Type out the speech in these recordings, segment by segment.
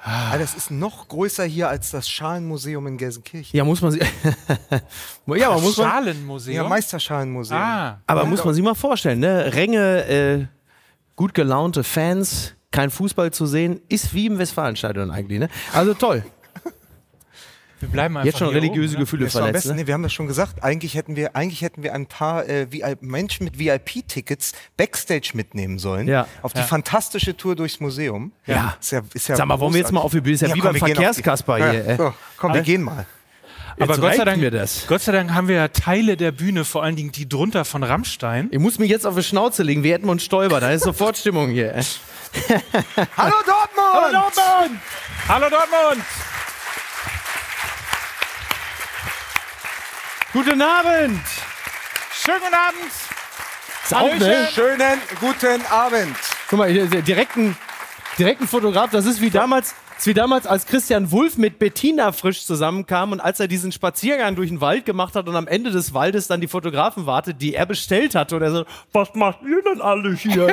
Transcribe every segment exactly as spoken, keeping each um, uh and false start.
Ah, das ist noch größer hier als das Schalenmuseum in Gelsenkirchen. Ja, muss man sich. ja, man muss man, Schalenmuseum? Ja, Meisterschalenmuseum. Ah. aber Ja, muss man sich mal vorstellen, ne? Ränge, äh, gut gelaunte Fans, kein Fußball zu sehen, ist wie im Westfalenstadion eigentlich, ne? Also toll. Wir bleiben einfach Jetzt schon hier religiöse oben, ne? Gefühle Das war am verletzt. besten, Ne? nee, wir haben das schon gesagt. Eigentlich hätten wir, eigentlich hätten wir ein paar äh, V I P Menschen mit V I P-Tickets Backstage mitnehmen sollen. Ja. Auf die Ja. fantastische Tour durchs Museum. Ja. Ist ja, ist ja Sag mal, wollen wir jetzt mal auf die Bühne? Ist ja, wie komm, beim wir gehen auf die- Verkehrskasper Ja, hier. Äh. So, komm, wir gehen mal. Aber Jetzt Gott sei, reicht Dank, mir das. Gott sei Dank haben wir ja Teile der Bühne, vor allen Dingen die drunter von Rammstein. Ich muss mich jetzt auf die Schnauze legen, wie Edmund Stoiber. Da ist sofort Stimmung hier. äh. Hallo Dortmund! Hallo Dortmund! Hallo Dortmund! Guten Abend! Schönen guten Abend! Sau, ne? Schönen guten Abend. Guck mal, hier, direkt ein, direkt ein Fotograf. Das ist wie damals, das ist wie damals, als Christian Wulff mit Bettina Frisch zusammenkam und als er diesen Spaziergang durch den Wald gemacht hat und am Ende des Waldes dann die Fotografen wartet, die er bestellt hatte. Und er so, was macht ihr denn alle hier?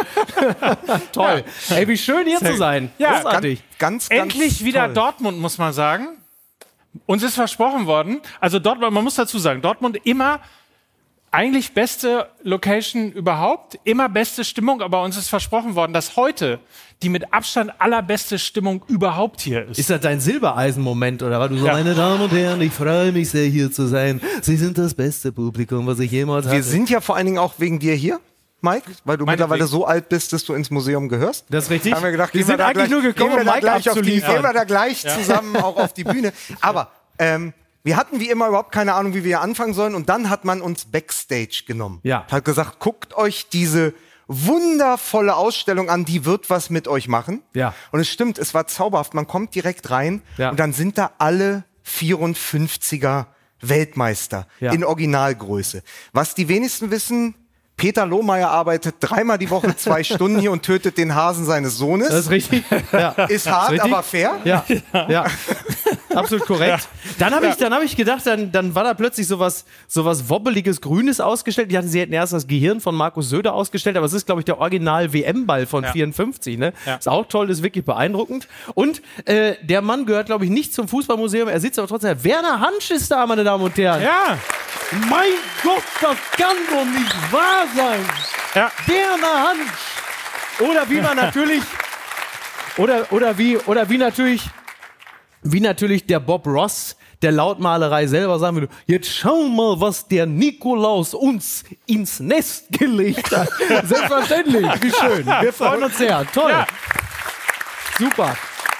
Toll. Ey, wie schön hier zu sein. Ja, Großartig. Ganz, ganz Endlich wieder toll. Dortmund, muss man sagen. Uns ist versprochen worden, also Dortmund, man muss dazu sagen, Dortmund immer eigentlich beste Location überhaupt, immer beste Stimmung, aber uns ist versprochen worden, dass heute die mit Abstand allerbeste Stimmung überhaupt hier ist. Ist das dein Silbereisen-Moment oder was? Du so, Ja. meine Damen und Herren, ich freue mich sehr, hier zu sein. Sie sind das beste Publikum, was ich jemals hatte. Wir sind ja vor allen Dingen auch wegen dir hier, Mike, weil du Meinetwegen. mittlerweile so alt bist, dass du ins Museum gehörst. Das ist richtig. Haben wir gedacht, wir gehen sind da eigentlich gleich, nur gekommen, gehen um wir da Mike gleich auf die, gehen wir abzuliefern. da gleich zusammen auch auf die Bühne. Aber ähm, wir hatten wie immer überhaupt keine Ahnung, wie wir anfangen sollen. Und dann hat man uns Backstage genommen. Ja. Hat gesagt, guckt euch diese wundervolle Ausstellung an, die wird was mit euch machen. Ja. Und es stimmt, es war zauberhaft. Man kommt direkt rein Ja. und dann sind da alle vierundfünfziger Weltmeister Ja. in Originalgröße. Was die wenigsten wissen, Peter Lohmeier arbeitet dreimal die Woche zwei Stunden hier und tötet den Hasen seines Sohnes. Das ist richtig. Ja. Ist hart, richtig? aber fair. Ja, ja. Absolut korrekt. Dann habe ich, dann hab ich gedacht, dann, dann war da plötzlich sowas, sowas wobbeliges Grünes ausgestellt. Die hatten, sie hätten erst das Gehirn von Markus Söder ausgestellt, aber es ist, glaube ich, der Original-W M-Ball von Ja. vierundfünfzig. Ne? Ja. Ist auch toll, ist wirklich beeindruckend. Und äh, der Mann gehört, glaube ich, nicht zum Fußballmuseum. Er sitzt aber trotzdem. Werner Hansch ist da, meine Damen und Herren. Ja, Mein Gott, das kann doch nicht wahr sein. ja. Werner Hansch. Oder wie man natürlich, oder, oder wie, oder wie natürlich, wie natürlich der Bob Ross der Lautmalerei selber sagen würde, jetzt schau mal, was der Nikolaus uns ins Nest gelegt hat. Selbstverständlich, wie schön. Wir freuen uns sehr. Toll. Ja. Super.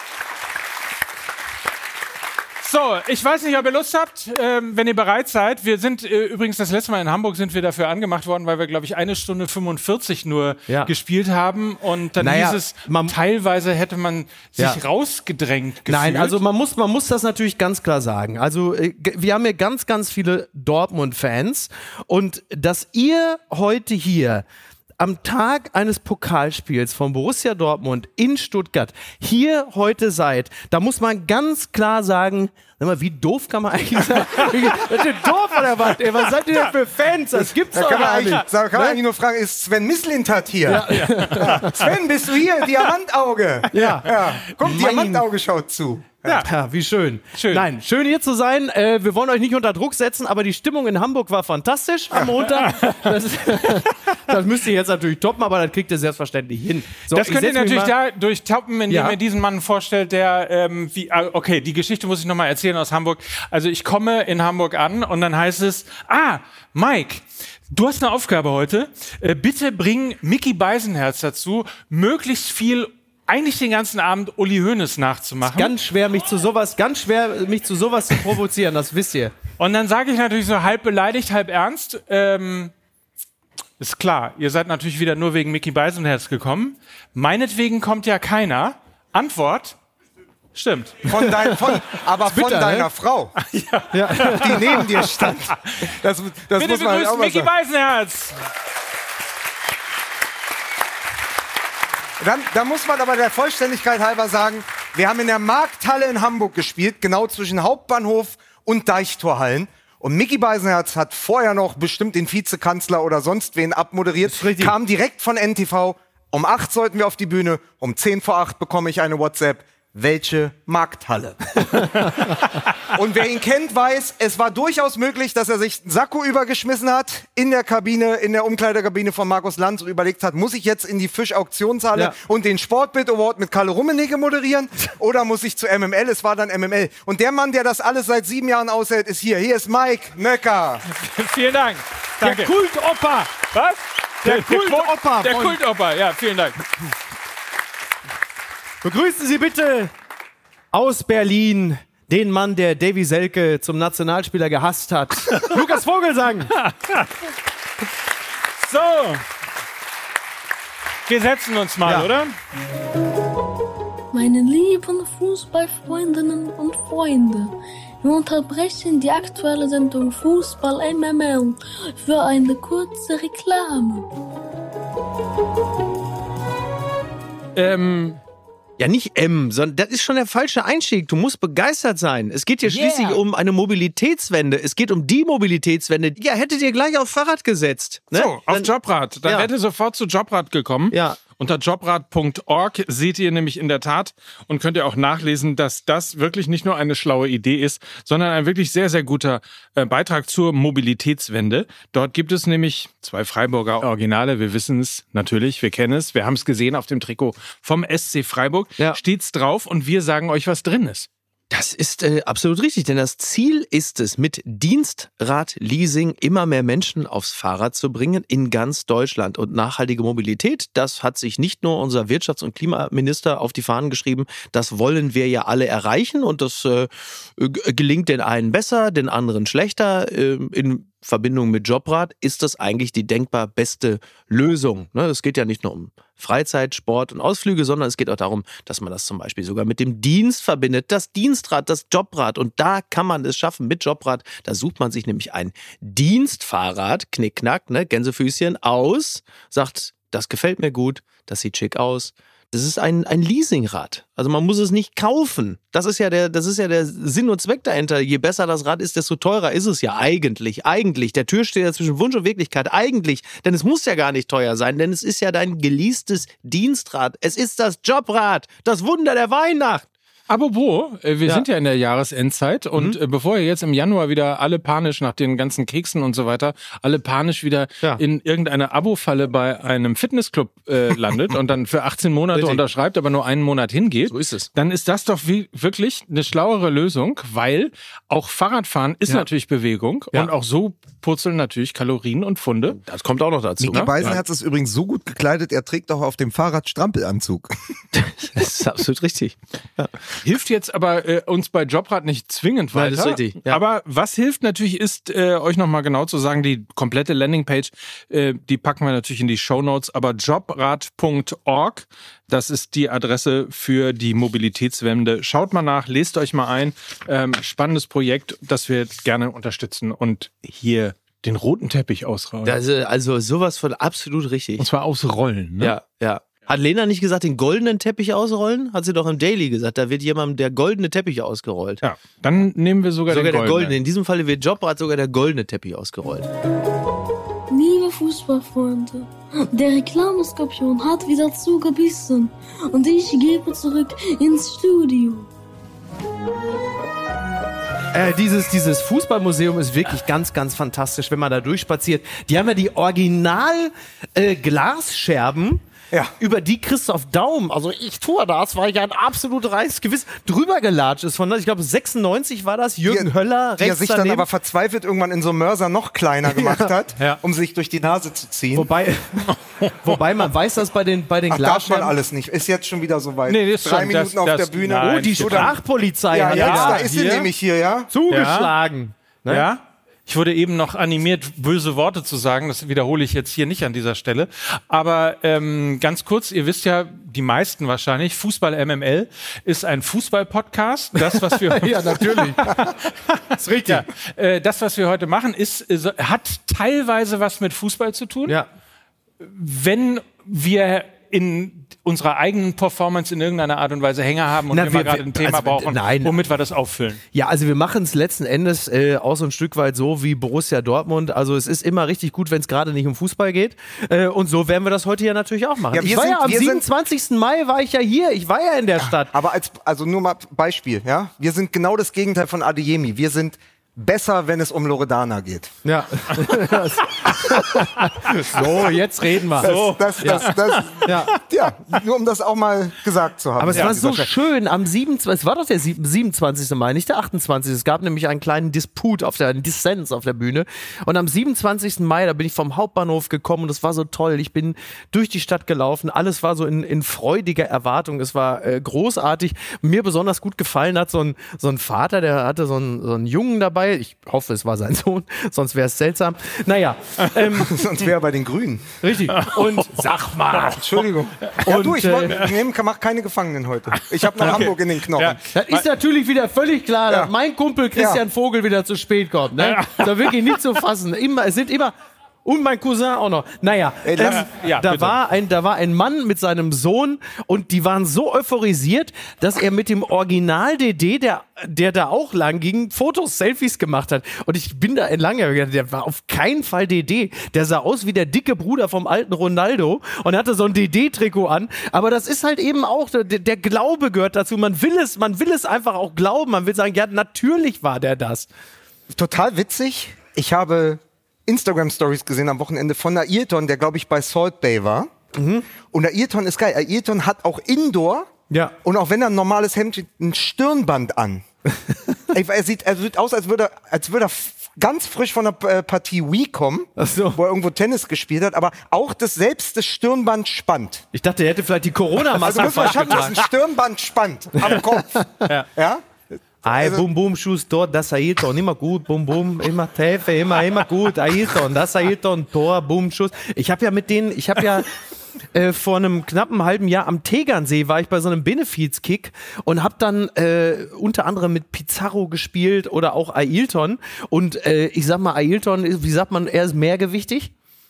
So, ich weiß nicht, ob ihr Lust habt, ähm, wenn ihr bereit seid. Wir sind äh, übrigens das letzte Mal in Hamburg sind wir dafür angemacht worden, weil wir, glaube ich, eine Stunde fünfundvierzig nur Ja. gespielt haben. Und dann Naja, hieß es, man- teilweise hätte man sich Ja. rausgedrängt gefühlt. Nein, also man muss, man muss das natürlich ganz klar sagen. Also äh, g- wir haben ja ganz, ganz viele Dortmund-Fans und dass ihr heute hier am Tag eines Pokalspiels von Borussia Dortmund in Stuttgart hier heute seid, da muss man ganz klar sagen, sag mal, wie doof kann man eigentlich sein? Das ist doof oder was? Ey, was seid ihr denn für Fans? Das gibt's Da doch kann man, gar eigentlich, nicht. da kann man Ne? eigentlich nur fragen, ist Sven Mislintat hier? Ja. Sven, bist du hier? Diamantauge. Ja. Ja. Komm, Mein- Diamantauge schaut zu. Ja, wie schön. Schön. Nein, schön hier zu sein. Äh, wir wollen euch nicht unter Druck setzen, aber die Stimmung in Hamburg war fantastisch am Montag. Das, das müsst ihr jetzt natürlich toppen, aber das kriegt ihr selbstverständlich hin. So, Das ich könnt ihr setz mich natürlich mal- dadurch toppen, indem Ja. ihr diesen Mann vorstellt, der, ähm, wie, ah, okay, die Geschichte muss ich nochmal erzählen aus Hamburg. Also ich komme in Hamburg an und dann heißt es, ah, Mike, du hast eine Aufgabe heute. Äh, bitte bring Micky Beisenherz dazu, möglichst viel, eigentlich den ganzen Abend Uli Hoeneß nachzumachen. Ganz schwer, mich zu sowas, ganz schwer, mich zu sowas zu provozieren, das wisst ihr. Und dann sage ich natürlich so halb beleidigt, halb ernst, ähm, ist klar, ihr seid natürlich wieder nur wegen Micky Beisenherz gekommen. Meinetwegen kommt ja keiner. Antwort, stimmt. Von dein, von, aber von bitter, deiner ne? Frau, die neben dir stand. Das, das Bitte muss man halt auch begrüßt mal Micky sagen. Beisenherz. Dann, dann muss man aber der Vollständigkeit halber sagen, wir haben in der Markthalle in Hamburg gespielt, genau zwischen Hauptbahnhof und Deichtorhallen. Und Micky Beisenherz hat vorher noch bestimmt den Vizekanzler oder sonst wen abmoderiert, richtig. kam direkt von N T V. Um acht sollten wir auf die Bühne, um zehn vor acht bekomme ich eine WhatsApp. welche Markthalle? Und wer ihn kennt, weiß, es war durchaus möglich, dass er sich einen Sakko übergeschmissen hat in der Kabine, in der Umkleidekabine von Markus Lanz und überlegt hat, muss ich jetzt in die Fisch-Auktionshalle Ja. und den Sportbild Award mit Kalle Rummenigge moderieren oder muss ich zu M M L? Es war dann M M L. Und der Mann, der das alles seit sieben Jahren aushält, ist hier. Hier ist Mike Nöcker. Vielen Dank. Danke. Der Kultopa. Was? Der Kultopa. Der Kultopa, ja, vielen Dank. Begrüßen Sie bitte aus Berlin den Mann, der Davy Selke zum Nationalspieler gehasst hat. Lukas Vogelsang. So. Wir setzen uns mal, Ja. oder? Meine lieben Fußballfreundinnen und Freunde, wir unterbrechen die aktuelle Sendung Fußball M M L für eine kurze Reklame. Ähm, Ja, nicht M, sondern das ist schon der falsche Einstieg. Du musst begeistert sein. Es geht hier Yeah. schließlich um eine Mobilitätswende. Es geht um die Mobilitätswende. Ja, hättet ihr gleich auf Fahrrad gesetzt. Ne? so, auf Dann- Jobrad. Dann ja. wärt ihr sofort zu Jobrad gekommen. Ja. Unter jobrad punkt org seht ihr nämlich in der Tat und könnt ihr auch nachlesen, dass das wirklich nicht nur eine schlaue Idee ist, sondern ein wirklich sehr, sehr guter äh, Beitrag zur Mobilitätswende. Dort gibt es nämlich zwei Freiburger Originale. Wir wissen es natürlich, wir kennen es. Wir haben es gesehen auf dem Trikot vom S C Freiburg. Ja. Steht's drauf und wir sagen euch, was drin ist. Das ist äh, absolut richtig, denn das Ziel ist es, mit Dienstradleasing immer mehr Menschen aufs Fahrrad zu bringen in ganz Deutschland. Und nachhaltige Mobilität, das hat sich nicht nur unser Wirtschafts- und Klimaminister auf die Fahnen geschrieben, das wollen wir ja alle erreichen und das äh, g- gelingt den einen besser, den anderen schlechter. Äh, in Verbindung mit Jobrad ist das eigentlich die denkbar beste Lösung. Ne? Es geht ja nicht nur um Freizeit, Sport und Ausflüge, sondern es geht auch darum, dass man das zum Beispiel sogar mit dem Dienst verbindet. Das Dienstrad, das Jobrad. Und da kann man es schaffen mit Jobrad. Da sucht man sich nämlich ein Dienstfahrrad, knickknack, ne, Gänsefüßchen, aus, sagt, das gefällt mir gut, das sieht schick aus. Das ist ein, ein Leasingrad. Also man muss es nicht kaufen. Das ist ja der, das ist ja der Sinn und Zweck dahinter. Je besser das Rad ist, desto teurer ist es ja eigentlich. Eigentlich. Der Türsteher zwischen Wunsch und Wirklichkeit. Eigentlich. Denn es muss ja gar nicht teuer sein, denn es ist ja dein geleastes Dienstrad. Es ist das Jobrad. Das Wunder der Weihnacht. Apropos, äh, wir Ja. sind ja in der Jahresendzeit und äh, bevor ihr jetzt im Januar wieder alle panisch nach den ganzen Keksen und so weiter, alle panisch wieder Ja. in irgendeine Abo-Falle bei einem Fitnessclub äh, landet und dann für achtzehn Monate Richtig. unterschreibt, aber nur einen Monat hingeht, So ist es. dann ist das doch wie, wirklich eine schlauere Lösung, weil auch Fahrradfahren ist Ja. natürlich Bewegung Ja. und auch so purzeln natürlich Kalorien und Pfunde. Das kommt auch noch dazu. Micky Beisenherz ist übrigens so gut gekleidet, er trägt auch auf dem Fahrrad Strampelanzug. Das ist absolut richtig. Hilft jetzt aber äh, uns bei Jobrad nicht zwingend weiter. Nein, das ist richtig, ja. Aber was hilft natürlich ist, äh, euch nochmal genau zu sagen, die komplette Landingpage, äh, die packen wir natürlich in die Shownotes, aber jobrad punkt org, das ist die Adresse für die Mobilitätswende. Schaut mal nach, lest euch mal ein. Ähm, spannendes Projekt, das wir gerne unterstützen und hier den roten Teppich ausrollen. Das ist also sowas von absolut richtig. Und zwar ausrollen. Ne? Ja, ja. Hat Lena nicht gesagt, den goldenen Teppich ausrollen? Hat sie doch im Daily gesagt, da wird jemandem der goldene Teppich ausgerollt. Ja, dann nehmen wir sogar, Sogar den der goldenen. goldene. In diesem Falle wird Jobrad sogar der goldene Teppich ausgerollt. Liebe Fußballfreunde, der Reklameskorpion hat wieder zugebissen und ich gebe zurück ins Studio. Äh, dieses, dieses Fußballmuseum ist wirklich ganz, ganz fantastisch, wenn man da durchspaziert. Die haben ja die Original äh, Glasscherben, Ja. über die Christoph Daum, also ich tue das, weil ich ein absolut reiches Gewiss drüber gelatscht ist von, ich glaube sechsundneunzig war das, Jürgen Die- Höller, Die er rechts sich dann daneben. aber verzweifelt irgendwann in so einem Mörser noch kleiner gemacht hat, Ja. um sich durch die Nase zu ziehen. Wobei, wobei man weiß, dass bei den, bei den Ach, darf man Glasscherben... alles nicht. Ist jetzt schon wieder so weit. Nee, das Drei stimmt. Minuten Das- auf das- der Bühne. nein, Oh, die stimmt. Sprachpolizei Ja, hat jetzt, ja da ist sie hier nämlich hier, ja? zugeschlagen. Ne? Ja? Ich wurde eben noch animiert, böse Worte zu sagen. Das wiederhole ich jetzt hier nicht an dieser Stelle. Aber ähm, ganz kurz, ihr wisst ja, die meisten wahrscheinlich, Fußball M M L ist ein Fußball-Podcast. Das, was wir Ja, natürlich. ist richtig. Ja, äh, das, was wir heute machen, ist, äh, so- hat teilweise was mit Fußball zu tun. Ja. Wenn wir in unserer eigenen Performance in irgendeiner Art und Weise Hänger haben und Na, wir, wir- mal gerade wir- ein Thema also, brauchen, nein. womit wir das auffüllen. Ja, also wir machen es letzten Endes äh, auch so ein Stück weit so wie Borussia Dortmund. Also es ist immer richtig gut, wenn es gerade nicht um Fußball geht. Äh, und so werden wir das heute ja natürlich auch machen. Ja, wir ich war sind- ja am wir sind- siebenundzwanzigsten Mai war ich ja hier. Ich war ja in der Stadt. Aber als, also nur mal Beispiel, ja? Wir sind genau das Gegenteil von Adeyemi. Wir sind besser, wenn es um Loredana geht. Ja. So, jetzt reden wir. Das, das, das, das, Ja. ja, nur um das auch mal gesagt zu haben. Aber es Ja, war so dieser Scheiß. schön am siebenundzwanzigsten Es war doch der sieb- siebenundzwanzigste Mai, nicht der achtundzwanzigste Es gab nämlich einen kleinen Disput auf der einen Dissens auf der Bühne. Und am siebenundzwanzigsten Mai, da bin ich vom Hauptbahnhof gekommen und es war so toll. Ich bin durch die Stadt gelaufen. Alles war so in, in freudiger Erwartung. Es war äh, großartig. Mir besonders gut gefallen hat so ein, so ein Vater, der hatte so einen, so einen Jungen dabei. Ich hoffe, es war sein Sohn, sonst wäre es seltsam. Naja, ähm, Sonst wäre er bei den Grünen. richtig. Und sag mal. Entschuldigung. Ja, Und, du, ich äh, wollt- ich nehm- mach keine Gefangenen heute. Ich habe noch Hamburg in den Knochen. Ja. Das ist natürlich wieder völlig klar, Ja. dass mein Kumpel Christian Ja. Vogel wieder zu spät kommt. Ne? Das ist wirklich nicht zu fassen. Immer, es sind immer. Und mein Cousin auch noch. Naja, Ey, lass- ähm, ja, da, bitte. war ein, da war ein Mann mit seinem Sohn und die waren so euphorisiert, dass er mit dem Original-D D, der, der da auch lang ging, Fotos, Selfies gemacht hat. Und ich bin da entlang gegangen, der war auf keinen Fall D D. Der sah aus wie der dicke Bruder vom alten Ronaldo und hatte so ein D D-Trikot an. Aber das ist halt eben auch, der, der Glaube gehört dazu. Man will es, man will es einfach auch glauben. Man will sagen, ja, natürlich war der das. Total witzig. Ich habe Instagram-Stories gesehen am Wochenende von Ayrton, der, glaube ich, bei Salt Bay war. Und Ayrton ist geil. Ayrton hat auch Indoor, Ja. und auch wenn er ein normales Hemd trägt, ein Stirnband an. Ey, er, sieht, er sieht aus, als würde er, als würde er f- ganz frisch von der äh, Partie Wii kommen, Ach so. wo er irgendwo Tennis gespielt hat, aber auch das selbst das Stirnband spannt. Ich dachte, er hätte vielleicht die Also Corona-Maske muss man falsch schaffen, dass getragen. ein Stirnband spannt am Kopf. Ja? Ei, Also- bum, bum, Schuss dort, das Ayrton, immer gut, bum, bum, immer Tefe, immer, immer gut, Ayrton, das Ayrton, Tor, bum, Schuss. Ich habe ja mit denen, ich habe ja äh, vor einem knappen halben Jahr am Tegernsee war ich bei so einem Benefiz-Kick und habe dann äh, unter anderem mit Pizarro gespielt oder auch Ayrton und äh, ich sag mal, Ayrton, ist- wie sagt man, er ist mehrgewichtig.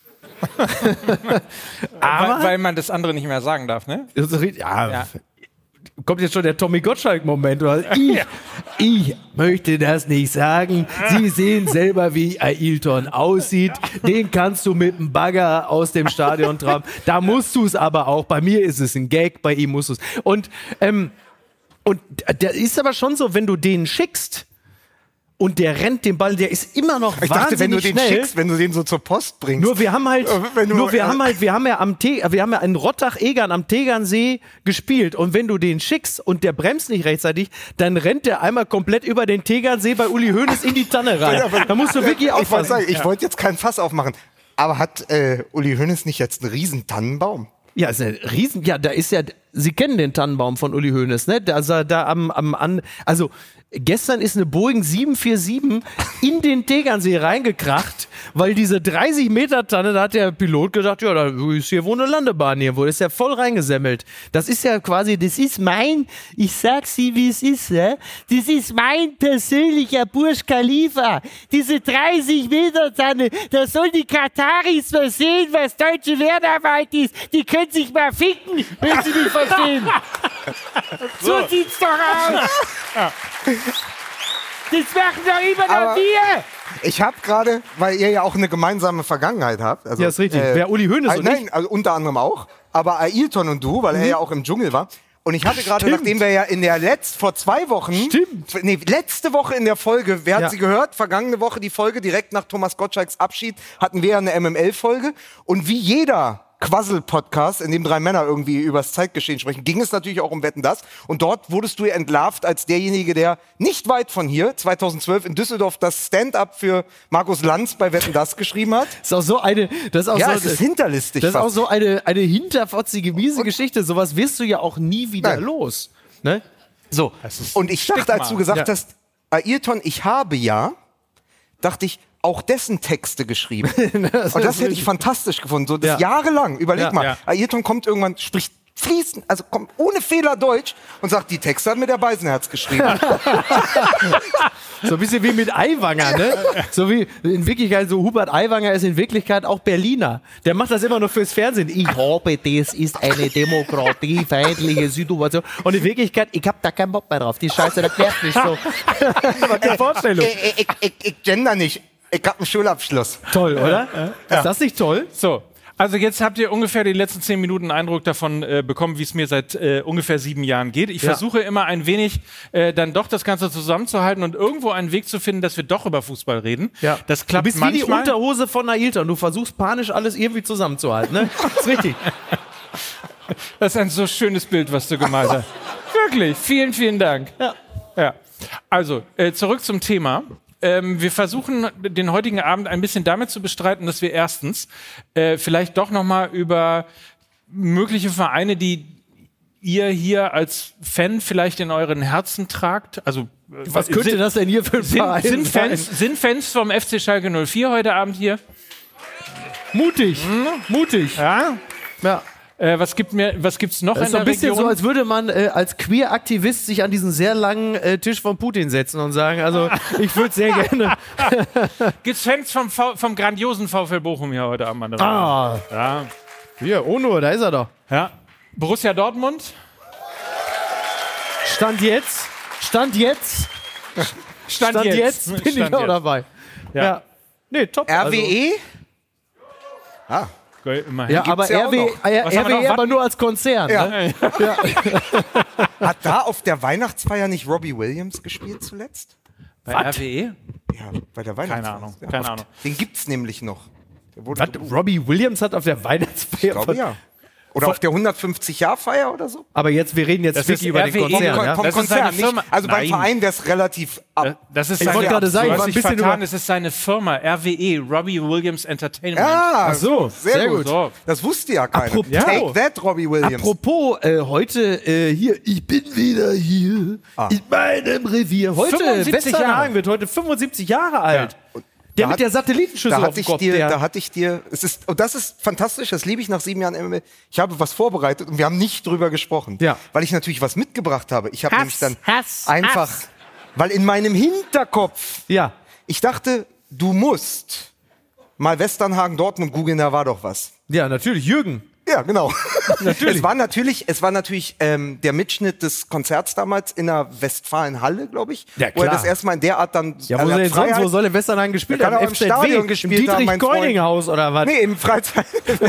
Aber weil, weil man das andere nicht mehr sagen darf, ne? ja, Ja. kommt jetzt schon der Tommy Gottschalk-Moment. oder? Ich, ich möchte das nicht sagen. Sie sehen selber, wie Ayrton aussieht. Den kannst du mit dem Bagger aus dem Stadion tragen. Da musst du es aber auch. Bei mir ist es ein Gag, bei ihm musst du es. Und, ähm, und der ist aber schon so, wenn du den schickst und der rennt den Ball, der ist immer noch Ich wahnsinnig dachte, wenn du den schnell. schickst, wenn du den so zur Post bringst. Nur wir haben halt, Wenn du- nur wir ja. haben halt, wir haben ja am Te wir haben ja in Rottach-Egern am Tegernsee gespielt und wenn du den schickst und der bremst nicht rechtzeitig, dann rennt der einmal komplett über den Tegernsee bei Uli Hoeneß in die Tanne rein. Da musst du wirklich ich wollte aufpassen. sagen, ich wollte jetzt kein Fass aufmachen. Aber hat äh, Uli Hoeneß nicht jetzt einen riesen Tannenbaum? Ja, ist ein riesen, ja, da ist ja, Sie kennen den Tannenbaum von Uli Hoeneß, ne? Da, also da am, am, an, also gestern ist eine Boeing sieben vier sieben in den Tegernsee reingekracht, weil diese dreißig Meter Tanne, da hat der Pilot gedacht, ja, da ist hier wohl eine Landebahn hier, wo ist ja voll reingesemmelt. Das ist ja quasi, das ist mein, ich sag's Sie, wie es ist, ne? Das ist mein persönlicher Burj Khalifa. Diese dreißig Meter Tanne, da soll die Kataris mal sehen, was deutsche Wehrarbeit ist. Die können sich mal ficken, wenn sie mich verstehen. So sieht's doch aus. Das machen doch immer noch Aber- wir. Ich habe gerade, weil ihr ja auch eine gemeinsame Vergangenheit habt. Also, Ja, ist richtig. Wer, Uli Hoeneß äh, und Nein, ich? also unter anderem auch. Aber Ayrton und du, weil er ja auch im Dschungel war. Und ich hatte gerade, Stimmt. nachdem wir ja in der letzt vor zwei Wochen, Stimmt. nee, letzte Woche in der Folge, wer hat Ja. sie gehört? Vergangene Woche die Folge direkt nach Thomas Gottschalks Abschied hatten wir ja eine M M L-Folge. Und wie jeder Quassel-Podcast, in dem drei Männer irgendwie übers Zeitgeschehen sprechen, ging es natürlich auch um Wetten, das. Und dort wurdest du ja entlarvt als derjenige, der nicht weit von hier, zweitausendzwölf in Düsseldorf, das Stand-up für Markus Lanz bei Wetten, das geschrieben hat. Das ist auch so eine, das ist auch Ja, so, es ist hinterlistig das ist auch fast. so eine, eine hinterfotzige, miese Geschichte. Sowas wirst du ja auch nie wieder Nein. los. Ne? So. Und ich dachte, als du gesagt Ja. hast, Ayrton, ich habe ja, dachte ich, auch dessen Texte geschrieben. Und das hätte ich fantastisch gefunden. So das Ja. jahrelang. Überleg Ja. mal. Ja. Ayrton kommt irgendwann, spricht fließend, also kommt ohne Fehler Deutsch und sagt, die Texte hat mir der Beisenherz geschrieben. So ein bisschen wie mit Aiwanger, ne? So wie in Wirklichkeit, so Hubert Aiwanger ist in Wirklichkeit auch Berliner. Der macht das immer nur fürs Fernsehen. Ich hoffe, das ist eine demokratiefeindliche Situation. Und in Wirklichkeit, ich hab da keinen Bock mehr drauf. Die Scheiße, das nervt mich so. Was eine Vorstellung. Ich, ich, ich, ich gender nicht. Ich hab einen Schulabschluss. Toll, oder? Ja. Ist das nicht toll? So. Also jetzt habt ihr ungefähr die letzten zehn Minuten einen Eindruck davon äh, bekommen, wie es mir seit äh, ungefähr sieben Jahren geht. Ich Ja. versuche immer ein wenig äh, dann doch das Ganze zusammenzuhalten und irgendwo einen Weg zu finden, dass wir doch über Fußball reden. Ja. Das klappt du bist manchmal. wie die Unterhose von Ailton. Du versuchst panisch alles irgendwie zusammenzuhalten. Ne? Das ist richtig. Das ist ein so schönes Bild, was du gemalt hast. Wirklich, vielen, vielen Dank. Ja. Ja. Also, äh, zurück zum Thema. Ähm, wir versuchen, den heutigen Abend ein bisschen damit zu bestreiten, dass wir erstens äh, vielleicht doch noch mal über mögliche Vereine, die ihr hier als Fan vielleicht in euren Herzen tragt, also äh, Was könnte sind, das denn hier für ein sind, Verein sind, sein? Fans, sind Fans vom F C Schalke null vier heute Abend hier? Mutig. Mutig. Ja. Ja. Äh, was gibt mir, was gibt's noch Das in ist so der ein bisschen Region? so, als würde man äh, als Queer-Aktivist sich an diesen sehr langen äh, Tisch von Putin setzen und sagen, also ich würde sehr gerne... Gibt's Fans vom, v vom grandiosen VfL Bochum hier heute Abend? Meine Ah, Ja. hier, Ono, da ist er doch. ja. Borussia Dortmund? Stand jetzt, Stand jetzt, Stand, Stand jetzt, bin ich Stand auch jetzt. dabei. Ja. Ja. Nee, top. R W E? Ah. Geil, immerhin. Also, ja, aber ja auch R W, noch. äh, Was haben wir R W E noch? aber nur als Konzern. Ja. Ne? Hat da auf der Weihnachtsfeier nicht Robbie Williams gespielt zuletzt? Bei R W E? Ja, bei der Weihnachtsfeier. Ahnung, Ja, keine auf- Ahnung. Den gibt's nämlich noch. Der wurde Was? gebucht. Robbie Williams hat auf der Weihnachtsfeier... Ich glaube, ja. Oder auf der hundertfünfzig-Jahr-Feier oder so? Aber jetzt, wir reden jetzt Das wirklich ist über R W E. den Konzern. Vom, Ja? vom Das ist Konzern, seine nicht, Firma. also beim Nein. Verein, der ist relativ ab. Das ist Ich seine, wollte gerade sagen, du ich war hast ein dich bisschen vertan, über- es ist seine Firma, R W E, Robbie Williams Entertainment. Ja, Ach so, sehr, sehr gut. gut. So. Das wusste ja keiner. Apropos- Take that, Robbie Williams. Apropos, äh, heute äh, hier, ich bin wieder hier in meinem Revier. Heute, fünfundsiebzig Westernhagen Jahre. wird heute fünfundsiebzig Jahre alt. Der Da mit hat- der Satellitenschüssel da auf hatte dem ich Kopf. dir, der, da hatte ich dir, es ist, und das ist fantastisch, das liebe ich nach sieben Jahren M M A. Ich habe was vorbereitet und wir haben nicht drüber gesprochen. Ja. Weil ich natürlich was mitgebracht habe. Ich habe Hass, nämlich dann Hass, einfach, Hass. weil in meinem Hinterkopf, ja. ich dachte, du musst mal Westernhagen Dortmund googeln, da war doch was. ja, natürlich, Jürgen. Ja, genau. Natürlich. Es war natürlich, es war natürlich ähm, der Mitschnitt des Konzerts damals in der Westfalenhalle, glaube ich. Ja, Wo er klar. das erstmal in der Art dann Ja, wo, er soll hat denn sonst, Freiheit- wo soll der Westernhagen gespielt Der kann haben? auch im Stadion Im gespielt haben, mein Freund. Dietrich-Koining-Haus oder was? Nee, im Freizeit.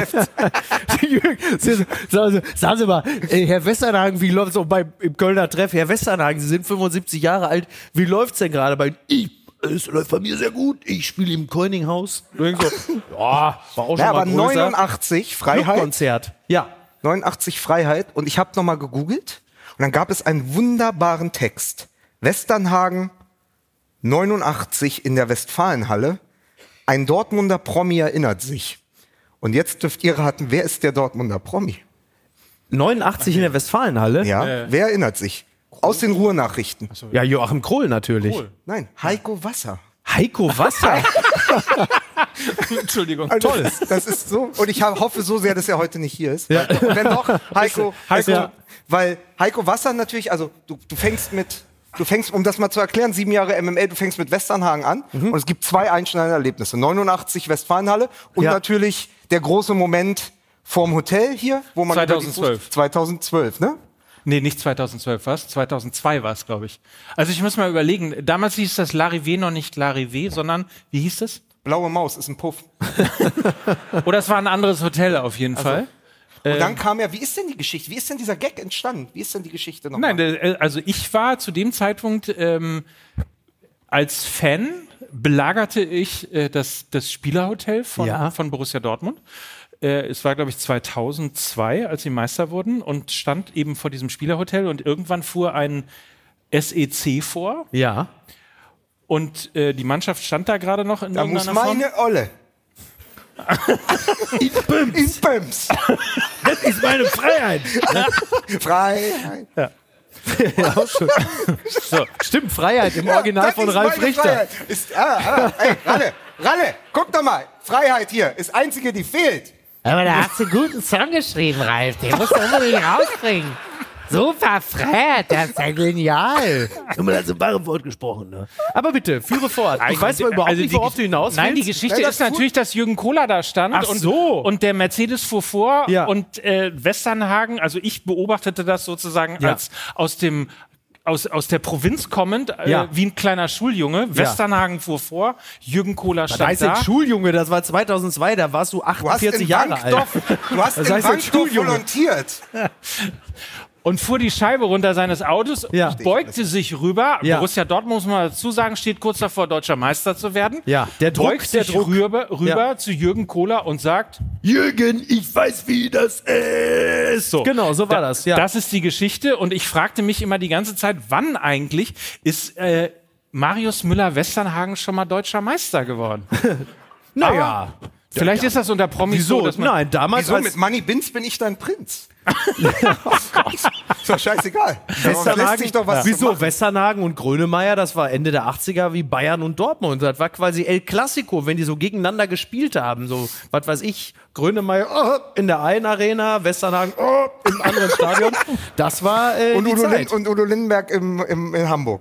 Jürgen, Sie- sagen Sie, sagen Sie mal, äh, Herr Westernhagen, wie läuft's auch beim im Kölner Treff? Herr Westernhagen, Sie sind fünfundsiebzig Jahre alt. Wie läuft's denn gerade bei Ihnen? Es läuft bei mir sehr gut. Ich spiele im Koininghaus. So, ja, war auch schon Ja, mal aber größer. neunundachtzig Freiheit. Clubkonzert. Ja. neunundachtzig Freiheit. Und ich habe nochmal gegoogelt. Und dann gab es einen wunderbaren Text. Westernhagen neunundachtzig in der Westfalenhalle. Ein Dortmunder Promi erinnert sich. Und jetzt dürft ihr raten, wer ist der Dortmunder Promi? neunundachtzig in der Westfalenhalle. Ja, wer erinnert sich? Aus den Ruhrnachrichten. Ja, Joachim Krohl natürlich. Cool. Nein, Heiko Wasser. Heiko Wasser. Entschuldigung. Also das, ist, das ist so. Und ich ha- hoffe so sehr, dass er heute nicht hier ist. Ja. Und wenn doch, Heiko, Heiko, Ja. weil Heiko Wasser natürlich, also du, du fängst mit, du fängst, um das mal zu erklären, sieben Jahre M M A, du fängst mit Westernhagen an und es gibt zwei einschneidende Erlebnisse. neunundachtzig Westfalenhalle und Ja. natürlich der große Moment vorm Hotel hier, wo man über die zweitausendzwölf. Fuß- zweitausendzwölf, ne? Nee, nicht zweitausendzwölf, was? zweitausendzwei war es, glaube ich. Also ich muss mal überlegen, damals hieß das Larivé noch nicht Larivé, sondern, wie hieß es? Blaue Maus ist ein Puff. Oder es war ein anderes Hotel auf jeden Fall. Und dann kam ja, wie ist denn die Geschichte? Wie ist denn dieser Gag entstanden? Wie ist denn die Geschichte noch? Nein, der, also ich war zu dem Zeitpunkt ähm, als Fan, belagerte ich äh, das, das Spielerhotel von, Ja. von Borussia Dortmund. Äh, es war, glaube ich, zweitausendzwei, als sie Meister wurden und stand eben vor diesem Spielerhotel und irgendwann fuhr ein S E C vor Ja. und äh, die Mannschaft stand da gerade noch in Da muss irgendeiner Form. meine Olle. In Pumps. In Pumps. Das ist meine Freiheit. Freiheit. Ja, auch schon. So. Stimmt, Freiheit im Original Das von ist Ralf meine Richter. Freiheit. Ist, ah, ah, ey, Ralle, Ralle, guck doch mal. Freiheit hier ist einzige, die fehlt. Aber da hast du einen guten Song geschrieben, Ralf. Den musst du unbedingt rausbringen. Super, Fred, das ist ja genial. Immer hat so ein Wort gesprochen, ne? Aber bitte, führe fort. Ich weiß mal überhaupt Also nicht, die worauf du hinaus willst. Nein, die Geschichte Ja, ist das natürlich, dass Jürgen Kohler da stand Ach und, so. und der Mercedes fuhr vor Ja. und äh, Westernhagen, also ich beobachtete das sozusagen Ja. als aus dem aus, aus der Provinz kommend, äh, Ja. wie ein kleiner Schuljunge. Westernhagen fuhr vor, Jürgen Kohler Da stand ist da. ein Schuljunge, das war zweitausendzwei, da warst du Du hast achtundvierzig in Jahre alt. Bankdorf, du hast Das in heißt, ein Bankdorf Schuljunge. volontiert. Und fuhr die Scheibe runter seines Autos, Ja. beugte sich rüber. Ja. Borussia Dortmund, muss man dazu sagen, steht kurz davor, deutscher Meister zu werden. Ja, der Druck, beugt der sich Druck. rüber, rüber Ja. zu Jürgen Kohler und sagt, Jürgen, ich weiß, wie das ist. so. Genau, so war Da- das, ja. Das ist die Geschichte und ich fragte mich immer die ganze Zeit, wann eigentlich ist äh, Marius Müller-Westernhagen schon mal deutscher Meister geworden? naja. Vielleicht ist das unter Promis Wieso? so, dass man... Nein, damals Wieso? als Mit Money Bins bin ich dein Prinz. Ist doch scheißegal. Da lässt sich doch was zu Wieso? machen. Westernhagen und Grönemeyer, das war Ende der achtziger wie Bayern und Dortmund. Das war quasi El Clasico, wenn die so gegeneinander gespielt haben. So, was weiß ich, Grönemeyer oh, in der einen Arena, Westernhagen oh, im anderen Stadion. Das war äh, Und die Udo, Zeit. Lin und Udo Lindenberg im, im, in Hamburg.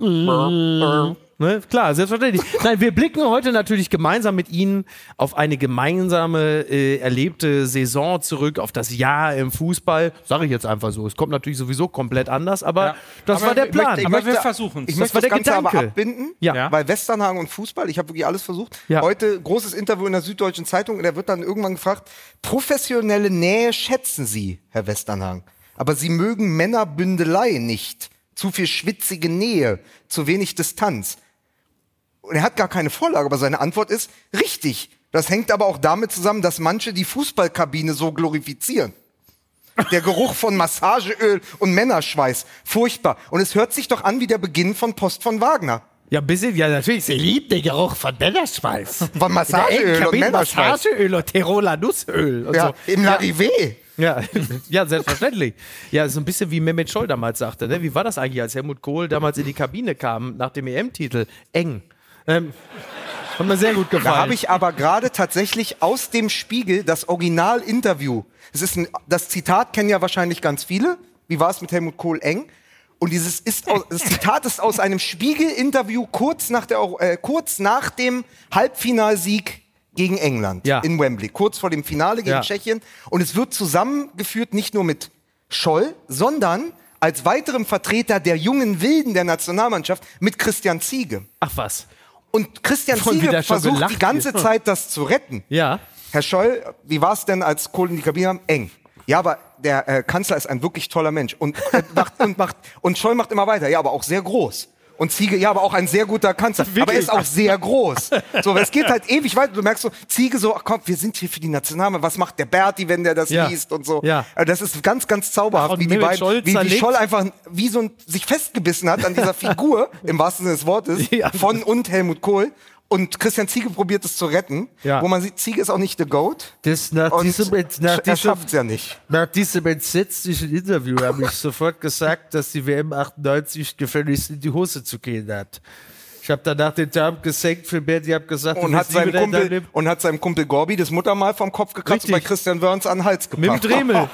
Ne? Klar, selbstverständlich. Nein, wir blicken heute natürlich gemeinsam mit Ihnen auf eine gemeinsame äh, erlebte Saison zurück, auf das Jahr im Fußball. Sage ich jetzt einfach so. Es kommt natürlich sowieso komplett anders, aber Ja. das Aber war der ich Plan. möchte- ich Aber wir versuchen's. Ich Das möchte war das der Ganze aber Gedanke. abbinden, Ja. weil Westernhagen und Fußball, ich habe wirklich alles versucht. Ja. Heute großes Interview in der Süddeutschen Zeitung und er wird dann irgendwann gefragt, professionelle Nähe schätzen Sie, Herr Westernhagen, aber Sie mögen Männerbündelei nicht. Zu viel schwitzige Nähe, zu wenig Distanz. Und er hat gar keine Vorlage, aber seine Antwort ist, richtig. Das hängt aber auch damit zusammen, dass manche die Fußballkabine so glorifizieren. Der Geruch von Massageöl und Männerschweiß. Furchtbar. Und es hört sich doch an wie der Beginn von Post von Wagner. Ja, ein bisschen, ja, natürlich. Sie liebt den Geruch von Männerschweiß. Von Massageöl und Männerschweiß. Massageöl und Tiroler Nussöl. Und Ja, so. im Larrivé. Ja, ja, selbstverständlich. Ja, so ein bisschen wie Mehmet Scholl damals sagte. Ne? Wie war das eigentlich, als Helmut Kohl damals in die Kabine kam nach dem E M-Titel? Eng. Ähm, hat mir sehr gut gefallen. Da habe ich aber gerade tatsächlich aus dem Spiegel das Original-Interview. Es ist ein, das Zitat kennen ja wahrscheinlich ganz viele. Wie war es mit Helmut Kohl eng? Und dieses ist aus, das Zitat ist aus einem Spiegel-Interview kurz nach, der, Euro- äh, kurz nach dem Halbfinalsieg gegen England Ja. in Wembley, kurz vor dem Finale gegen Ja. Tschechien. Und es wird zusammengeführt nicht nur mit Scholl, sondern als weiterem Vertreter der jungen Wilden der Nationalmannschaft mit Christian Ziege. Ach was. Und Christian Von wie Ziege der schon versucht gelacht die ganze wird. Zeit, das zu retten. Ja. Herr Scholl, wie war es denn, als Kohl in die Kabine kam? Eng. Ja, aber der äh, Kanzler ist ein wirklich toller Mensch. Und, äh, macht, und, macht, und Scholl macht immer weiter. Ja, aber auch sehr groß. Und Ziege, ja, aber auch ein sehr guter Kanzler. Aber er ist auch sehr groß. So, aber es geht halt ewig weiter. Du merkst so, Ziege so, ach komm, wir sind hier für die Nationalmannschaft. Was macht der Berti, wenn der das Ja. liest und so. Ja. Also das ist ganz, ganz zauberhaft, Ach, und wie die Mehmet beiden, Scholl wie, wie zerlegt- Scholl einfach wie so ein, sich festgebissen hat an dieser Figur, im wahrsten Sinne des Wortes, Ja. von und Helmut Kohl. Und Christian Ziege probiert es zu retten. Ja. Wo man sieht, Ziege ist auch nicht the GOAT. Das nach Und diesem, nach er diesem, schafft es ja nicht. nach diesem entsetzlichen Interview habe ich sofort gesagt, dass die W M achtundneunzig gefälligst in die Hose zu gehen hat. Ich habe danach den Daumen gesenkt für Berti, habe gesagt, Und du hat, willst nie seinem wieder in deinem Kumpel, Leben- und hat seinem Kumpel Gorbi das Muttermal vom Kopf gekratzt und bei Richtig. Christian Wörns an den Hals mit dem gepackt. Dremel.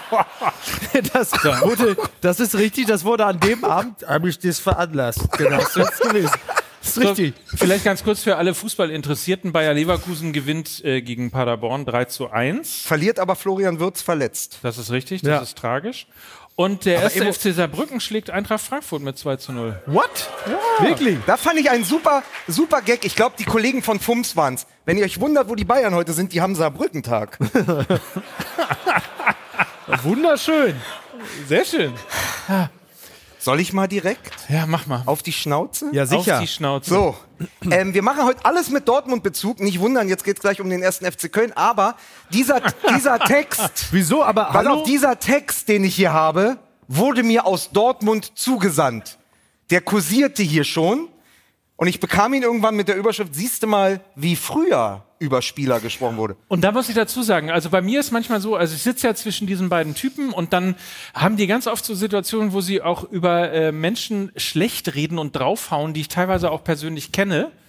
das, wurde, das ist richtig, das wurde an dem Abend, habe ich das veranlasst. Genau, so ist es gewesen. Das ist richtig. So, vielleicht ganz kurz für alle Fußballinteressierten. Bayer Leverkusen gewinnt äh, gegen Paderborn drei zu eins. Verliert aber Florian Wirtz verletzt. Das ist richtig, das Ja. ist tragisch. Und der erste Emo- F C Saarbrücken schlägt Eintracht Frankfurt mit zwei zu null. What? Wirklich? Da fand ich einen super, super Gag. Ich glaube, die Kollegen von F U M S waren es. Wenn ihr euch wundert, wo die Bayern heute sind, die haben Saarbrückentag. Wunderschön. Sehr schön. Soll ich mal direkt Ja, mach mal. auf die Schnauze? Ja, sicher. Auf die Schnauze. So, ähm, wir machen heute alles mit Dortmund-Bezug. Nicht wundern, jetzt geht es gleich um den ersten F C Köln. Aber dieser, dieser Text, Wieso? Aber pass hallo? auf, dieser Text, den ich hier habe, wurde mir aus Dortmund zugesandt. Der kursierte hier schon. Und ich bekam ihn irgendwann mit der Überschrift, siehst du mal, wie früher über Spieler gesprochen wurde. Und da muss ich dazu sagen, also bei mir ist manchmal so, also ich sitze ja zwischen diesen beiden Typen und dann haben die ganz oft so Situationen, wo sie auch über äh, Menschen schlecht reden und draufhauen, die ich teilweise auch persönlich kenne.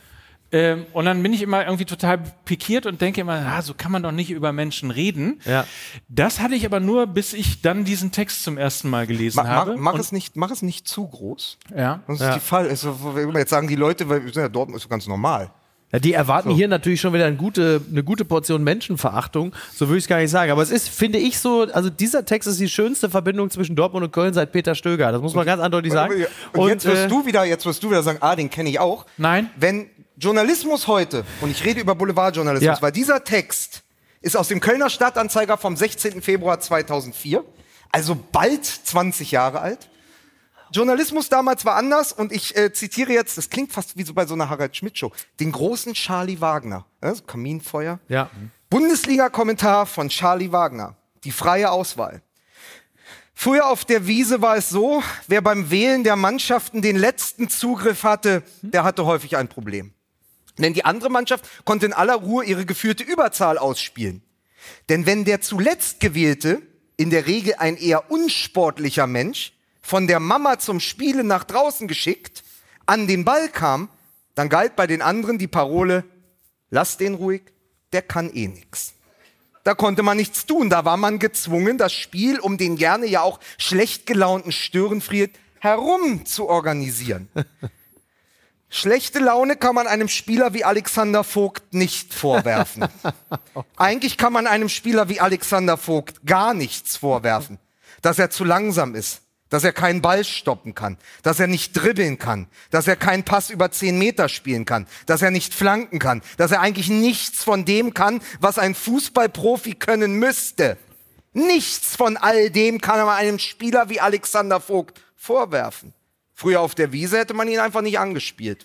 Ähm, und dann bin ich immer irgendwie total pikiert und denke immer, ah, so kann man doch nicht über Menschen reden. Ja. Das hatte ich aber nur, bis ich dann diesen Text zum ersten Mal gelesen Ma, habe. mach, mach, und, es nicht, mach es nicht zu groß. ja. Das ist Ja. die Fall. Also, wenn wir jetzt sagen, die Leute, weil wir sind ja Dortmund, ist so ganz normal. Ja, die erwarten So. hier natürlich schon wieder eine gute, eine gute Portion Menschenverachtung. So würde ich es gar nicht sagen. Aber es ist, finde ich, so, also dieser Text ist die schönste Verbindung zwischen Dortmund und Köln seit Peter Stöger. Das muss man ganz eindeutig sagen. Und, jetzt wirst äh, du wieder, jetzt wirst du wieder sagen, ah, den kenne ich auch. Nein. Wenn Journalismus heute, und ich rede über Boulevardjournalismus, Ja. weil dieser Text ist aus dem Kölner Stadtanzeiger vom sechzehnten Februar zweitausendvier, also bald zwanzig Jahre alt. Journalismus damals war anders und ich äh, zitiere jetzt, das klingt fast wie so bei so einer Harald Schmidt-Show, den großen Charlie Wagner, ja, so Kaminfeuer. Ja. Bundesliga-Kommentar von Charlie Wagner, die freie Auswahl. Früher auf der Wiese war es so, wer beim Wählen der Mannschaften den letzten Zugriff hatte, der hatte häufig ein Problem. Denn die andere Mannschaft konnte in aller Ruhe ihre geführte Überzahl ausspielen. Denn wenn der zuletzt Gewählte, in der Regel ein eher unsportlicher Mensch, von der Mama zum Spielen nach draußen geschickt, an den Ball kam, dann galt bei den anderen die Parole, lass den ruhig, der kann eh nix. Da konnte man nichts tun, da war man gezwungen, das Spiel um den gerne ja auch schlecht gelaunten Störenfried herum zu organisieren. Schlechte Laune kann man einem Spieler wie Alexander Vogt nicht vorwerfen. Eigentlich kann man einem Spieler wie Alexander Vogt gar nichts vorwerfen. Dass er zu langsam ist, dass er keinen Ball stoppen kann, dass er nicht dribbeln kann, dass er keinen Pass über zehn Meter spielen kann, dass er nicht flanken kann, dass er eigentlich nichts von dem kann, was ein Fußballprofi können müsste. Nichts von all dem kann man einem Spieler wie Alexander Vogt vorwerfen. Früher auf der Wiese hätte man ihn einfach nicht angespielt.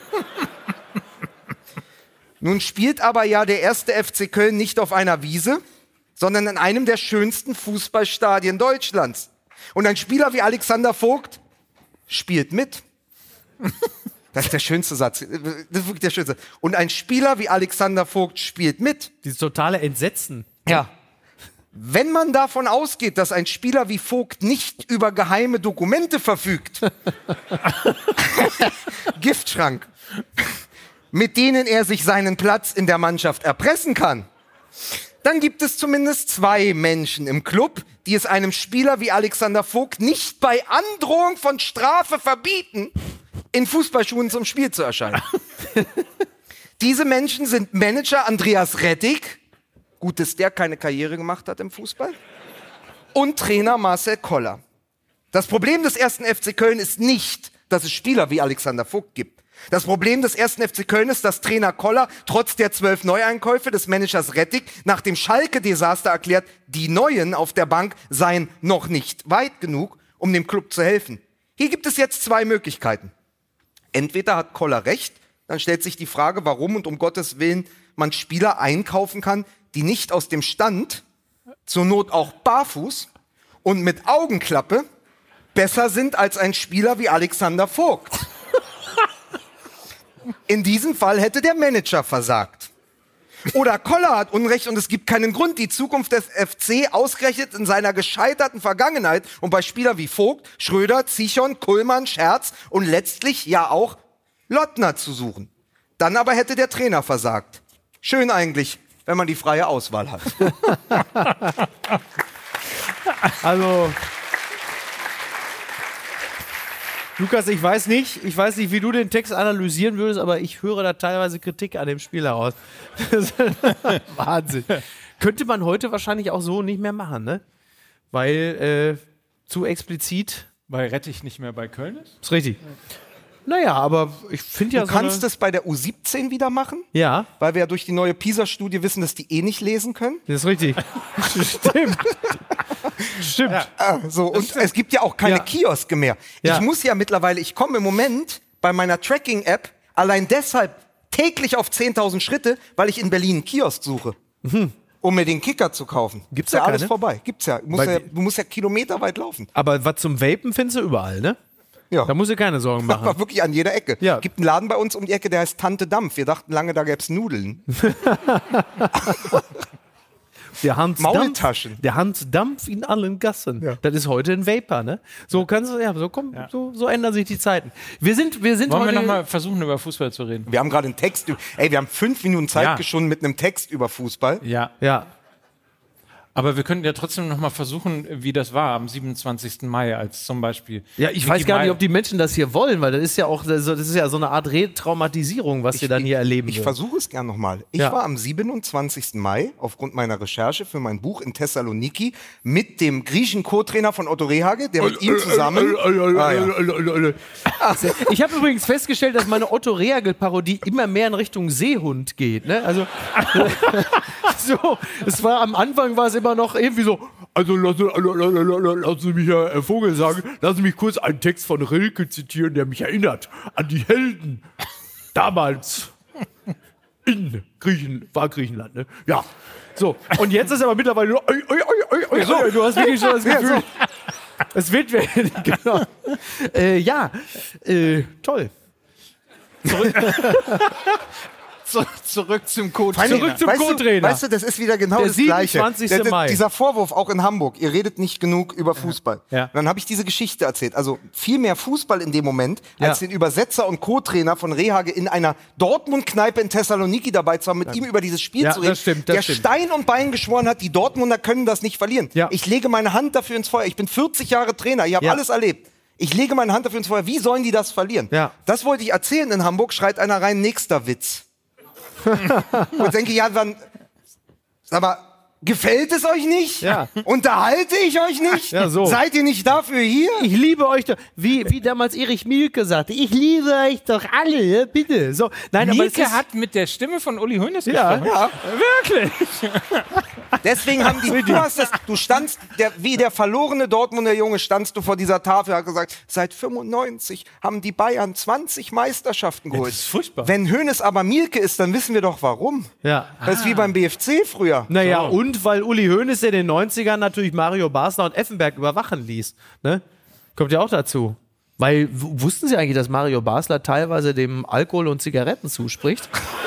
Nun spielt aber ja der erste F C Köln nicht auf einer Wiese, sondern in einem der schönsten Fußballstadien Deutschlands. Und ein Spieler wie Alexander Vogt spielt mit. Das ist der schönste Satz. Das ist wirklich der schönste. Und ein Spieler wie Alexander Vogt spielt mit. Dieses totale Entsetzen. Ja. Wenn man davon ausgeht, dass ein Spieler wie Vogt nicht über geheime Dokumente verfügt, Giftschrank, mit denen er sich seinen Platz in der Mannschaft erpressen kann, dann gibt es zumindest zwei Menschen im Club, die es einem Spieler wie Alexander Vogt nicht bei Androhung von Strafe verbieten, in Fußballschuhen zum Spiel zu erscheinen. Diese Menschen sind Manager Andreas Rettig, gut, dass der keine Karriere gemacht hat im Fußball, und Trainer Marcel Koller. Das Problem des ersten F C Köln ist nicht, dass es Spieler wie Alexander Vogt gibt. Das Problem des ersten F C Köln ist, dass Trainer Koller trotz der zwölf Neueinkäufe des Managers Rettig nach dem Schalke-Desaster erklärt, die Neuen auf der Bank seien noch nicht weit genug, um dem Club zu helfen. Hier gibt es jetzt zwei Möglichkeiten. Entweder hat Koller recht, dann stellt sich die Frage, warum und um Gottes Willen man Spieler einkaufen kann, die nicht aus dem Stand, zur Not auch barfuß und mit Augenklappe besser sind als ein Spieler wie Alexander Vogt. In diesem Fall hätte der Manager versagt. Oder Koller hat Unrecht und es gibt keinen Grund, die Zukunft des F C ausgerechnet in seiner gescheiterten Vergangenheit und bei Spielern wie Vogt, Schröder, Zichon, Kullmann, Scherz und letztlich ja auch Lottner zu suchen. Dann aber hätte der Trainer versagt. Schön eigentlich, wenn man die freie Auswahl hat. Also, Lukas, ich weiß nicht, ich weiß nicht, wie du den Text analysieren würdest, aber ich höre da teilweise Kritik an dem Spiel heraus. Wahnsinn. Könnte man heute wahrscheinlich auch so nicht mehr machen, ne? Weil äh, zu explizit. Weil Rettich nicht mehr bei Köln ist? Ist richtig. Naja, aber ich finde ja Du so kannst eine, es bei der U siebzehn wieder machen, ja, weil wir ja durch die neue PISA-Studie wissen, dass die eh nicht lesen können. das ist richtig. Stimmt. Stimmt. Ja. Ah, so, und es gibt ja auch keine Ja. Kioske mehr. Ja. Ich muss ja mittlerweile, ich komme im Moment bei meiner Tracking-App allein deshalb täglich auf zehntausend Schritte, weil ich in Berlin einen Kiosk suche, um mir den Kicker zu kaufen. Gibt's Ist ja da alles keine? vorbei. Gibt's ja. Du musst Weil ja, die- du musst ja kilometerweit laufen. Aber was zum Vapen findest du überall, ne? Ja. Da musst du keine Sorgen War machen. wirklich an jeder Ecke. Ja. Gibt einen Laden bei uns um die Ecke, der heißt Tante Dampf. Wir dachten lange, da gäbe es Nudeln. Der Hans Dampf, Maultaschen. der Hans Dampf in allen Gassen. Ja. Das ist heute ein Vapor, ne? So kannst du, ja, so kommt, Ja. so, so ändern sich die Zeiten. Wir sind, wir sind Wollen wir heute. nochmal versuchen, über Fußball zu reden? Wir haben gerade einen Text. über- Ey, wir haben fünf Minuten Zeit Ja. geschunden mit einem Text über Fußball. Ja. Ja. Aber wir könnten ja trotzdem noch mal versuchen, wie das war am siebenundzwanzigsten Mai, als zum Beispiel. Ja, ich Mickey weiß gar nicht, Mai- ob die Menschen das hier wollen, weil das ist ja auch, das ist ja so eine Art Retraumatisierung, was wir dann hier erleben. Ich werden. versuche es gern nochmal. Ich Ja. war am siebenundzwanzigsten Mai aufgrund meiner Recherche für mein Buch in Thessaloniki mit dem griechischen Co-Trainer von Otto Rehhagel, der mit ihm zusammen. Ah, ja. Ich habe übrigens festgestellt, dass meine Otto Rehhagel-Parodie immer mehr in Richtung Seehund geht. Ne? Also, so, es war am Anfang war es immer noch irgendwie so. Also lassen, lassen Sie mich, Herr Vogel, sagen, lassen Sie mich kurz einen Text von Rilke zitieren, der mich erinnert an die Helden damals in Griechen, war Griechenland, ne? Ja. So, und jetzt ist aber mittlerweile nur, oi, oi, oi, oi, oi, oi, du hast wirklich schon das Gefühl, es wird genau. Äh, ja, äh, toll. Zu- zurück zum Code. Feini, Zurück zum weißt du, Co-Trainer. weißt du, das ist wieder genau Der das Gleiche. siebenundzwanzigste Mai. Dieser Vorwurf auch in Hamburg, ihr redet nicht genug über Fußball. Ja. Dann habe ich diese Geschichte erzählt. Also viel mehr Fußball in dem Moment, als Ja. den Übersetzer und Co-Trainer von Rehhagel in einer Dortmund-Kneipe in Thessaloniki dabei zu haben, mit ihm über dieses Spiel Ja, zu reden, das stimmt, das der stimmt. Stein und Bein geschworen hat, die Dortmunder können das nicht verlieren. Ja. Ich lege meine Hand dafür ins Feuer. Ich bin vierzig Jahre Trainer, ich habe Ja. alles erlebt. Ich lege meine Hand dafür ins Feuer. Wie sollen die das verlieren? Ja. Das wollte ich erzählen in Hamburg, schreit einer rein, nächster Witz. Und denke, ja, dann, sag mal, gefällt es euch nicht? Ja. Unterhalte ich euch nicht? Ja, so. Seid ihr nicht dafür hier? Ich liebe euch doch, wie, wie damals Erich Mielke sagte, ich liebe euch doch alle, bitte. So, nein, aber es Mielke ist, hat mit der Stimme von Uli Hoeneß Ja. gesprochen. Ja. Wirklich? Deswegen haben die, du hast das, du standst, der, wie der verlorene Dortmunder Junge standst du vor dieser Tafel, hat gesagt, seit fünfundneunzig haben die Bayern zwanzig Meisterschaften geholt. das ist furchtbar. Wenn Hoeneß aber Mielke ist, dann wissen wir doch warum. ja. Das ist wie beim B F C früher. Naja, So. und weil Uli Hoeneß in den neunzigern natürlich Mario Basler und Effenberg überwachen ließ. Ne? Kommt ja auch dazu. Weil, w- wussten Sie eigentlich, dass Mario Basler teilweise dem Alkohol und Zigaretten zuspricht?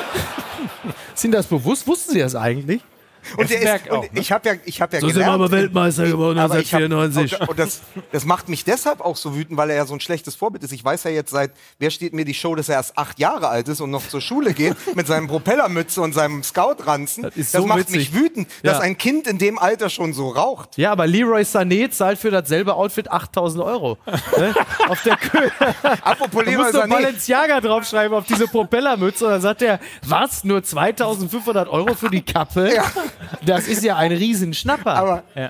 Ist Ihnen das bewusst? Wussten Sie das eigentlich? Und, der ist, Effenberg auch, und ne? ich habe ja, ich hab ja So sind wir gelernt, aber Weltmeister geworden aber ich hab- neunzehnhundertvierundneunzig. Und, und das, das macht mich deshalb auch so wütend, weil er ja so ein schlechtes Vorbild ist. Ich weiß ja jetzt seit, wer steht mir die Show, dass er erst acht Jahre alt ist und noch zur Schule geht mit seinem Propellermütze und seinem Scoutranzen. Das Das, ist so macht witzig. mich wütend, Ja. dass ein Kind in dem Alter schon so raucht. Ja, aber Leroy Sané zahlt für dasselbe Outfit achttausend Euro. Ne? Auf der Kö Apropos Da Leroy musst du Sané. Balenciaga draufschreiben auf diese Propellermütze. Und dann sagt er, was, nur zweitausendfünfhundert Euro für die Kappe? Ja. Das ist ja ein Riesenschnapper. Aber Ja.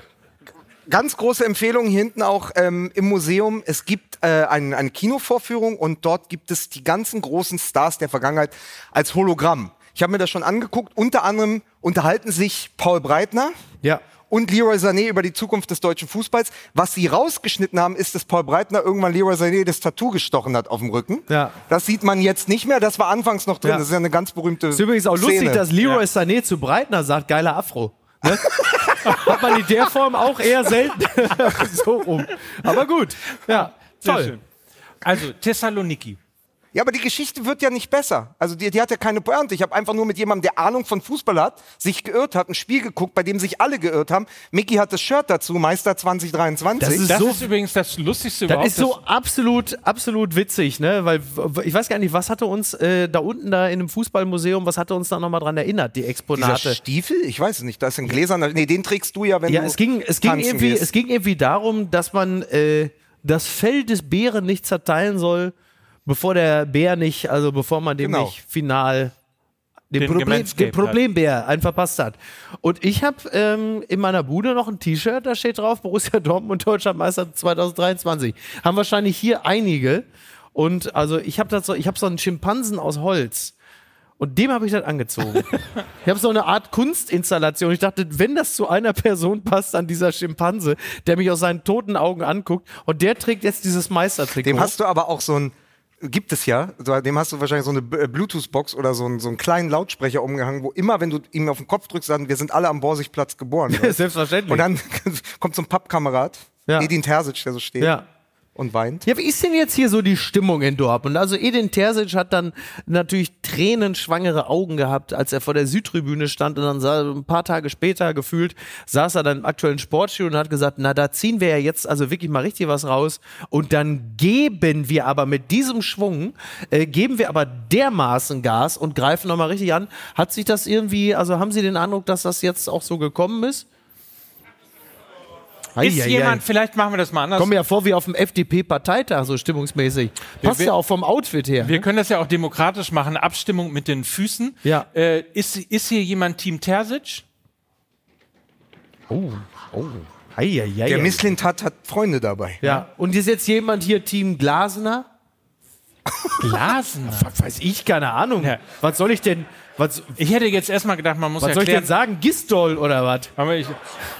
ganz große Empfehlung hier hinten auch ähm, im Museum. Es gibt äh, ein, eine Kinovorführung und dort gibt es die ganzen großen Stars der Vergangenheit als Hologramm. Ich habe mir das schon angeguckt. Unter anderem unterhalten sich Paul Breitner Ja. und Leroy Sané über die Zukunft des deutschen Fußballs. Was sie rausgeschnitten haben, ist, dass Paul Breitner irgendwann Leroy Sané das Tattoo gestochen hat auf dem Rücken. Ja. Das sieht man jetzt nicht mehr. Das war anfangs noch drin. Ja. Das ist ja eine ganz berühmte Ist übrigens auch lustig, Szene. dass Leroy Sané zu Breitner sagt, geiler Afro. Ne? Hat man in der Form auch eher selten so rum. Aber gut. Ja, Sehr toll. schön. Also, Thessaloniki. Ja, aber die Geschichte wird ja nicht besser. Also die, die hat ja keine Pointe. Ich habe einfach nur mit jemandem, der Ahnung von Fußball hat, sich geirrt hat, ein Spiel geguckt, bei dem sich alle geirrt haben. Micky hat das Shirt dazu, Meister zwanzig dreiundzwanzig. Das ist Das so- ist übrigens das Lustigste Das überhaupt. ist so absolut, absolut witzig, ne? Weil w- ich weiß gar nicht, was hatte uns äh, da unten da in einem Fußballmuseum, was hatte uns da nochmal dran erinnert, die Dieser Exponate? Stiefel? Ich weiß es nicht. Da ist ein gläserner. Nee, den trägst du ja, wenn Ja, du es ging, es ging tanzen irgendwie, gehst. es ging irgendwie darum, dass man äh, das Fell des Bären nicht zerteilen soll, bevor der Bär nicht, also bevor man dem Genau. nicht final den, Den Problem, den gemanscaped Problembär einen verpasst hat. Und ich habe ähm, in meiner Bude noch ein T-Shirt, da steht drauf, Borussia Dortmund Deutschlandmeister zwanzig dreiundzwanzig. Haben wahrscheinlich hier einige. Und also ich habe so, ich habe so einen Schimpansen aus Holz. Und dem habe ich das angezogen. Ich habe so eine Art Kunstinstallation. Ich dachte, wenn das zu einer Person passt, an dieser Schimpanse, der mich aus seinen toten Augen anguckt, und der trägt jetzt dieses Meistertrikot. Dem hast du aber auch so ein, gibt es ja, so, dem hast du wahrscheinlich so eine B- äh, Bluetooth-Box oder so einen, so einen kleinen Lautsprecher umgehangen, wo immer, wenn du ihm auf den Kopf drückst, sagen, wir sind alle am Borsigplatz geboren. weißt du? Selbstverständlich. Und dann kommt so ein Pappkamerad, Ja. Edin Terzic, der so steht. ja. und weint. Ja, wie ist denn jetzt hier so die Stimmung in Dortmund? Also Edin Terzic hat dann natürlich tränenschwangere Augen gehabt, als er vor der Südtribüne stand und dann sah, ein paar Tage später gefühlt saß er dann im aktuellen Sportstudio und hat gesagt, na da ziehen wir ja jetzt also wirklich mal richtig was raus und dann geben wir aber mit diesem Schwung, äh, geben wir aber dermaßen Gas und greifen nochmal richtig an. Hat sich das irgendwie, also haben Sie den Eindruck, dass das jetzt auch so gekommen ist? Ist Eieiei. jemand, vielleicht machen wir das mal anders. Kommen ja vor wie auf dem F D P-Parteitag, so stimmungsmäßig. Passt wir- ja auch vom Outfit her. Wir können das ja auch demokratisch machen, Abstimmung mit den Füßen. Ja. Äh, ist, ist hier jemand Team Terzic? Oh, oh. Eieiei. Der Misslintat hat Freunde dabei. Ja, und ist jetzt jemand hier Team Glasner? Glasner. Was weiß ich, keine Ahnung. Ja. Was soll ich denn, was, Ich hätte jetzt erstmal gedacht, man muss was soll ich erklären. denn sagen? Gistol oder was? Aber ich,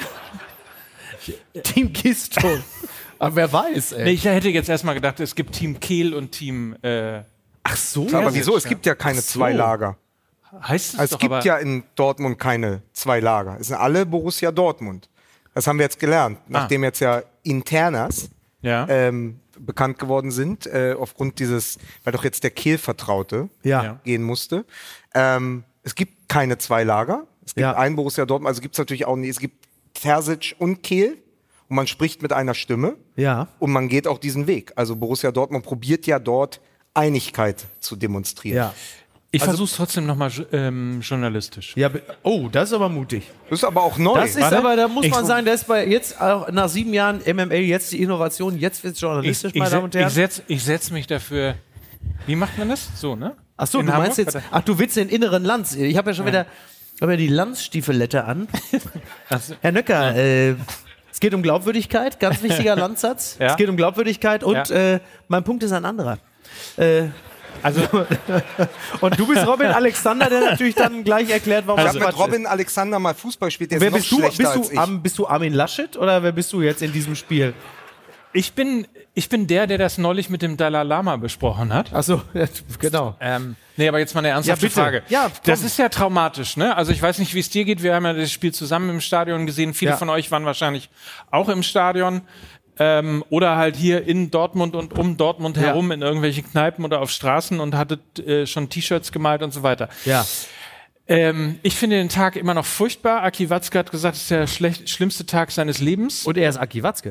Team Gistol. Aber wer weiß, ey. nee, ich hätte jetzt erstmal gedacht, es gibt Team Kehl und Team. Äh, Ach so. Aber wieso? Es ja. gibt ja keine so. zwei Lager. heißt es Also doch es gibt aber. ja in Dortmund keine zwei Lager. Es sind alle Borussia Dortmund. Das haben wir jetzt gelernt, nachdem jetzt ja Internas ja. ähm, bekannt geworden sind, äh, aufgrund dieses, weil doch jetzt der Kehl-Vertraute Ja. Ja. gehen musste. Ähm, es gibt keine zwei Lager. Es gibt Ja. ein Borussia Dortmund, also gibt es natürlich auch nicht. Es gibt Terzic und Kehl und man spricht mit einer Stimme Ja. und man geht auch diesen Weg. Also Borussia Dortmund probiert ja dort Einigkeit zu demonstrieren. Ja. Ich also- versuche es trotzdem nochmal ähm, journalistisch. Ja, be- oh, das ist aber mutig. Das ist aber auch neu. Das ist Warte. aber, da muss Ich- man sagen, das ist bei jetzt auch nach sieben Jahren M M L jetzt die Innovation, jetzt wird es Ich, journalistisch, ich, meine Damen und se- ich Herren. setze ich setz mich dafür. Wie macht man das? So, ne? Ach so, In du Hamburg? meinst jetzt, Warte. ach, du willst den inneren Lanz. Ich habe ja schon wieder, hab ja die Lanzstiefelette an. Ach so. Herr Nöcker, äh, es geht um Glaubwürdigkeit, ganz wichtiger Landsatz. Ja. Es geht um Glaubwürdigkeit und Ja. äh, mein Punkt ist ein anderer. Äh, Also, und du bist Robin Alexander, der natürlich dann gleich erklärt, warum ich das habe mit Quatsch Robin Alexander mal Fußball gespielt, der ist. Wer ist noch bist du? schlechter Bist als du, ich. Armin, bist du Armin Laschet oder wer bist du jetzt in diesem Spiel? ich bin, ich bin der, der das neulich mit dem Dalai Lama besprochen hat. Achso, genau. Ähm, nee, aber jetzt mal eine ernsthafte Ja, bitte. Frage. Ja, komm. das ist ja traumatisch, ne? Also ich weiß nicht, wie es dir geht. Wir haben ja das Spiel zusammen im Stadion gesehen. Viele Ja. von euch waren wahrscheinlich auch im Stadion. Ähm, oder halt hier in Dortmund und um Dortmund Ja. herum in irgendwelchen Kneipen oder auf Straßen und hattet äh, schon T-Shirts gemalt und so weiter. Ja. Ähm, ich finde den Tag immer noch furchtbar. Aki Watzke hat gesagt, es ist der schlecht, schlimmste Tag seines Lebens. Und er ist Aki Watzke.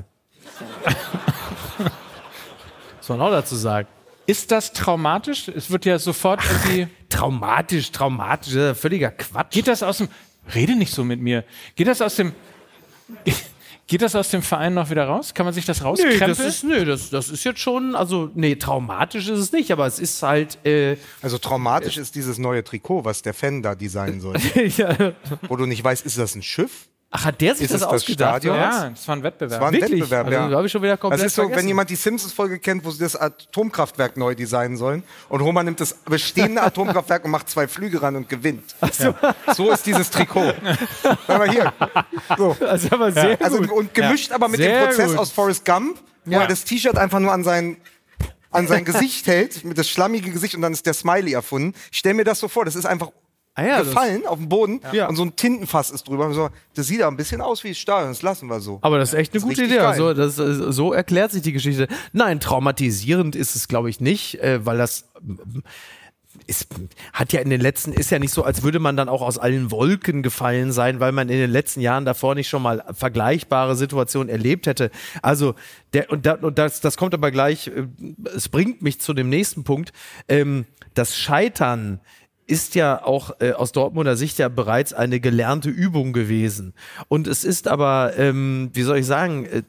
Muss man auch dazu sagen. Ist das traumatisch? Es wird ja sofort irgendwie... Traumatisch, traumatisch, das ist ja völliger Quatsch. Geht das aus dem... Rede nicht so mit mir. Geht das aus dem... Geht das aus dem Verein noch wieder raus? Kann man sich das Nö, rauskrempeln? das ist, nö das, das ist jetzt schon, also, nee, traumatisch ist es nicht, aber es ist halt, äh, Also traumatisch ist dieses neue Trikot, was der Fan da designen soll. ja. Wo du nicht weißt, ist das ein Schiff? Ach, hat der sich Ist das es das ausgedacht? Stadion? oder was? ja, das war ein Wettbewerb. Das war ein Wirklich? Wettbewerb, Also, ja. da habe ich schon wieder komplett Das ist so, vergessen. wenn jemand die Simpsons-Folge kennt, wo sie das Atomkraftwerk neu designen sollen und Homer nimmt das bestehende Atomkraftwerk und macht zwei Flüge ran und gewinnt. so. So ist dieses Trikot. Aber hier. So. Also, aber sehr Also, gut. und gemischt aber mit Sehr dem Prozess gut. aus Forrest Gump, wo Ja. er das T-Shirt einfach nur an sein, an sein Gesicht hält, mit das schlammige Gesicht und dann ist der Smiley erfunden. Ich stelle mir das so vor, das ist einfach Ah ja, das- gefallen auf dem Boden Ja. und so ein Tintenfass ist drüber. Und so, das sieht ja ein bisschen aus wie das Stadion, das lassen wir so. Aber das ist echt eine Das ist gute richtig Idee. geil. Also, das, äh, so erklärt sich die Geschichte. Nein, traumatisierend ist es, glaube ich, nicht, äh, weil das ähm, ist, hat ja in den letzten, ist ja nicht so, als würde man dann auch aus allen Wolken gefallen sein, weil man in den letzten Jahren davor nicht schon mal vergleichbare Situationen erlebt hätte. Also, der, und, da, und das, das kommt aber gleich, äh, es bringt mich zu dem nächsten Punkt. Ähm, das Scheitern ist ja auch äh, aus Dortmunder Sicht ja bereits eine gelernte Übung gewesen. Und es ist aber, ähm, wie soll ich sagen, äh,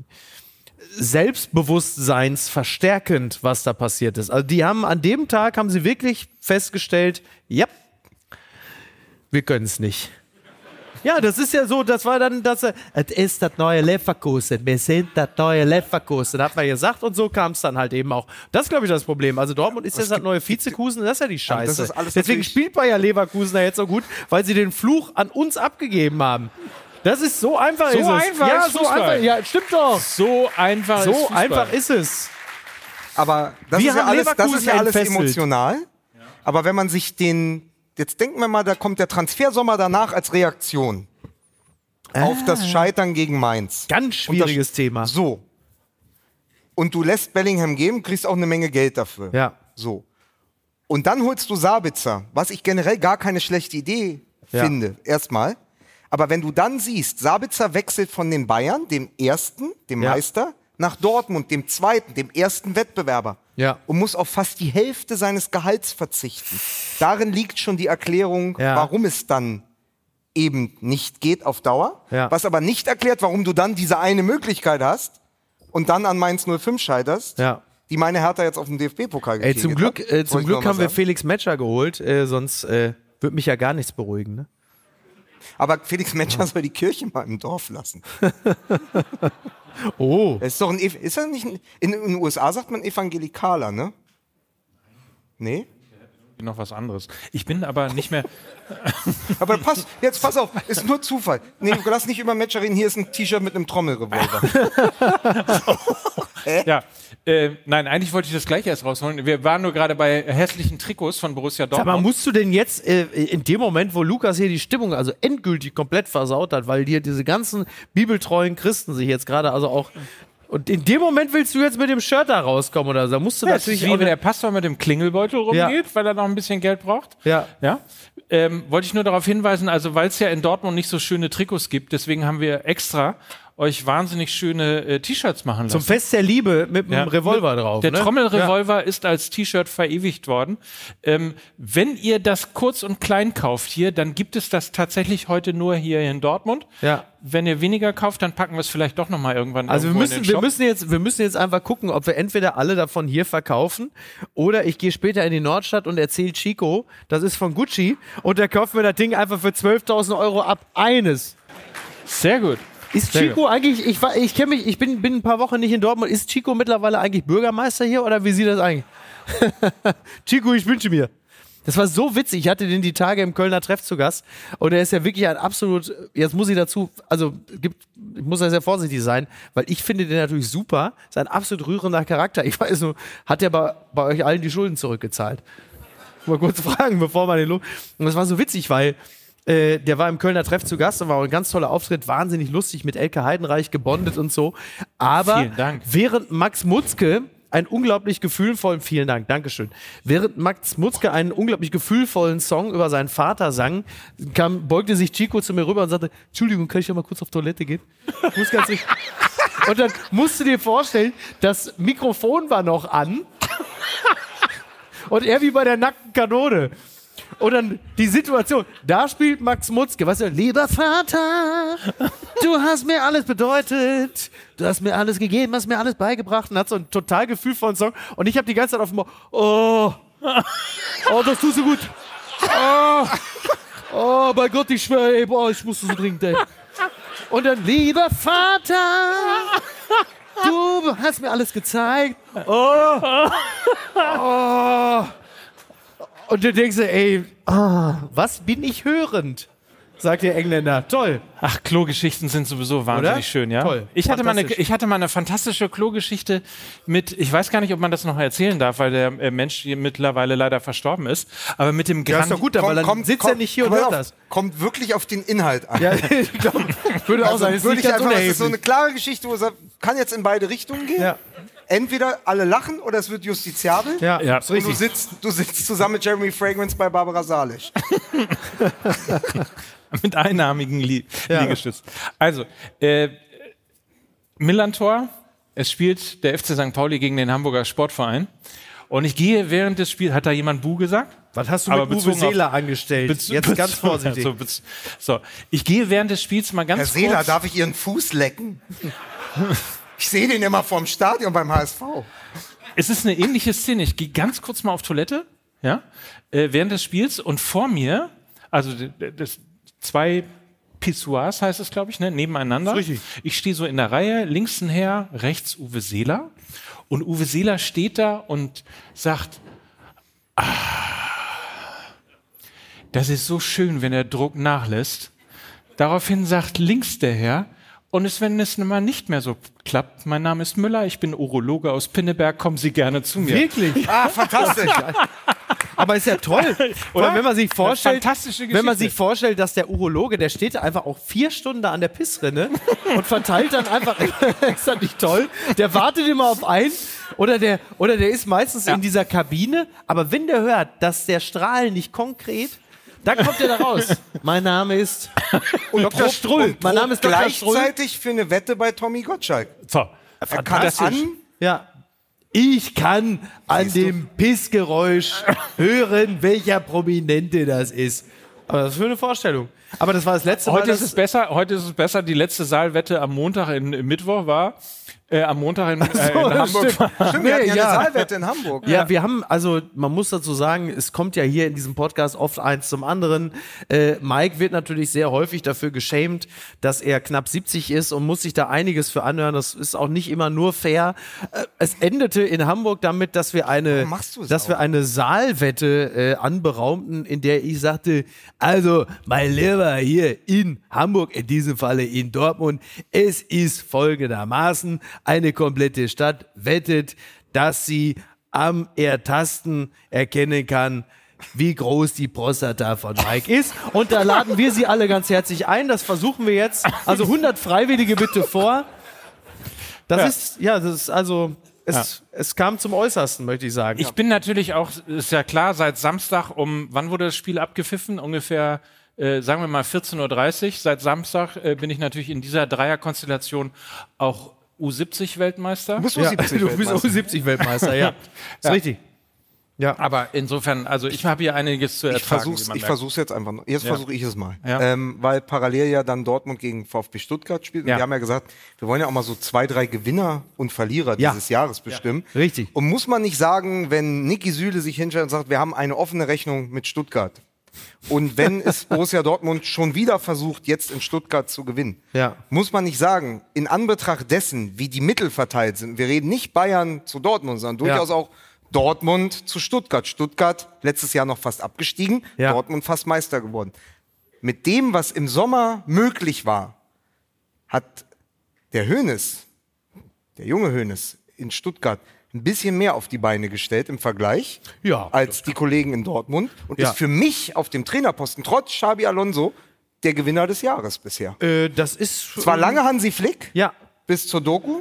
selbstbewusstseinsverstärkend, was da passiert ist. Also die haben an dem Tag, haben sie wirklich festgestellt, ja, wir können es nicht. Ja, das ist ja so, das war dann, das, äh, es ist das neue Leverkusen, wir sind das neue Leverkusen, hat man gesagt und so kam es dann halt eben auch. Das ist, glaube ich, das Problem. Also Dortmund ist jetzt das neue Vizekusen, das ist ja die Scheiße. das ist alles Deswegen natürlich- spielt Bayer Leverkusen ja jetzt so gut, weil sie den Fluch an uns abgegeben haben. Das ist so einfach So ist es. einfach ja, ist so Fußball. einfach. Ja, stimmt doch. So einfach ist So Fußball. einfach ist es. Aber das Wir ist ja haben alles, das Leverkusen ist ja alles entfesselt. emotional. Aber wenn man sich den, jetzt denken wir mal, da kommt der Transfersommer danach als Reaktion auf das Scheitern gegen Mainz. Ganz schwieriges Und das- Thema. So. und du lässt Bellingham gehen, kriegst auch eine Menge Geld dafür. Ja. So. Und dann holst du Sabitzer, was ich generell gar keine schlechte Idee Ja. finde, erstmal. Aber wenn du dann siehst, Sabitzer wechselt von den Bayern, dem ersten, dem Ja. Meister, nach Dortmund, dem zweiten, dem ersten Wettbewerber. Ja. Und muss auf fast die Hälfte seines Gehalts verzichten. Darin liegt schon die Erklärung, Ja. warum es dann eben nicht geht auf Dauer. Ja. Was aber nicht erklärt, warum du dann diese eine Möglichkeit hast und dann an Mainz null fünf scheiterst, Ja. die meine Hertha jetzt auf dem D F B-Pokal Ey, gekegelt zum Glück, hat. äh, zum Wollte ich Glück noch mal haben wir sagen. Felix Metscher geholt, äh, sonst äh, würde mich ja gar nichts beruhigen. Ne? Aber Felix Metscher soll die Kirche mal im Dorf lassen. Oh. Er ist doch ein, Ev- ist er nicht ein, in, in den U S A sagt man Evangelikaler, ne? Nee? Noch was anderes. Ich bin aber nicht mehr. Aber pass, jetzt pass auf, ist nur Zufall. Nee, lass nicht über Metscher reden, hier ist ein T-Shirt mit einem Trommelrevolver. Ja, äh, nein, eigentlich wollte ich das gleich erst rausholen. Wir waren nur gerade bei hässlichen Trikots von Borussia Sag mal, Dortmund. musst du denn jetzt äh, in dem Moment, wo Lukas hier die Stimmung also endgültig komplett versaut hat, weil dir diese ganzen bibeltreuen Christen sich jetzt gerade also auch. Und in dem Moment willst du jetzt mit dem Shirt da rauskommen oder so? Da musst du Ja, das ist natürlich wie auch. wenn der Pastor mit dem Klingelbeutel rumgeht, Ja. weil er noch ein bisschen Geld braucht. Ja. Ja. Ähm, wollte ich nur darauf hinweisen, also weil es ja in Dortmund nicht so schöne Trikots gibt, deswegen haben wir extra euch wahnsinnig schöne äh, T-Shirts machen lassen. Zum Fest der Liebe mit einem Ja. Revolver drauf. Der ne? Trommelrevolver ist als T-Shirt verewigt worden. Ähm, wenn ihr das kurz und klein kauft hier, dann gibt es das tatsächlich heute nur hier in Dortmund. Ja. Wenn ihr weniger kauft, dann packen wir es vielleicht doch nochmal irgendwann Also wir irgendwo in müssen, den wir, Shop. müssen jetzt, wir müssen jetzt einfach gucken, ob wir entweder alle davon hier verkaufen oder ich gehe später in die Nordstadt und erzähle Chico, das ist von Gucci und der kauft mir das Ding einfach für zwölftausend Euro ab. Eines. Sehr gut. Ist Sehr Chico eigentlich, ich, war- ich kenne mich, ich bin, bin ein paar Wochen nicht in Dortmund, ist Chico mittlerweile eigentlich Bürgermeister hier oder wie sieht das eigentlich? Chico, ich wünsche mir. Das war so witzig. Ich hatte den die Tage im Kölner Treff zu Gast und er ist ja wirklich ein absolut, jetzt muss ich dazu, also gibt, ich muss da sehr vorsichtig sein, weil ich finde den natürlich super, ist ein absolut rührender Charakter. Ich weiß nur, hat er bei, bei euch allen die Schulden zurückgezahlt? Mal kurz fragen, bevor man den los. Und das war so witzig, weil äh, der war im Kölner Treff zu Gast und war auch ein ganz toller Auftritt, wahnsinnig lustig, mit Elke Heidenreich gebondet und so. Aber Vielen Dank. während Max Mutzke einen unglaublich gefühlvollen, vielen Dank, Dankeschön. Während Max Mutzke einen unglaublich gefühlvollen Song über seinen Vater sang, kam, beugte sich Chico zu mir rüber und sagte, Entschuldigung, kann ich ja mal kurz auf Toilette gehen? Ich muss ganz richtig. Und dann musst du dir vorstellen, das Mikrofon war noch an und er wie bei der nackten Kanone. Und dann die Situation, da spielt Max Mutzke, weißt du, lieber Vater, du hast mir alles bedeutet, du hast mir alles gegeben, hast mir alles beigebracht und hat so einen total gefühlvollen Song und ich habe die ganze Zeit auf dem Ohr, oh, oh, das tust du gut, oh, oh, bei Gott, ich schwöre, ey, boah, ich musste so dringend, ey. Und dann, lieber Vater, du hast mir alles gezeigt, oh, oh. Und du denkst dir, ey, ah, was bin ich hörend? Sagt der Engländer. Toll. Ach, Klogeschichten sind sowieso wahnsinnig Oder? schön, ja. Toll. Ich hatte, mal eine, Fantastisch. ich hatte mal eine fantastische Klogeschichte mit, ich weiß gar nicht, ob man das noch erzählen darf, weil der äh, Mensch hier mittlerweile leider verstorben ist, aber mit dem Ja, ist doch gut, weil dann sitzt er nicht hier und kommt hört auf, das. Kommt wirklich auf den Inhalt an. Ja, ich glaube, würde auch Also sagen, ist würde nicht ich ganz einfach, das ist so eine unerheblich. klare Geschichte, wo es sagt, kann jetzt in beide Richtungen gehen. Ja. Entweder alle lachen oder es wird justiziabel. Ja, Ja. ist Und du richtig. sitzt, du sitzt zusammen mit Jeremy Fragrance bei Barbara Salisch. mit einnahmigen Lie Ja. Liegestütz. Also, äh, Millantor, es spielt der F C Sankt Pauli gegen den Hamburger Sportverein. Und ich gehe während des Spiels, hat da jemand Bu gesagt? Was hast du Aber mit Uwe bezogen auf- Seeler angestellt? Bez- Jetzt ganz bezogen- vorsichtig. So, bez- so, ich gehe während des Spiels mal ganz Herr Seeler, kurz. darf ich Ihren Fuß lecken? Ich sehe den immer vorm Stadion beim H S V. Es ist eine ähnliche Szene. Ich gehe ganz kurz mal auf Toilette, ja, äh, während des Spiels und vor mir, also d- d- das zwei Pissoirs heißt es, glaube ich, ne, nebeneinander. Ist richtig. Ich stehe so in der Reihe, links ein Herr, rechts Uwe Seeler und Uwe Seeler steht da und sagt, ah, das ist so schön, wenn der Druck nachlässt. Daraufhin sagt links der Herr, und es, wenn es mal nicht mehr so klappt, mein Name ist Müller, ich bin Urologe aus Pinneberg, kommen Sie gerne zu mir. Wirklich? Ah, fantastisch. Aber ist ja toll. Oder wenn man sich vorstellt, fantastische wenn man Geschichte. sich vorstellt, dass der Urologe, der steht da einfach auch vier Stunden da an der Pissrinne und verteilt dann einfach, ist das nicht toll? Der wartet immer auf einen oder der, oder der ist meistens Ja. in dieser Kabine, aber wenn der hört, dass der Strahl nicht konkret, dann kommt er da raus. Mein Name ist Doktor Strull. Mein Name ist Doktor Strull. Gleichzeitig für eine Wette bei Tommy Gottschalk. So. Er kann das an. Ja. Ich kann an dem Pissgeräusch hören, welcher Prominente das ist. Aber das ist für eine Vorstellung. Aber das war das letzte Mal. Heute ist dass- es besser, heute ist es besser. Die letzte Saalwette am Montag in, im Mittwoch war, äh, am Montag in, äh, in Hamburg. stimmt. Stimmt, wir hatten ja, ja. eine Saalwette in Hamburg. Ja, wir haben, also man muss dazu sagen, es kommt ja hier in diesem Podcast oft eins zum anderen. Äh, Mike wird natürlich sehr häufig dafür geschämt, dass er knapp siebzig ist und muss sich da einiges für anhören. Das ist auch nicht immer nur fair. Äh, es endete in Hamburg damit, dass wir eine, Warum machst du es dass wir auch? eine Saalwette äh, anberaumten, in der ich sagte, also mein Lieber hier in Hamburg, in diesem Falle in Dortmund, es ist folgendermaßen, eine komplette Stadt wettet, dass sie am Ertasten erkennen kann, wie groß die Prostata von Mike ist. Und da laden wir Sie alle ganz herzlich ein. Das versuchen wir jetzt. Also hundert Freiwillige bitte vor. Das Ja. ist, ja, das ist also, es, es kam zum Äußersten, möchte ich sagen. Ich bin natürlich auch, ist ja klar, seit Samstag um, wann wurde das Spiel abgepfiffen? Ungefähr, äh, sagen wir mal vierzehn Uhr dreißig. Seit Samstag äh, bin ich natürlich in dieser Dreierkonstellation auch U siebzig Weltmeister. Du bist ja, U siebzig du bist Weltmeister. U siebzig Weltmeister, ja. Ist richtig. Ja. Aber insofern, also ich habe hier einiges zu Ich ertragen. versuch's, wie man ich merkt. versuch's jetzt einfach noch. Jetzt Ja. versuche ich es mal. Ja. Ähm, weil parallel ja dann Dortmund gegen VfB Stuttgart spielt. Und Ja. wir haben ja gesagt, wir wollen ja auch mal so zwei, drei Gewinner und Verlierer Ja. dieses Jahres bestimmen. Richtig. Und muss man nicht sagen, wenn Niki Süle sich hinstellt und sagt, wir haben eine offene Rechnung mit Stuttgart. Und wenn es Borussia Dortmund schon wieder versucht, jetzt in Stuttgart zu gewinnen, Ja. muss man nicht sagen, in Anbetracht dessen, wie die Mittel verteilt sind, wir reden nicht Bayern zu Dortmund, sondern durchaus Ja. auch Dortmund zu Stuttgart. Stuttgart letztes Jahr noch fast abgestiegen, Ja. Dortmund fast Meister geworden. Mit dem, was im Sommer möglich war, hat der Hoeneß, der junge Hoeneß in Stuttgart, ein bisschen mehr auf die Beine gestellt im Vergleich Ja. als die Kollegen in Dortmund und Ja. ist für mich auf dem Trainerposten trotz Xabi Alonso der Gewinner des Jahres bisher. Äh, das ist. Zwar lange Hansi Flick, Ja, bis zur Doku,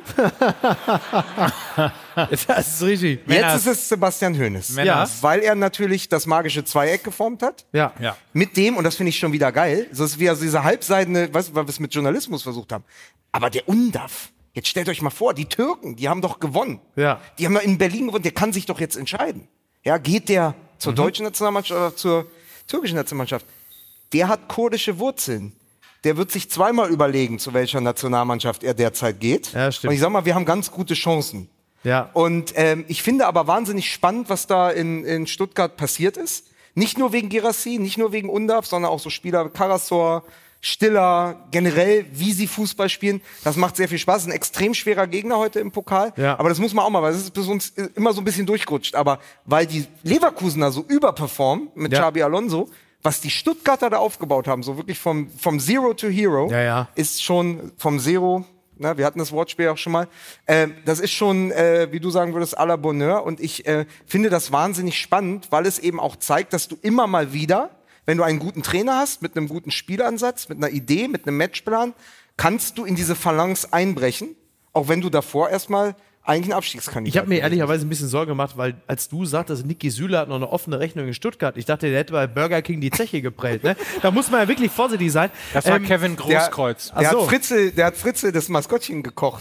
das ist richtig. jetzt Männers. ist es Sebastian Hoeneß. Männers. Weil er natürlich das magische Zweieck geformt hat. Ja. Ja. Mit dem, und das finde ich schon wieder geil, das ist wie also diese halbseidene, weißt du, weil wir es mit Journalismus versucht haben. Aber der Undav, jetzt stellt euch mal vor, die Türken, die haben doch gewonnen. Ja. Die haben doch in Berlin gewonnen, der kann sich doch jetzt entscheiden. Ja, geht der zur Mhm. deutschen Nationalmannschaft oder zur türkischen Nationalmannschaft? Der hat kurdische Wurzeln. Der wird sich zweimal überlegen, zu welcher Nationalmannschaft er derzeit geht. Ja, stimmt. Und ich sag mal, wir haben ganz gute Chancen. Ja. Und ähm, ich finde aber wahnsinnig spannend, was da in, in Stuttgart passiert ist. Nicht nur wegen Girassi, nicht nur wegen Undav, sondern auch so Spieler wie Karasor, Stiller, generell, wie sie Fußball spielen. Das macht sehr viel Spaß. Ist ein extrem schwerer Gegner heute im Pokal. Ja. Aber das muss man auch mal, weil es ist bis uns immer so ein bisschen durchgerutscht. Aber weil die Leverkusener so überperformen mit Ja. Xabi Alonso, was die Stuttgarter da aufgebaut haben, so wirklich vom, vom Zero to Hero, Ja, ja. ist schon vom Zero, na, wir hatten das Wortspiel auch schon mal, äh, das ist schon, äh, wie du sagen würdest, à la Bonheur. Und ich äh, finde das wahnsinnig spannend, weil es eben auch zeigt, dass du immer mal wieder, wenn du einen guten Trainer hast, mit einem guten Spielansatz, mit einer Idee, mit einem Matchplan, kannst du in diese Phalanx einbrechen, auch wenn du davor erstmal eigentlich ein Abstiegskandidat Ich habe mir bist. ehrlicherweise ein bisschen Sorge gemacht, weil als du sagtest, Niki Süle hat noch eine offene Rechnung in Stuttgart, ich dachte, der hätte bei Burger King die Zeche geprellt. Ne? Da muss man ja wirklich vorsichtig sein. Das war Ähm, Kevin Der, Großkreuz. der, Ach so. hat Fritzel, der hat Fritzel das Maskottchen gekocht.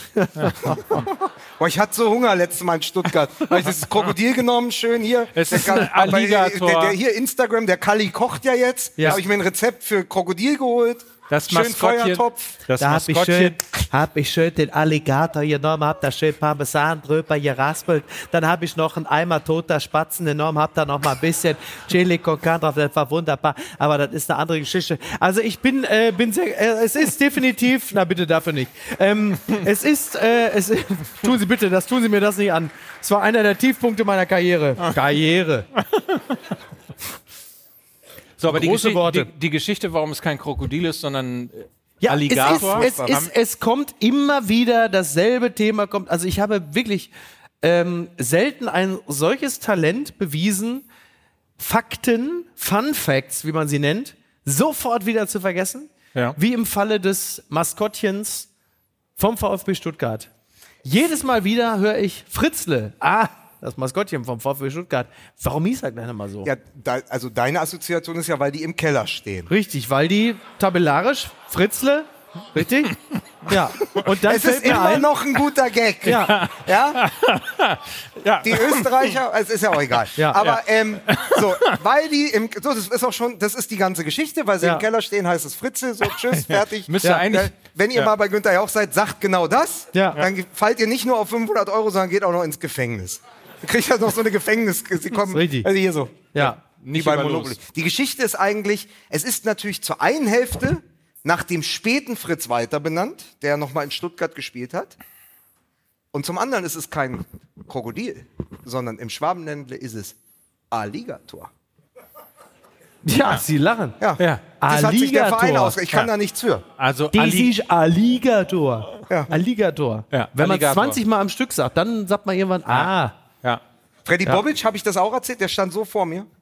Boah, ich hatte so Hunger letztes Mal in Stuttgart. Habe ich das Krokodil genommen, schön hier. Es Der ist Ka- ein aber, äh, Alligator. Der, der hier Instagram, der Kalli kocht ja jetzt. Ja. Da habe ich mir ein Rezept für Krokodil geholt. Das schön Maskottchen. Feuertopf. Das Da habe ich, Maskottchen. schön, hab ich schön den Alligator genommen, hab da schön Parmesan drüber geraspelt. Dann habe ich noch einen Eimer toter Spatzen genommen, hab da noch mal ein bisschen Chili con Carne drauf. Das war wunderbar. Aber das ist eine andere Geschichte. Also ich bin, äh, bin sehr, äh, es ist definitiv, na bitte dafür nicht. Ähm, es ist, äh, es ist, tun Sie bitte, das tun Sie mir das nicht an. Es war einer der Tiefpunkte meiner Karriere. Karriere. So, aber die, Große Geschi Worte. die, die Geschichte, warum es kein Krokodil ist, sondern äh, Ja, Alligator. Es, ist, es, ist, es kommt immer wieder dasselbe Thema. Kommt, also ich habe wirklich ähm, selten ein solches Talent bewiesen, Fakten, Fun Facts, wie man sie nennt, sofort wieder zu vergessen. Ja. Wie im Falle des Maskottchens vom VfB Stuttgart. Jedes Mal wieder höre ich Fritzle. Ah, das Maskottchen vom VfB Stuttgart. Warum hieß er gleich mal so? Ja, da, also deine Assoziation ist ja, weil die im Keller stehen. Richtig, weil die tabellarisch Fritzle, richtig? Ja. Und dann Es fällt ist mir immer ein, noch ein guter Gag. ja, Ja? Ja. Die Österreicher, es ist ja auch egal. Ja. Aber ähm, so, weil die im, so, das ist auch schon, das ist die ganze Geschichte, weil sie Ja. im Keller stehen, heißt es Fritze, so tschüss, fertig. Müsste ja, eigentlich- äh, wenn ihr ja. mal bei Günther Jauch seid, sagt genau das. Ja. Dann ge- fallt ihr nicht nur auf fünfhundert Euro, sondern geht auch noch ins Gefängnis. Dann kriegt ihr noch so eine Gefängnis, sie kommen, richtig. also hier so. ja. Wie bei Monopoly. Die Geschichte ist eigentlich, es ist natürlich zur einen Hälfte nach dem späten Fritz Walter benannt, der nochmal in Stuttgart gespielt hat. Und zum anderen ist es kein Krokodil, sondern im Schwabenländle ist es Alligator. Ja, sie lachen. Ja, Ja. das hat sich der Alligator. Verein aus. Ich kann Ja. da nichts für. Also Das Ali ist Alligator. Ja. Alligator. Ja, Wenn man Alligator. zwanzig Mal am Stück sagt, dann sagt man irgendwann, ah. ja. Freddy Bobic, habe ich das auch erzählt? Der stand so vor mir.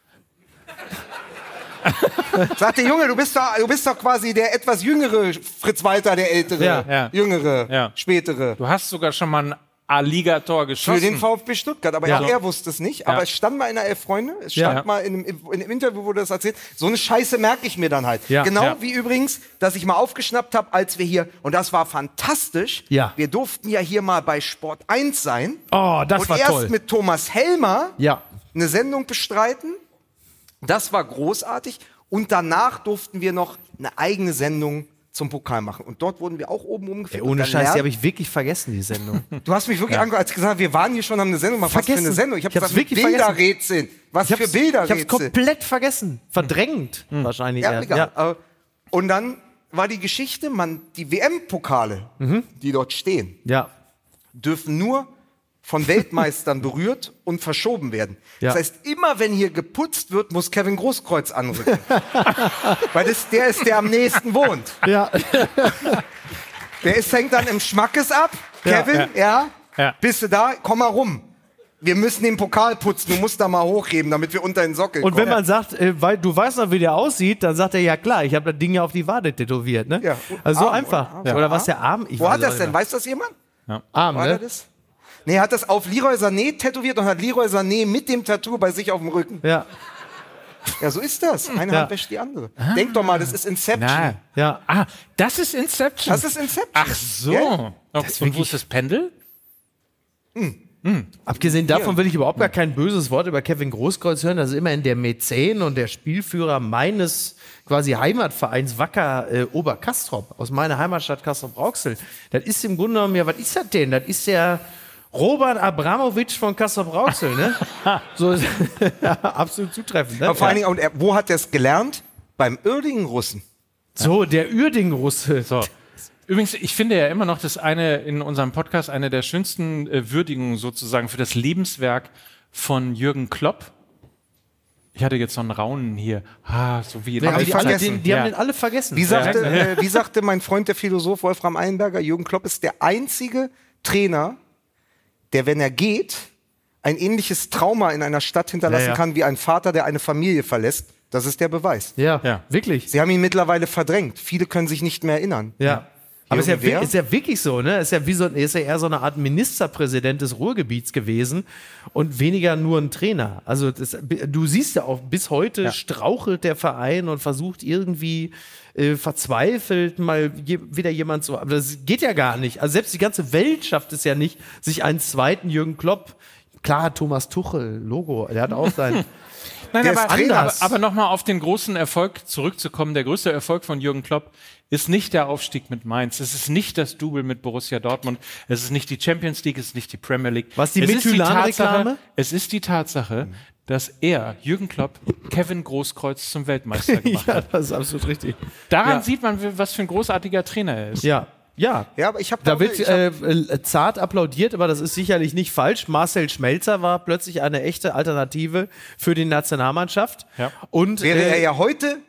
Sagte, Junge, du bist, doch, du bist doch quasi der etwas jüngere Fritz Walter, der ältere, Ja. Ja. jüngere, Ja. spätere. Du hast sogar schon mal einen Alligator geschossen. Für den VfB Stuttgart, aber Ja. auch er wusste es nicht. Aber Ja. es stand mal in der Elf Freunde, es stand Ja. mal in einem, in einem Interview, wurde das erzählt. So eine Scheiße merke ich mir dann halt. Ja. Genau Ja. wie übrigens, dass ich mal aufgeschnappt habe, als wir hier, und das war fantastisch, Ja. wir durften ja hier mal bei Sport eins sein Oh, das und war erst toll. mit Thomas Helmer Ja. eine Sendung bestreiten. Das war großartig. Und danach durften wir noch eine eigene Sendung zum Pokal machen. Und dort wurden wir auch oben Ey, umgeführt. ohne Und dann Scheiß, die lernen- habe ich wirklich vergessen, die Sendung. Du hast mich wirklich angeguckt, als ich gesagt habe, wir waren hier schon, haben eine Sendung gemacht. Was für Vergessen. eine Sendung? Ich habe Ich hab's gesagt, mit wirklich vergessen. Bilderrätseln. Was Ich für hab's, ich hab's Bilderrätsel. komplett vergessen. Verdrängt, wahrscheinlich. Ja, eher. egal. Äh, Und dann war die Geschichte, man, die W M-Pokale, die dort stehen, ja. dürfen nur von Weltmeistern berührt und verschoben werden. Ja. Das heißt, immer wenn hier geputzt wird, muss Kevin Großkreuz anrücken. Weil das, der ist, der am nächsten wohnt. Ja. Der ist, hängt dann im Schmackes ab. Kevin, ja, Ja. bist du da? Komm mal rum. Wir müssen den Pokal putzen, du musst da mal hochheben, damit wir unter den Sockel Und kommen. wenn man sagt, äh, weil, du weißt noch, wie der aussieht, dann sagt er, ja klar, ich habe das Ding ja auf die Wade tätowiert. Ne? Ja. Also so Arm, einfach. oder? Oder, was der Arm? Ich Wo weiß hat auch das nicht denn? mehr. Weiß das jemand? Arm, War ne? er das? Nee, er hat das auf Leroy Sané tätowiert und hat Leroy Sané mit dem Tattoo bei sich auf dem Rücken. Ja. Ja, so ist das. Eine Ja. Hand wäscht die andere. Denk doch mal, das ist Inception. Na. Ja. Ah, das ist Inception. Das ist Inception. Ach so. Ja? Und wo ist das Pendel? Abgesehen davon will ich überhaupt gar kein böses Wort über Kevin Großkreuz hören. Das ist immerhin der Mäzen und der Spielführer meines quasi Heimatvereins Wacker äh, Oberkastrop aus meiner Heimatstadt Castrop-Rauxel. Das ist im Grunde genommen, ja, was ist das denn? Das ist der Robert Abramowitsch von Castrop-Rauxel, ne? So ist ja, absolut zutreffend. Ne? Aber vor allen Ja. Dingen, und er, wo hat er es gelernt? Beim Uerdingen Russen. So, der Uerdingen-Russe. So. Übrigens, ich finde ja immer noch, dass eine in unserem Podcast eine der schönsten äh, Würdigungen sozusagen für das Lebenswerk von Jürgen Klopp. Ich hatte jetzt so einen Raunen hier. Ah, so wie Ja, Haben die, die alle, vergessen? die, die haben Ja. den alle vergessen. Wie sagte, Ja. äh, wie sagte mein Freund, der Philosoph Wolfram Eilenberger, Jürgen Klopp ist der einzige Trainer, der, wenn er geht, ein ähnliches Trauma in einer Stadt hinterlassen Ja, ja. kann wie ein Vater, der eine Familie verlässt. Das ist der Beweis. Ja, Ja. wirklich. Sie haben ihn mittlerweile verdrängt. Viele können sich nicht mehr erinnern. Ja. Aber ist ja, Irgendwer? wi- ist ja wirklich so, ne? Ist ja, wie so, ist ja eher so eine Art Ministerpräsident des Ruhrgebiets gewesen und weniger nur ein Trainer. Also das, du siehst ja auch, bis heute Ja. strauchelt der Verein und versucht irgendwie äh, verzweifelt mal je, wieder jemand so. Aber das geht ja gar nicht. Also selbst die ganze Welt schafft es ja nicht, sich einen zweiten Jürgen Klopp. Klar, Thomas Tuchel, Logo, der hat auch sein. Nein, Der aber, ist Trainer. aber, aber nochmal auf den großen Erfolg zurückzukommen. Der größte Erfolg von Jürgen Klopp ist nicht der Aufstieg mit Mainz. Es ist nicht das Double mit Borussia Dortmund. Es ist nicht die Champions League, es ist nicht die Premier League. Was, die es ist die Mythylan-Reklame? Tatsache, es ist die Tatsache, dass er, Jürgen Klopp, Kevin Großkreuz zum Weltmeister gemacht Ja, hat. das ist absolut richtig. Daran Ja. sieht man, was für ein großartiger Trainer er ist. Ja, ja. Ja, aber ich habe Da wird ich hab, äh, äh, zart applaudiert, aber das ist sicherlich nicht falsch. Marcel Schmelzer war plötzlich eine echte Alternative für die Nationalmannschaft. Ja. Und wäre äh, er ja heute,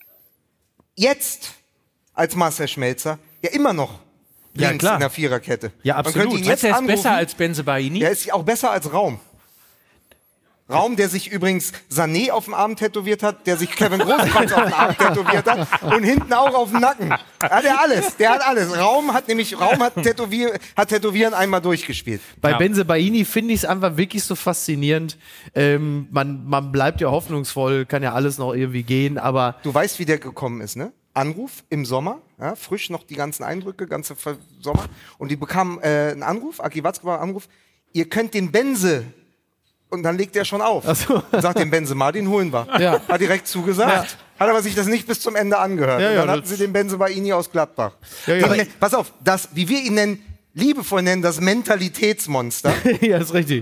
jetzt, als Marcel Schmelzer, ja immer noch Ja, links klar. in der Viererkette. Ja, Man absolut. könnte ihn Jetzt jetzt er ist anrufen. besser als Benzebaini. Er ist auch besser als Raum. Raum, der sich übrigens Sané auf dem Arm tätowiert hat, der sich Kevin Großkreuz auf dem Arm tätowiert hat und hinten auch auf dem Nacken. Hat er alles, der hat alles. Raum hat nämlich, Raum hat, Tätowier, hat Tätowieren einmal durchgespielt. Bei Ja. Bensebaini finde ich es einfach wirklich so faszinierend. Ähm, man, man bleibt ja hoffnungsvoll, kann ja alles noch irgendwie gehen, aber Du weißt, wie der gekommen ist, ne? Anruf im Sommer, ja, frisch noch die ganzen Eindrücke, ganze Ver- Sommer. Und die bekamen äh, einen Anruf, Aki Watzke war einen Anruf, ihr könnt den Benze. Und dann legt er schon auf. Ach so. Und sagt dem Benzema, den holen wir. Ja. Hat direkt zugesagt. Ja. Hat aber sich das nicht bis zum Ende angehört. Ja, und ja, dann hatten das- sie den Benzemaini aus Gladbach. Ja, ja. Den, pass auf, das, wie wir ihn nennen, liebevoll nennen, das Mentalitätsmonster. ja, ist richtig.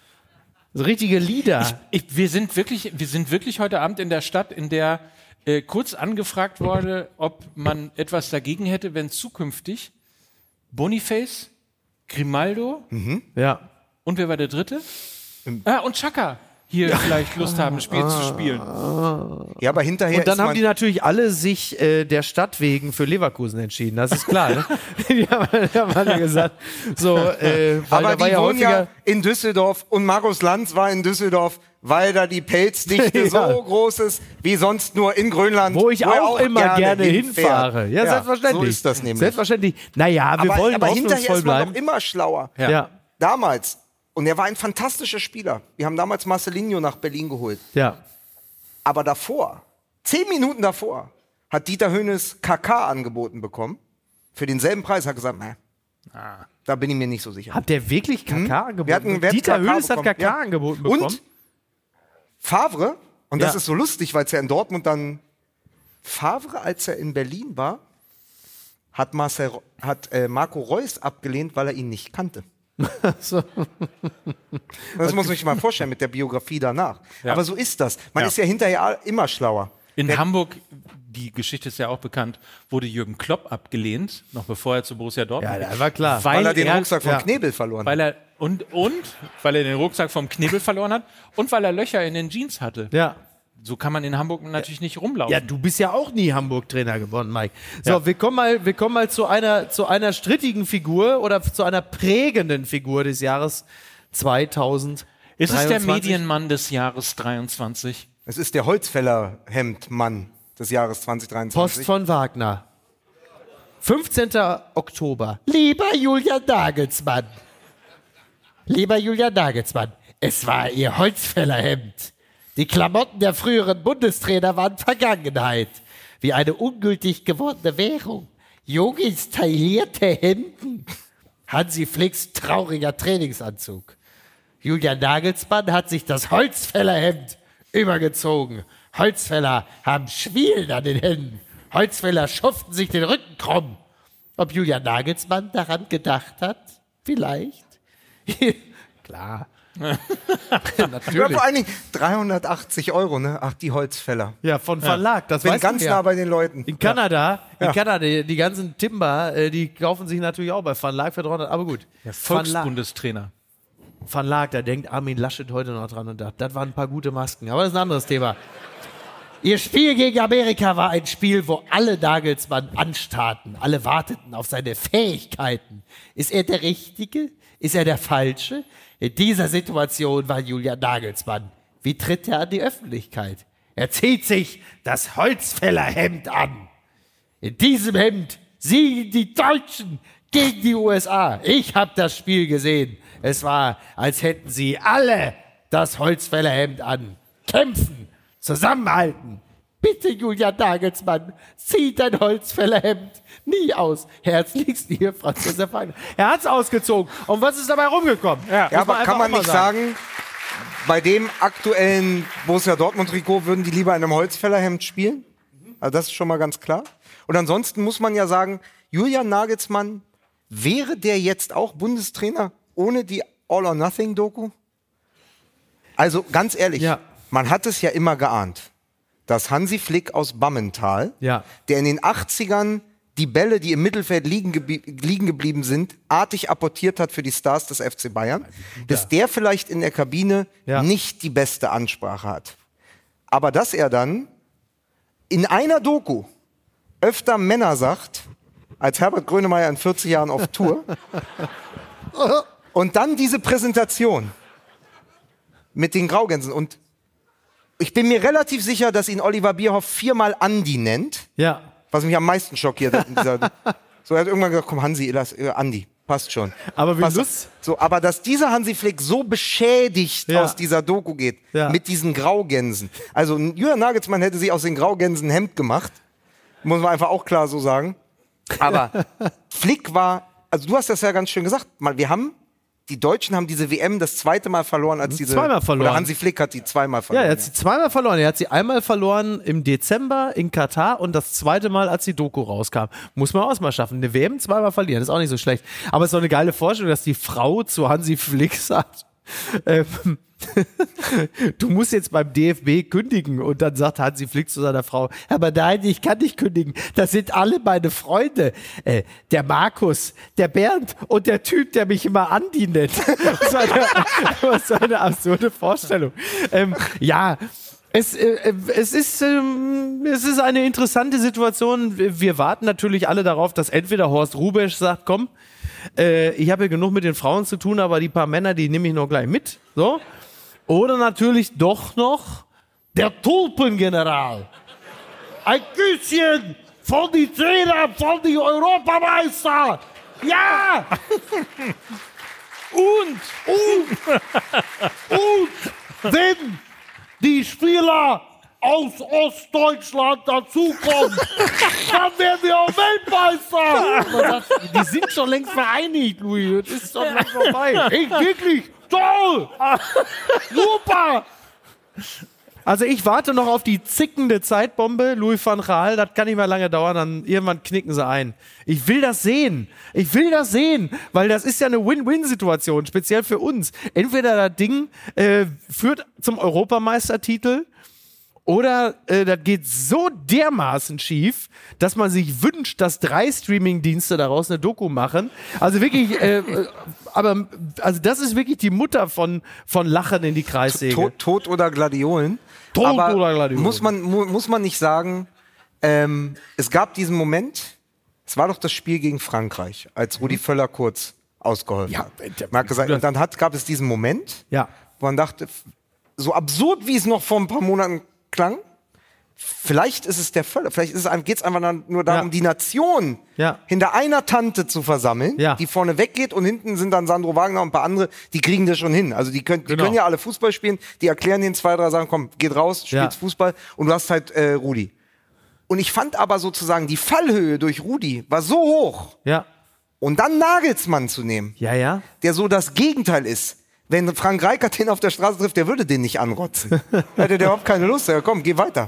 Das richtige Lieder. Ich, wir, sind wirklich, wir sind wirklich heute Abend in der Stadt, in der äh, kurz angefragt wurde, ob man etwas dagegen hätte, wenn zukünftig Boniface, Grimaldo ja. und wer war der dritte? Ah, und Chaka hier vielleicht Lust haben, ein Spiel zu spielen. Ja, aber hinterher Und dann ist haben man, die natürlich alle sich äh, der Stadt wegen für Leverkusen entschieden. Das ist klar. Ne? die, haben, die haben alle gesagt, so, äh, weil aber da war die ja wohnen ja häufiger. in Düsseldorf und Markus Lanz war in Düsseldorf, weil da die Pelzdichte Ja. so groß ist, wie sonst nur in Grönland. Wo ich er auch, immer gerne, hinfährt. hinfahre. Ja, selbstverständlich. So ist das nämlich. Selbstverständlich. Naja, wir aber wollen aber hinterher hoffnungsvoll ist man bleiben. noch immer schlauer. Ja. Ja. Damals. Und er war ein fantastischer Spieler. Wir haben damals Marcelinho nach Berlin geholt. ja. Aber davor, zehn Minuten davor, hat Dieter Hönes K K angeboten bekommen. Für denselben Preis. Hat gesagt, nee, da bin ich mir nicht so sicher. Hat der wirklich K K angeboten? Wir hatten- wir hatten Dieter K K Hönes hat K bekommen. K Ja. angeboten bekommen. Und Favre, und das Ja. ist so lustig, weil es ja in Dortmund dann, Favre, als er in Berlin war, hat, Marcel, hat äh, Marco Reus abgelehnt, weil er ihn nicht kannte. So. Das muss man sich mal vorstellen mit der Biografie danach. Ja. Aber so ist das. Man Ja. ist ja hinterher immer schlauer. In Der- Hamburg, die Geschichte ist ja auch bekannt, wurde Jürgen Klopp abgelehnt, noch bevor er zu Borussia Dortmund Ja, das war klar. Weil er den Rucksack vom ja. Knebel verloren weil hat. er und und weil er den Rucksack vom Knebel verloren hat und weil er Löcher in den Jeans hatte. Ja. So kann man in Hamburg natürlich nicht rumlaufen. Ja, du bist ja auch nie Hamburg-Trainer geworden, Mike. So, wir kommen mal, wir kommen mal zu einer, zu einer strittigen Figur oder zu einer prägenden Figur des Jahres zweitausend. Ist es der Medienmann des Jahres dreiundzwanzig? Es ist der Holzfäller-Hemd-Mann des Jahres zwanzig dreiundzwanzig. Post von Wagner. fünfzehnten Oktober. Lieber Julian Nagelsmann. Lieber Julian Nagelsmann, es war Ihr Holzfällerhemd. Die Klamotten der früheren Bundestrainer waren Vergangenheit. Wie eine ungültig gewordene Währung. Yogis taillierte Hemden. Hansi Flicks trauriger Trainingsanzug. Julian Nagelsmann hat sich das Holzfällerhemd übergezogen. Holzfäller haben Schwielen an den Händen. Holzfäller schuften sich den Rücken krumm. Ob Julian Nagelsmann daran gedacht hat? Vielleicht. Klar. Ja, Natürlich. vor allen Dingen dreihundertachtzig Euro, ne? Ach, die Holzfäller. Ja, von Verlag. Das Bin weiß ganz man nah ja. bei den Leuten. In Kanada, Ja. in Kanada, die, die ganzen Timber, äh, die kaufen sich natürlich auch bei Verlag für dreihundert. Aber gut. Der Verlag, Volksbundestrainer. Verlag, da denkt Armin Laschet heute noch dran und dacht, das waren ein paar gute Masken. Aber das ist ein anderes Thema. Ihr Spiel gegen Amerika war ein Spiel, wo alle Nagelsmann anstarrten. Alle warteten auf seine Fähigkeiten. Ist er der Richtige? Ist er der Falsche? In dieser Situation war Julian Nagelsmann. Wie tritt er an die Öffentlichkeit? Er zieht sich das Holzfällerhemd an. In diesem Hemd siegen die Deutschen gegen die U S A. Ich habe das Spiel gesehen. Es war, als hätten sie alle das Holzfällerhemd an. Kämpfen, zusammenhalten. Bitte, Julian Nagelsmann, zieh dein Holzfällerhemd nie aus. Herzlichst ihr, Franz Josef Wagner. Er hat's ausgezogen. Und was ist dabei rumgekommen? Ja, Muss aber einfach kann man auch mal nicht sagen, bei dem aktuellen Borussia Dortmund-Trikot würden die lieber in einem Holzfällerhemd spielen? Also das ist schon mal ganz klar. Und ansonsten muss man ja sagen, Julian Nagelsmann, wäre der jetzt auch Bundestrainer ohne die All-or-Nothing-Doku? Also ganz ehrlich, Ja. man hat es ja immer geahnt, dass Hansi Flick aus Bammental, Ja. der in den achtzigern die Bälle, die im Mittelfeld liegen, geblie liegen geblieben sind, artig apportiert hat für die Stars des F C Bayern, dass der vielleicht in der Kabine Ja. nicht die beste Ansprache hat. Aber dass er dann in einer Doku öfter Männer sagt, als Herbert Grönemeyer in vierzig Jahren auf Tour, und dann diese Präsentation. mit den Graugänsen. Und ich bin mir relativ sicher, dass ihn Oliver Bierhoff viermal Andi nennt. Ja. Was mich am meisten schockiert hat. In dieser, so, er hat irgendwann gesagt, komm Hansi, lass, äh, Andi, passt schon. Aber wie passt Lust. so, aber dass dieser Hansi Flick so beschädigt Ja. aus dieser Doku geht, Ja. mit diesen Graugänsen. Also Julian Nagelsmann hätte sich aus den Graugänsen ein Hemd gemacht. Muss man einfach auch klar so sagen. Aber Flick war, also du hast das ja ganz schön gesagt, mal, wir haben, die Deutschen haben diese W M das zweite Mal verloren, als diese... Zweimal verloren. Oder Hansi Flick hat die zweimal Ja, verloren. er hat sie zweimal verloren. Er hat sie einmal verloren im Dezember in Katar und das zweite Mal, als die Doku rauskam. Muss man auch mal schaffen. Eine W M zweimal verlieren, ist auch nicht so schlecht. Aber es ist doch eine geile Vorstellung, dass die Frau zu Hansi Flick sagt, ähm, du musst jetzt beim D F B kündigen. Und dann sagt Hansi Flick zu seiner Frau, aber nein, ich kann nicht kündigen. Das sind alle meine Freunde. Äh, der Markus, der Bernd und der Typ, der mich immer Andi nennt. Das war eine, das war eine absurde Vorstellung. Ähm, ja, es, äh, es, ist, ähm, es ist eine interessante Situation. Wir warten natürlich alle darauf, dass entweder Horst Rubesch sagt, komm, äh, ich habe ja genug mit den Frauen zu tun, aber die paar Männer, die nehme ich noch gleich mit. So. Oder natürlich doch noch der Tulpengeneral. Ein Küsschen von die Trainer, von die Europameister. Ja! Und, und, und, wenn die Spieler aus Ostdeutschland dazukommen, dann werden wir auch Weltmeister. Die sind schon längst vereinigt, Louis. Das ist doch längst vorbei. Ich wirklich, toll, super. Also ich warte noch auf die zickende Zeitbombe, Louis van Gaal. Das kann nicht mehr lange dauern, dann irgendwann knicken sie ein. Ich will das sehen. Ich will das sehen, weil das ist ja eine Win-Win-Situation, speziell für uns. Entweder das Ding äh, führt zum Europameistertitel, oder äh, das geht so dermaßen schief, dass man sich wünscht, dass drei Streaming-Dienste daraus eine Doku machen. Also wirklich, äh, äh, aber also das ist wirklich die Mutter von, von Lachen in die Kreissäge. Tod, Tod oder Gladiolen. Tod Aber oder Gladiolen. Muss man, mu muss man nicht sagen, ähm, es gab diesen Moment, es war doch das Spiel gegen Frankreich, als Rudi Völler kurz ausgeholfen Ja, hat. der- Man hat gesagt, und dann hat, gab es diesen Moment, Ja. wo man dachte, f- so absurd wie es noch vor ein paar Monaten klang, vielleicht ist es der Völler, vielleicht geht es einfach dann nur darum, Ja. die Nation Ja. hinter einer Tante zu versammeln, Ja. die vorne weggeht und hinten sind dann Sandro Wagner und ein paar andere, die kriegen das schon hin. Also die können, die Genau. können ja alle Fußball spielen, die erklären den zwei, drei Sachen, komm, geht raus, spielst Ja. Fußball und du hast halt äh, Rudi. Und ich fand aber sozusagen, die Fallhöhe durch Rudi war so hoch. Ja. Und dann Nagelsmann zu nehmen, Ja, ja. der so das Gegenteil ist. Wenn Frank Rijkaard den auf der Straße trifft, der würde den nicht anrotzen. Hätte der überhaupt keine Lust. Ja, komm, geh weiter.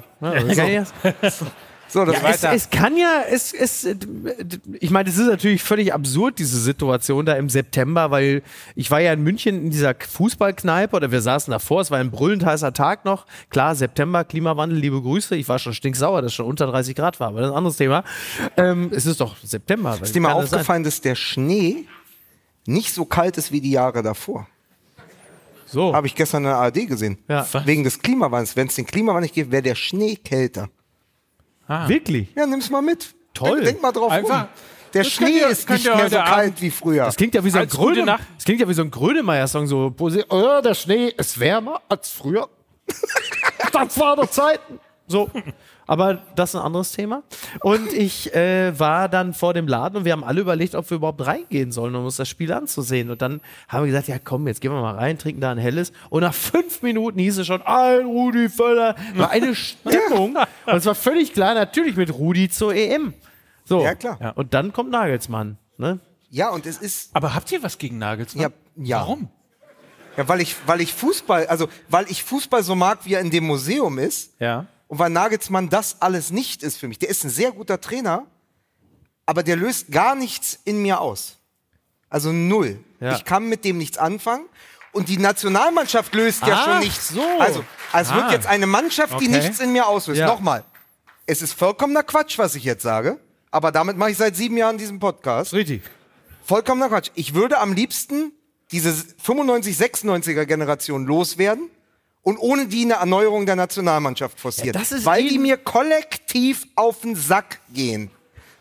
So, das Ja, es, es kann ja, es, es, ich meine, es ist natürlich völlig absurd, diese Situation da im September, weil ich war ja in München in dieser Fußballkneipe oder wir saßen davor, es war ein brüllend heißer Tag noch. Klar, September, Klimawandel, liebe Grüße. Ich war schon stinksauer, dass es schon unter dreißig Grad war, aber das ist ein anderes Thema. Ähm, es ist doch September. ist dir mal aufgefallen, dass der Schnee nicht so kalt ist wie die Jahre davor. So. Habe ich gestern in der A R D gesehen. Ja. Wegen des Klimawandels. Wenn es den Klimawandel nicht gibt, wäre der Schnee kälter. Wirklich? Ja, nimm's mal mit. Toll. Denk, denk mal drauf Einfach- rum. Der Das Schnee könnt ihr- ist könnt nicht ihr mehr so heute kalt Abend- wie früher. Das klingt ja wie so ein, Als gute Gröne, Nacht. das klingt ja wie so ein Grönemeyer-Song, so, Posi- oh, der Schnee ist wärmer als früher. Das war doch Zeiten. So. Aber das ist ein anderes Thema. Und ich äh, war dann vor dem Laden und wir haben alle überlegt, ob wir überhaupt reingehen sollen, um uns das Spiel anzusehen. Und dann haben wir gesagt, ja komm, jetzt gehen wir mal rein, trinken da ein helles. Und nach fünf Minuten hieß es schon, ein Rudi Völler. War eine Stimmung. Und es war völlig klar, natürlich mit Rudi zur E M. So. Ja, klar. Ja. Und dann kommt Nagelsmann. Ne? Ja, und es ist, Aber habt ihr was gegen Nagelsmann? Ja, ja. Warum? ja, weil ich, weil ich Fußball, also, weil ich Fußball so mag, wie er in dem Museum ist. Ja. Und weil Nagelsmann das alles nicht ist für mich. Der ist ein sehr guter Trainer, aber der löst gar nichts in mir aus. Also null. Ja. Ich kann mit dem nichts anfangen. Und die Nationalmannschaft löst ja Ah, schon nichts. so. Also, es Ah. wird jetzt eine Mannschaft, die Okay. nichts in mir auslöst. Ja. Nochmal. Es ist vollkommener Quatsch, was ich jetzt sage. Aber damit mache ich seit sieben Jahren diesen Podcast. Richtig. Vollkommener Quatsch. Ich würde am liebsten diese fünfundneunzig, sechsundneunziger Generation loswerden und ohne die eine Erneuerung der Nationalmannschaft forcieren. Ja, das ist weil eben- die mir kollektiv auf den Sack gehen.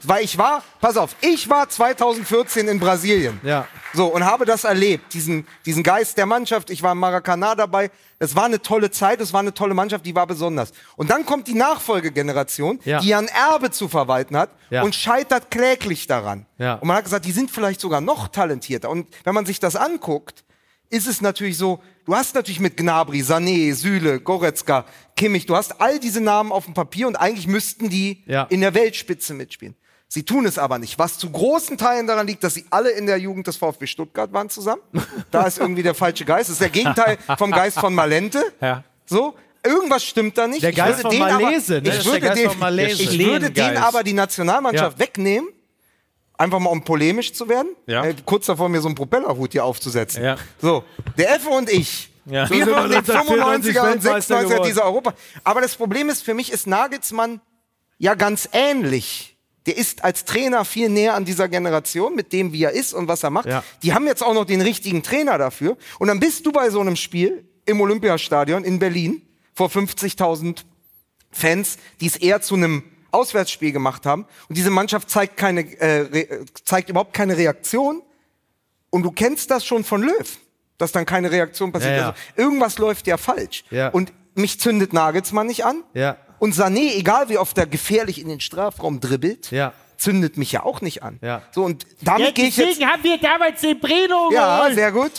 Weil ich war, pass auf, ich war zweitausendvierzehn in Brasilien. Ja. So, und habe das erlebt, diesen, diesen Geist der Mannschaft. Ich war im Maracanã dabei. Es war eine tolle Zeit, es war eine tolle Mannschaft, die war besonders. Und dann kommt die Nachfolgegeneration, Ja. die ja ein Erbe zu verwalten hat Ja. und scheitert kläglich daran. Ja. Und man hat gesagt, die sind vielleicht sogar noch talentierter. Und wenn man sich das anguckt, ist es natürlich so, du hast natürlich mit Gnabry, Sané, Süle, Goretzka, Kimmich, du hast all diese Namen auf dem Papier und eigentlich müssten die Ja. in der Weltspitze mitspielen. Sie tun es aber nicht, was zu großen Teilen daran liegt, dass sie alle in der Jugend des VfB Stuttgart waren zusammen. Da ist irgendwie der falsche Geist. Das ist der Gegenteil vom Geist von Malente. Ja. So, irgendwas stimmt da nicht. Der Ich Geist würde von den Malese, aber, ne? Das ich ist der würde Geist den, von Malese. ich würde den Geist. aber die Nationalmannschaft Ja. wegnehmen, einfach mal um polemisch zu werden. Ja. Äh, kurz davor, mir so einen Propellerhut hier aufzusetzen. Ja. So, der Effe und ich. Ja. Wir So sind waren wir in den neunzehnhundertvierundneunzig fünfundneunziger und Weltmeister sechsundneunziger geworden. dieser Europa. Aber das Problem ist, für mich ist Nagelsmann ja ganz ähnlich. Der ist als Trainer viel näher an dieser Generation, mit dem, wie er ist und was er macht. Ja. Die haben jetzt auch noch den richtigen Trainer dafür. Und dann bist du bei so einem Spiel im Olympiastadion in Berlin vor fünfzigtausend Fans, die es eher zu einem Auswärtsspiel gemacht haben. Und diese Mannschaft zeigt, keine, äh, re- zeigt überhaupt keine Reaktion. Und du kennst das schon von Löw, dass dann keine Reaktion passiert. Ja, ja. Also, irgendwas läuft ja falsch. Ja. Und mich zündet Nagelsmann nicht an. Ja. Und Sané, egal wie oft er gefährlich in den Strafraum dribbelt, Ja. zündet mich ja auch nicht an. Ja. So, und damit Ja, gehe ich jetzt. deswegen haben wir damals den Breno Ja, geholt. sehr gut.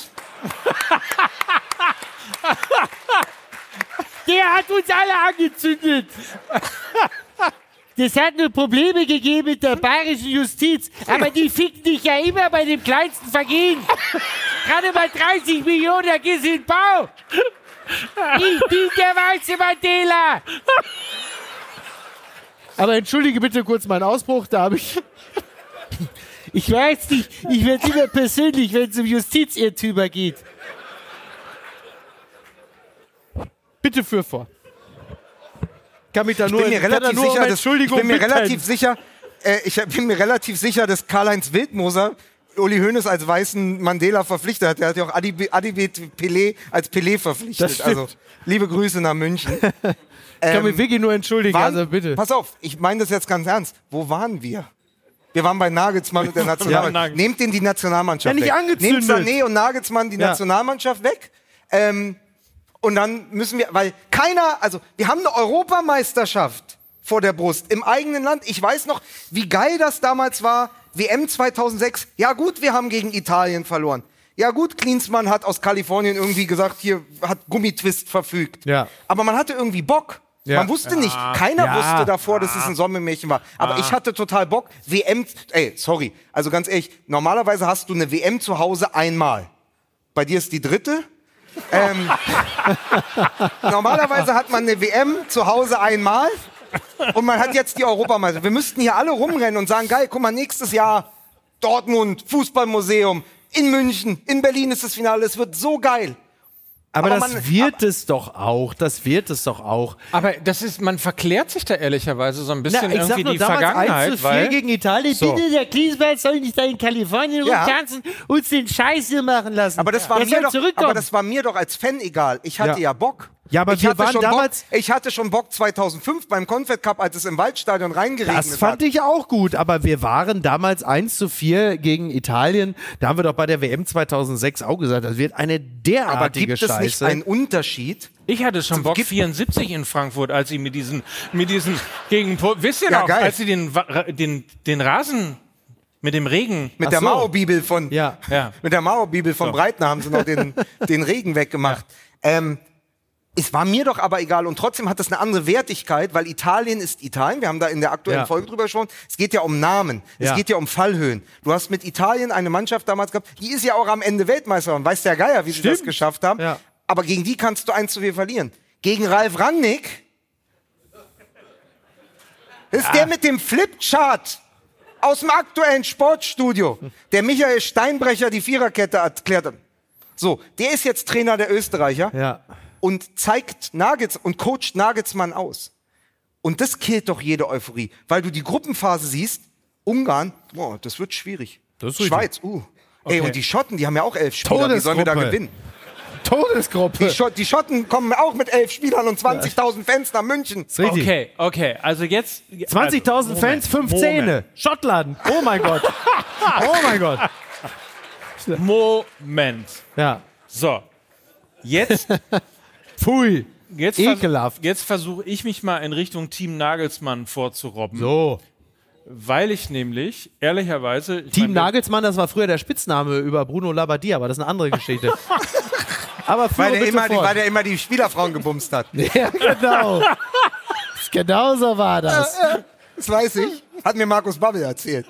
Der hat uns alle angezündet. Das hat nur Probleme gegeben mit der bayerischen Justiz. Aber die ficken dich ja immer bei dem kleinsten Vergehen. Gerade bei dreißig Millionen, da gehst du in den Bau. Ich bin der weiße Mandela. Aber entschuldige bitte kurz meinen Ausbruch, da habe ich... Ich weiß nicht, ich werde immer persönlich, wenn es um Justizirrtümer geht. Bitte für vor. Kann mich da Ich nur, bin mir kann da relativ nur um sicher, dass, ich Entschuldigung bin mir bitten. relativ sicher, äh, ich bin mir relativ sicher, dass Karl-Heinz Wildmoser Uli Hoeneß als weißen Mandela verpflichtet hat. Der hat ja auch Adi, Adibet Pelé als Pelé Das verpflichtet. stimmt. Also liebe liebe Grüße nach München. Ich kann mich wirklich nur entschuldigen, waren, also bitte. Pass auf, ich meine das jetzt ganz ernst. Wo waren wir? Wir waren bei Nagelsmann und der Nationalmannschaft. Ja. Nehmt den die Nationalmannschaft Ja, nicht weg. angezündet. Nehmt Sané und Nagelsmann die Ja. Nationalmannschaft weg. Ähm, und dann müssen wir, weil keiner, also wir haben eine Europameisterschaft vor der Brust im eigenen Land. Ich weiß noch, wie geil das damals war. W M zweitausendsechs. Ja gut, wir haben gegen Italien verloren. Ja gut, Klinsmann hat aus Kalifornien irgendwie gesagt, hier hat Gummitwist verfügt. Ja. Aber man hatte irgendwie Bock. Ja. Man wusste nicht, keiner Ja. wusste davor, dass es ein Sommermärchen war. Aber ich hatte total Bock. W M, ey, sorry, also ganz ehrlich, normalerweise hast du eine W M zu Hause einmal. Bei dir ist die dritte. ähm, normalerweise hat man eine W M zu Hause einmal und man hat jetzt die Europameisterschaft. Wir müssten hier alle rumrennen und sagen, geil, guck mal, nächstes Jahr Dortmund, Fußballmuseum, in München, in Berlin ist das Finale, es wird so geil. Aber, aber das man- wird es doch auch, das wird es doch auch. Aber das ist, man verklärt sich da ehrlicherweise so ein bisschen Na, ich sag irgendwie nur, die damals Vergangenheit, eins zu vier weil gegen Italien. So. Bitte, der Klinsmann soll nicht da in Kalifornien Ja. rumtanzen und uns den Scheiß hier machen lassen. Aber das, war der mir soll doch, zurückkommen. aber das war mir doch als Fan egal. Ich hatte Ja. ja, Bock. Ja, aber ich wir hatte waren schon damals- Bock, ich hatte schon Bock zweitausendfünf beim Confed Cup, als es im Waldstadion reingeregnet Das fand hat. ich auch gut, aber wir waren damals eins zu vier gegen Italien. Da haben wir doch bei der W M zweitausendsechs auch gesagt, das wird eine Aber derartige gibt es nicht Scheiße. einen Unterschied? ich hatte schon Bock gibt- vierundsiebzig in Frankfurt, als sie mit diesen, mit diesen gegen, wisst ihr Ja, noch, geil. als sie den, Wa- den, den Rasen mit dem Regen, Mit Ach der so. Mao-Bibel von, Ja. Ja. mit der Mao-Bibel von Breitner haben sie noch den, den Regen weggemacht. Ähm, es war mir doch aber egal und trotzdem hat das eine andere Wertigkeit, weil Italien ist Italien. Wir haben da in der aktuellen Ja. Folge drüber gesprochen. Es geht ja um Namen. Es Ja. geht ja um Fallhöhen. Du hast mit Italien eine Mannschaft damals gehabt, die ist ja auch am Ende Weltmeister. Und weiß der Geier, wie sie das geschafft haben. Ja. Aber gegen die kannst du eins zu vier verlieren. Gegen Ralf Rangnick ist der mit dem Flipchart aus dem aktuellen Sportstudio, der Michael Steinbrecher die Viererkette erklärt hat. So, der ist jetzt Trainer der Österreicher Ja. und zeigt Nagels und coacht Nagelsmann aus. Und das killt doch jede Euphorie, weil du die Gruppenphase siehst, Ungarn, boah, das wird schwierig. Das ist richtig. Schweiz, uh. Ey, und die Schotten, die haben ja auch elf Spieler, wie sollen wir da Todesgruppe. gewinnen? Todesgruppe. Die, Schott, die Schotten kommen auch mit elf Spielern und zwanzigtausend Fans nach München. Ist richtig. Okay, okay, also jetzt... zwanzigtausend also, Fans, fünf Moment. Zähne. Schottland. Oh mein Gott. Oh mein Gott. Moment. Ja. So, jetzt... Pfui. Jetzt, vers Ekelhaft. jetzt versuche ich mich mal in Richtung Team Nagelsmann vorzurobben. So. Weil ich nämlich, ehrlicherweise... Ich Team mein, Nagelsmann, das war früher der Spitzname über Bruno Labbadia, aber das ist eine andere Geschichte. Aber Weil der, bitte immer die, fort. weil der immer die Spielerfrauen gebumst hat. Ja, genau. Genau so war das. Das weiß ich. Hat mir Markus Babbel erzählt.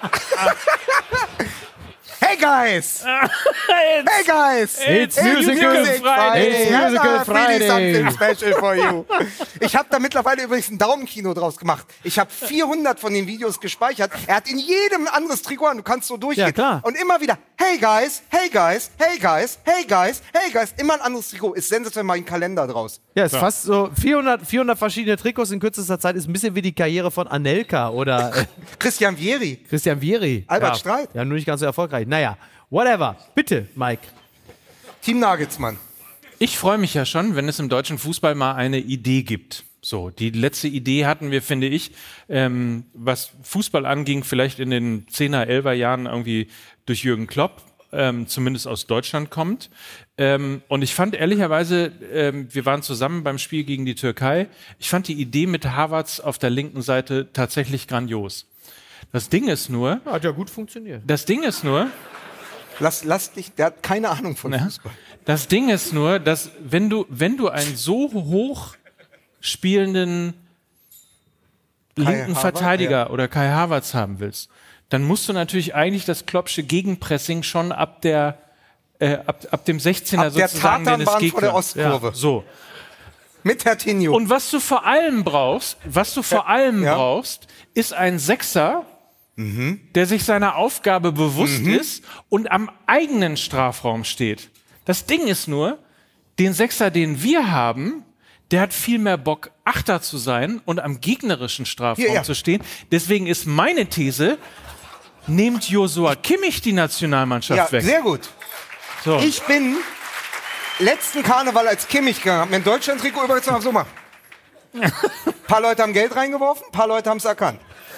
Hey guys! Hey guys! It's Musical Friday. It's Musical Friday. Something special for you. Ich habe da mittlerweile übrigens ein Daumenkino draus gemacht. Ich habe vierhundert von den Videos gespeichert. Er hat in jedem ein anderes Trikot an. Du kannst so durchgehen. Ja, klar. Und immer wieder, hey guys, hey guys, hey guys, hey guys, hey guys. Immer ein anderes Trikot. Ist sensationell, mal einen Kalender draus. Ja, ist fast so vierhundert, vierhundert verschiedene Trikots in kürzester Zeit. Ist ein bisschen wie die Karriere von Anelka oder äh, Christian Vieri. Christian Vieri. Albert ja. Streit. Ja, nur nicht ganz so erfolgreich. Naja, whatever. Bitte, Mike. Team Nagelsmann. Ich freue mich ja schon, wenn es im deutschen Fußball mal eine Idee gibt. So, die letzte Idee hatten wir, finde ich, ähm, was Fußball anging, vielleicht in den zehner, elfer Jahren irgendwie durch Jürgen Klopp, ähm, zumindest aus Deutschland kommt. Ähm, und ich fand ehrlicherweise, ähm, wir waren zusammen beim Spiel gegen die Türkei, ich fand die Idee mit Havertz auf der linken Seite tatsächlich grandios. Das Ding ist nur, Hat ja gut funktioniert. das Ding ist nur, Lass, lass dich, der hat keine Ahnung von Ja. Fußball. Das Ding ist nur, dass wenn du, wenn du einen so hoch spielenden linken Havertz, Verteidiger ja. oder Kai Havertz haben willst, dann musst du natürlich eigentlich das Kloppsche Gegenpressing schon ab der äh, ab, ab dem sechzehner Ab der sozusagen deines Tatanbahn vor der Gegners. Ostkurve. Ja, so. Mit Hertinho. Und was du vor allem brauchst, was du vor allem ja. brauchst, ist ein Sechser, der sich seiner Aufgabe bewusst ist und am eigenen Strafraum steht. Das Ding ist nur, den Sechser, den wir haben, der hat viel mehr Bock, Achter zu sein und am gegnerischen Strafraum Hier, ja. zu stehen. Deswegen ist meine These, nehmt Joshua Kimmich die Nationalmannschaft ja, weg. sehr gut. So. Ich bin letzten Karneval als Kimmich gegangen, hab mir ein Deutschland-Trikot übergezogen, hab so mal. Ein paar Leute haben Geld reingeworfen, ein paar Leute haben es erkannt.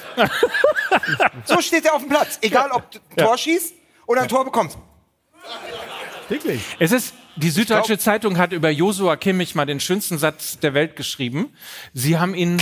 So steht er auf dem Platz. Egal, ob du ein Tor schießt oder ein Tor bekommst. Wirklich? Es ist, die Süddeutsche glaub- Zeitung hat über Joshua Kimmich mal den schönsten Satz der Welt geschrieben. Sie haben ihn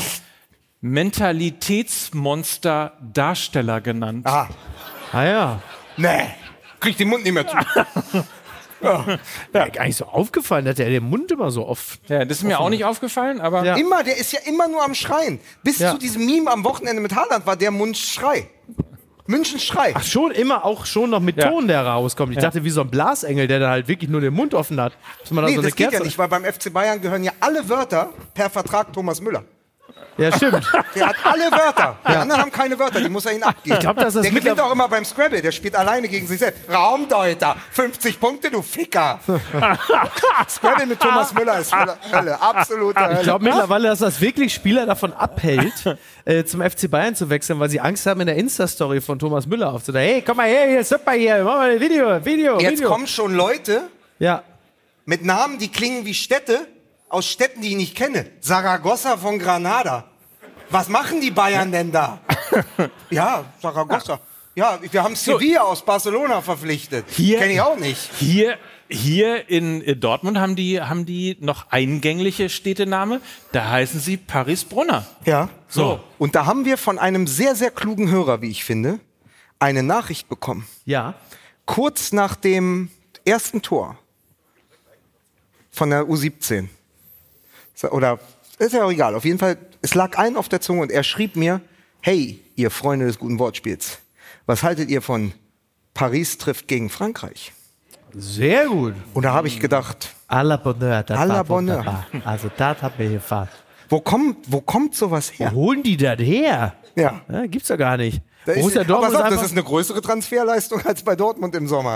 Mentalitätsmonster-Darsteller genannt. Ah, Ah ja. nee. Krieg den Mund nicht mehr zu. Ja, gar nicht so aufgefallen, dass er den Mund immer so oft. Ja, das ist mir auch nicht aufgefallen, aber Ja. Immer, der ist ja immer nur am Schreien. Bis Ja. zu diesem Meme am Wochenende mit Haaland war der Mund Schrei. München Schrei. Ach, schon immer auch schon noch mit Ja. Ton, der rauskommt. Ich dachte, wie so ein Blasengel, der dann halt wirklich nur den Mund offen hat. Dass man da Nee, so eine das geht ja Kerze- nicht, weil beim F C Bayern gehören ja alle Wörter per Vertrag Thomas Müller. Ja, stimmt. Der hat alle Wörter. Die anderen haben keine Wörter, die muss er ihnen abgeben. Ich glaub, dass das der gewinnt mittler- auch immer beim Scrabble, der spielt alleine gegen sich selbst. Raumdeuter, fünfzig Punkte, du Ficker. Scrabble mit Thomas Müller ist Hölle, Hölle, absolute Hölle. Ich glaube mittlerweile, dass das wirklich Spieler davon abhält, äh, zum F C Bayern zu wechseln, weil sie Angst haben, in der Insta-Story von Thomas Müller aufzunehmen. Hey, komm mal her, hier, super hier, mach mal ein Video, Video, Jetzt Video. kommen schon Leute Ja. mit Namen, die klingen wie Städte, aus Städten, die ich nicht kenne. Saragossa von Granada. Was machen die Bayern denn da? Ja, Saragossa. Ja, wir haben Sevilla aus Barcelona verpflichtet. Hier- Kenne ich auch nicht. hier, hier in äh, Dortmund haben die, haben die noch eingängliche Städtename. Da heißen sie Paris-Brunner. Ja. So. Und da haben wir von einem sehr, sehr klugen Hörer, wie ich finde, eine Nachricht bekommen. Ja. Kurz nach dem ersten Tor von der U siebzehn. So, oder, ist ja auch egal. Auf jeden Fall, es lag ein auf der Zunge und er schrieb mir, hey, ihr Freunde des guten Wortspiels, was haltet ihr von Paris trifft gegen Frankreich? Sehr gut. Und da habe ich gedacht, À la Bonheur. Das À la war Bonheur. wunderbar. Also, das hat mir gefallen. wo kommt, wo kommt sowas Wo her? holen die das her? Ja. Ja, gibt's doch gar nicht. Da ist, Borussia aber Dortmund pass ist auf, das einfach, ist eine größere Transferleistung als bei Dortmund im Sommer.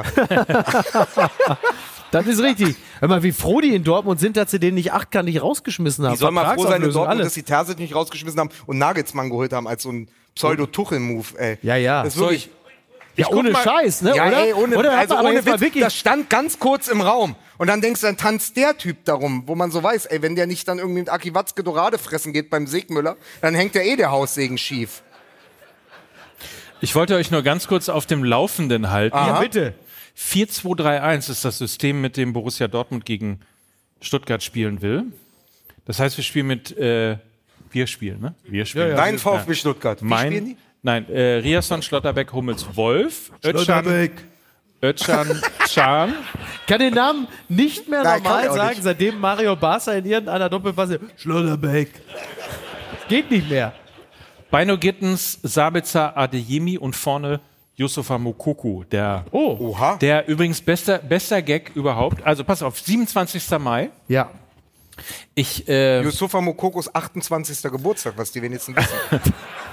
das ist richtig. Hör mal, wie froh die in Dortmund sind, dass sie den nicht achtkantig rausgeschmissen haben. Die sollen mal froh sein in Vertragsauflösung, Dortmund, alles. dass sie Terzic nicht rausgeschmissen haben und Nagelsmann geholt haben als so ein Pseudo-Tuchel-Move, ey. Ja, ja. Das ist wirklich, Ja, guck ohne mal- Scheiß, ne? Ja, oder? ey, ohne, oder also aber ohne jetzt mal Witz, wirklich. das stand ganz kurz im Raum. Und dann denkst du, dann tanzt der Typ darum, wo man so weiß, ey, wenn der nicht dann irgendwie mit Aki Watzke Dorade fressen geht beim Segmüller, dann hängt ja eh der Haussegen schief. Ich wollte euch nur ganz kurz auf dem Laufenden halten. Aha. Ja, bitte. vier zwei drei eins ist das System, mit dem Borussia Dortmund gegen Stuttgart spielen will. Das heißt, wir spielen mit, äh, wir spielen, ne? Wir spielen. Dein VfB Stuttgart. Wie Mein, spielen die? Nein, äh, Riasson, Schlotterbeck, Hummels, Wolf, Özcan, Özcan, Can. Kann den Namen nicht mehr Nein, kann normal er auch sagen, nicht. seitdem Mario Barca in irgendeiner Doppelpasse Schlotterbeck. Geht nicht mehr. Beino Gittens, Sabitzer, Adeyemi und vorne Yusufa Moukoko, der, Oh. Oha. der übrigens bester, bester Gag überhaupt. Also pass auf, siebenundzwanzigster Mai. Ja. Ich, äh, Yusufa Mokokos achtundzwanzigster Geburtstag, was die wenigsten wissen.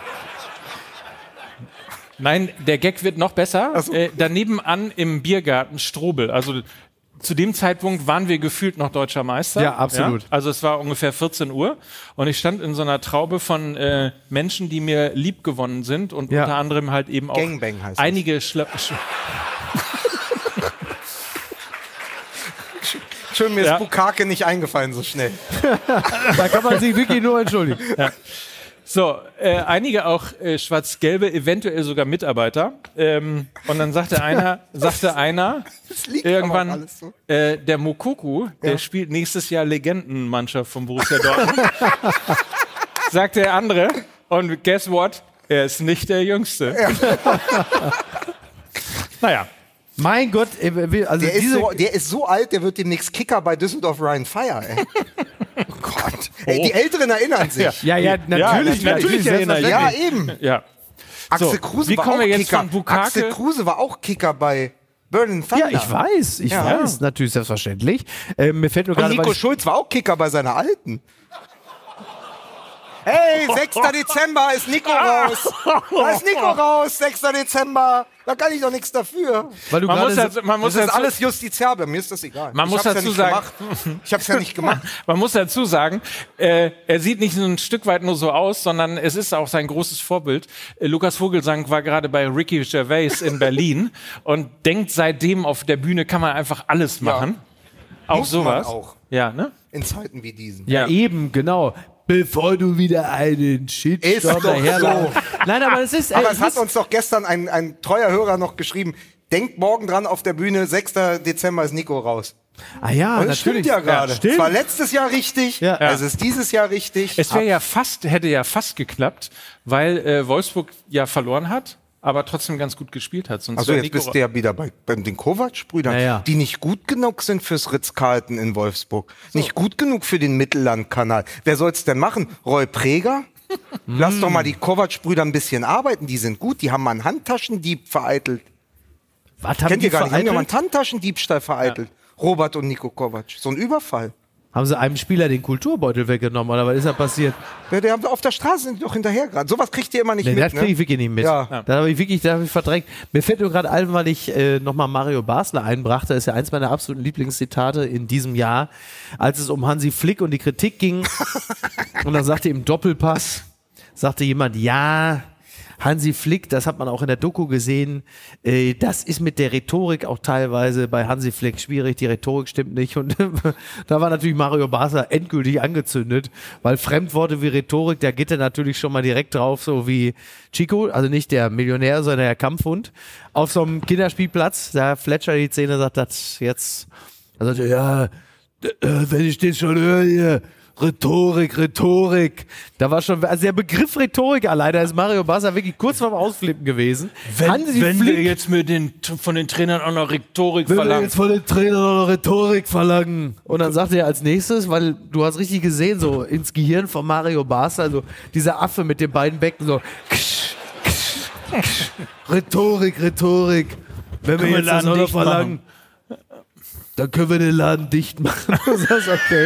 Nein, der Gag wird noch besser. Ach so. Äh, daneben an im Biergarten Strobel. Also zu dem Zeitpunkt waren wir gefühlt noch deutscher Meister. Ja, absolut. Also es war ungefähr vierzehn Uhr und ich stand in so einer Traube von äh, Menschen, die mir lieb gewonnen sind und Ja. unter anderem halt eben auch Gangbang heißt das. einige Schla Sch Schön, mir Ja. ist Bukake nicht eingefallen so schnell. Da kann man sich wirklich nur entschuldigen. So, äh, einige auch äh, schwarz-gelbe, eventuell sogar Mitarbeiter. Ähm, und dann sagte einer, sagte einer liegt aber irgendwann, alles so. äh, der Moukoko, der Ja. spielt nächstes Jahr Legendenmannschaft von Borussia Dortmund. Sagte der andere, und guess what? Er ist nicht der Jüngste. Naja. Mein Gott, äh, wir- also Der ist, diese, so, der ist so alt, der wird demnächst Kicker bei Düsseldorf Ryan Fire, ey. Oh Gott. Ey, die Älteren erinnern sich. ja, ja, natürlich, Ja, natürlich erinnere ich Ja, mich. eben. Ja. Axel So, Kruse wie war kommen auch wir jetzt Kicker. von Bukake- Axel Kruse war auch Kicker bei Berlin Thunder. Ja, ich weiß, ich Ja. weiß, natürlich, selbstverständlich. Äh, mir fällt nur Und gerade Nico weil ich- Schulz war auch Kicker bei seiner Alten. Hey, sechster Dezember ist Nico raus. Da ist Nico raus, sechster Dezember. Da kann ich doch nichts dafür. weil du Man muss, gerade dazu, man, muss Das ist dazu, alles justiziabel, mir ist das egal. Man ich muss hab's dazu ja nicht sagen- gemacht. Ich hab's ja nicht gemacht. man muss dazu sagen, äh, er sieht nicht so ein Stück weit nur so aus, sondern es ist auch sein großes Vorbild. Äh, Lukas Vogelsang war gerade bei Ricky Gervais in Berlin und denkt seitdem, auf der Bühne kann man einfach alles machen. Auch Muss man sowas. auch. Ja, ne? In Zeiten wie diesen. Ja, Ja. eben, genau. Bevor du wieder einen Ist Shitstorm doch daherlaufst. Nein, aber es ist. Aber äh, es hat ist- uns doch gestern ein, ein treuer Hörer noch geschrieben, denkt morgen dran auf der Bühne, sechster Dezember ist Nico raus. Ah ja, Und das natürlich. stimmt ja gerade. Ja, stimmt. Es war letztes Jahr richtig, Ja. es ist dieses Jahr richtig. Es wäre ja fast, hätte ja fast geklappt, weil äh, Wolfsburg ja verloren hat, aber trotzdem ganz gut gespielt hat. Sonst Also wär jetzt Nico bist du ja wieder bei, bei den Kovac-Brüdern, Ja, ja. die nicht gut genug sind fürs Ritz-Carlton in Wolfsburg. Nicht gut genug für den Mittellandkanal. Wer soll's denn machen? Roy Preger? Lass doch mal die Kovac-Brüder ein bisschen arbeiten, die sind gut. Die haben mal einen Handtaschendieb vereitelt. Was haben Kennt die ihr gar nicht? Die haben ja mal einen vereitelt? Handtaschendiebstahl vereitelt. Robert und Nico Kovac. So ein Überfall. Haben sie einem Spieler den Kulturbeutel weggenommen oder was ist da passiert? Ja, die haben auf der Straße sind die doch hinterher gerade. Sowas kriegt ihr immer nicht Nee, mit, das kriege ich ne? wirklich nicht mit. Ja. Da habe ich wirklich, da habe ich verdrängt. Mir fällt nur gerade ein, weil ich äh, nochmal Mario Basler einbrachte. Das ist ja eins meiner absoluten Lieblingszitate in diesem Jahr, als es um Hansi Flick und die Kritik ging. Und dann sagte im Doppelpass, sagte jemand, ja, Hansi Flick, das hat man auch in der Doku gesehen, äh, das ist mit der Rhetorik auch teilweise bei Hansi Flick schwierig, die Rhetorik stimmt nicht und da war natürlich Mario Basler endgültig angezündet, weil Fremdworte wie Rhetorik, da geht er natürlich schon mal direkt drauf, so wie Chico, also nicht der Millionär, sondern der Kampfhund, auf so einem Kinderspielplatz, da Fletcher die Zähne, sagt das jetzt, er sagte, ja, d- äh, wenn ich den schon höre hier, Rhetorik, Rhetorik. Da war schon, also der Begriff Rhetorik alleine, da ist Mario Basler wirklich kurz vorm Ausflippen gewesen. Hansi wenn Flick, wir jetzt mit den, von den Trainern auch noch Rhetorik wenn wir verlangen. jetzt von den Trainern noch Rhetorik verlangen. Und dann sagte er als nächstes, weil du hast richtig gesehen, so ins Gehirn von Mario Basler, also dieser Affe mit den beiden Becken, so ksch, ksch, ksch. Rhetorik, Rhetorik. Wenn wir wir jetzt das Laden noch dicht verlangen, dann können wir den Laden dicht machen. Das ist okay.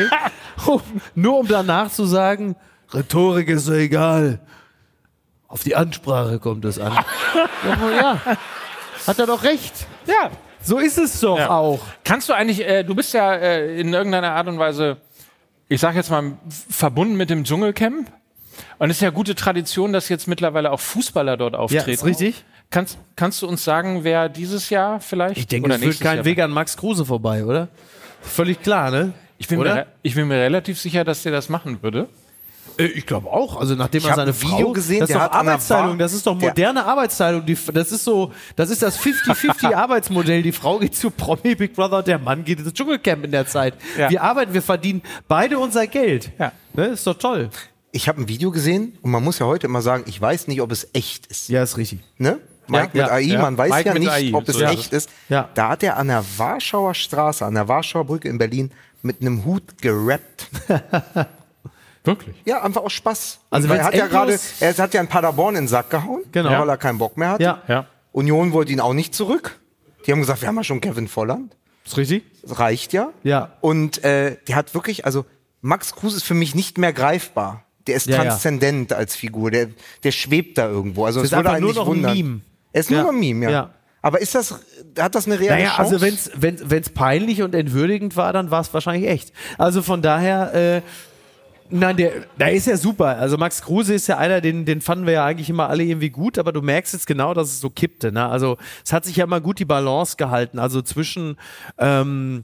Nur um danach zu sagen, Rhetorik ist so egal. Auf die Ansprache kommt es an. Ja, ja. Hat er doch recht. Ja. So ist es doch Ja. auch. Kannst du eigentlich, äh, du bist ja äh, in irgendeiner Art und Weise, ich sag jetzt mal, verbunden mit dem Dschungelcamp. Und es ist ja gute Tradition, dass jetzt mittlerweile auch Fußballer dort auftreten. ist richtig. Kannst, kannst du uns sagen, wer dieses Jahr vielleicht Ich denke, oder es führt nächstes kein Jahr Weg an Max Kruse vorbei, oder? Völlig klar, ne? Ich bin, Oder? mir, ich bin mir relativ sicher, dass der das machen würde. Äh, Ich glaube auch. Also nachdem er hab seine ein Video Frau, gesehen, das ist der doch hat an der Arbeitsteilung, Bar- das ist doch der- moderne Arbeitsteilung. Die, das ist so, das ist das fünfzig fünfzig Arbeitsmodell. Die Frau geht zu Promi Big Brother, der Mann geht ins Dschungelcamp in der Zeit. Ja. Wir arbeiten, wir verdienen beide unser Geld. Ja. Ne, ist doch toll. Ich habe ein Video gesehen und man muss ja heute immer sagen, ich weiß nicht, ob es echt ist. Ja, ist richtig. Ne? Mike Ja, mit A I, ja. man weiß Mike ja mit nicht, A I, ob es so ist echt ist. Ja. Da hat er an der Warschauer Straße, an der Warschauer Brücke in Berlin mit einem Hut gerappt. Wirklich? Ja, einfach aus Spaß. Also Und er wenn's hat ja gerade, endlos- er hat ja in Paderborn in den Sack gehauen, Genau. weil er keinen Bock mehr hatte. Ja. Ja. Union wollte ihn auch nicht zurück. Die haben gesagt, wir haben ja schon Kevin Volland. Ist richtig? Das reicht ja. Ja. Und äh, der hat wirklich, also Max Kruse ist für mich nicht mehr greifbar. Der ist Ja, ja. transzendent als Figur. Der, der schwebt da irgendwo. Also Das es ist würde einfach nur eigentlich noch ein wundern. Meme. Er ist nur Ja. noch ein Meme, ja. Ja. Aber ist das, hat das eine reelle Naja, Chance? also wenn's, wenn wenn's peinlich und entwürdigend war, dann war es wahrscheinlich echt. Also von daher, äh, nein, der, der ist ja super. Also Max Kruse ist ja einer, den, den fanden wir ja eigentlich immer alle irgendwie gut, aber du merkst jetzt genau, dass es so kippte. Ne? Also es hat sich ja immer gut die Balance gehalten, also zwischen ähm,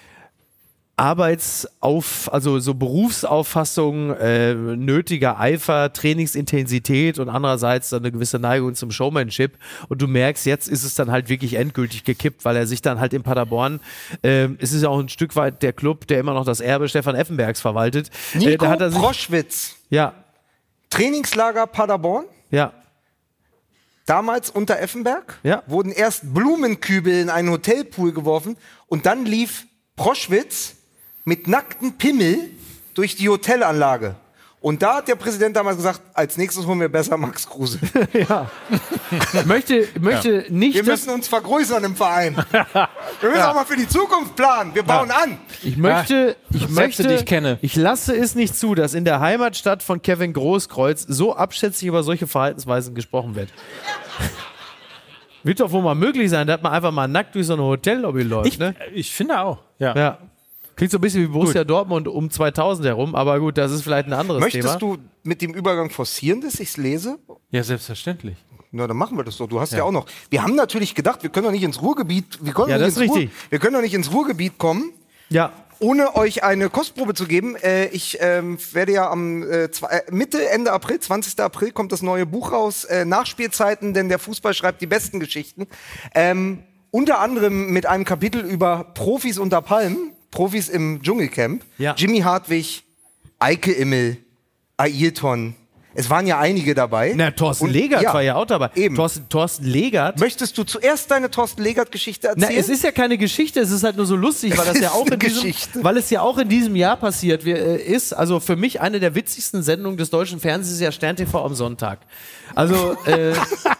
Arbeitsauf, also so Berufsauffassung, äh, nötiger Eifer, Trainingsintensität und andererseits dann eine gewisse Neigung zum Showmanship. Und du merkst, jetzt ist es dann halt wirklich endgültig gekippt, weil er sich dann halt in Paderborn, äh, es ist ja auch ein Stück weit der Club, der immer noch das Erbe Stefan Effenbergs verwaltet. Nico äh, da hat er sich, Proschwitz, ja, Trainingslager Paderborn, ja, damals unter Effenberg, Ja. wurden erst Blumenkübel in einen Hotelpool geworfen und dann lief Proschwitz mit nackten Pimmel durch die Hotelanlage. Und da hat der Präsident damals gesagt, als nächstes holen wir besser Max Kruse. ja. Ich möchte, möchte nicht, Wir dass, müssen uns vergrößern im Verein. Wir müssen auch mal für die Zukunft planen. Wir bauen an. ich möchte, ich Sätze, möchte, die ich kenne. ich lasse es nicht zu, dass in der Heimatstadt von Kevin Großkreuz so abschätzig über solche Verhaltensweisen gesprochen wird. Wird doch wohl mal möglich sein, dass man einfach mal nackt durch so eine Hotellobby läuft, Ich, ne? ich finde auch. Ja. Ja. Klingt so ein bisschen wie Borussia Dortmund um zweitausend herum, aber gut, das ist vielleicht ein anderes Möchtest Thema. du mit dem Übergang forcieren, dass ich es lese? ja, selbstverständlich. Na, dann machen wir das doch. Du hast ja. auch noch. Wir haben natürlich gedacht, wir können doch nicht ins Ruhrgebiet. Wir können Ja, doch das nicht ins ist richtig. Ruhr, wir können doch nicht ins Ruhrgebiet kommen, Ja. ohne euch eine Kostprobe zu geben. Äh, ich ähm, werde ja am äh, zwei, äh, Mitte, Ende April, zwanzigsten April, kommt das neue Buch raus. Äh, Nachspielzeiten, denn der Fußball schreibt die besten Geschichten. Ähm, unter anderem mit einem Kapitel über Profis unter Palmen, Profis im Dschungelcamp. Ja. Jimmy Hartwig, Eike Immel, Ailton. Es waren ja einige dabei. Na, Thorsten Und- Legert ja, war ja auch dabei. Eben. Thorsten, Thorsten Legert. Möchtest du zuerst deine Thorsten Legert-Geschichte Na, erzählen? es ist ja keine Geschichte, es ist halt nur so lustig, weil Es das ja ist auch eine in diesem, Geschichte. weil es ja auch in diesem Jahr passiert wir, äh, ist. Also für mich eine der witzigsten Sendungen des deutschen Fernsehens ist ja Stern T V am Sonntag. Also äh,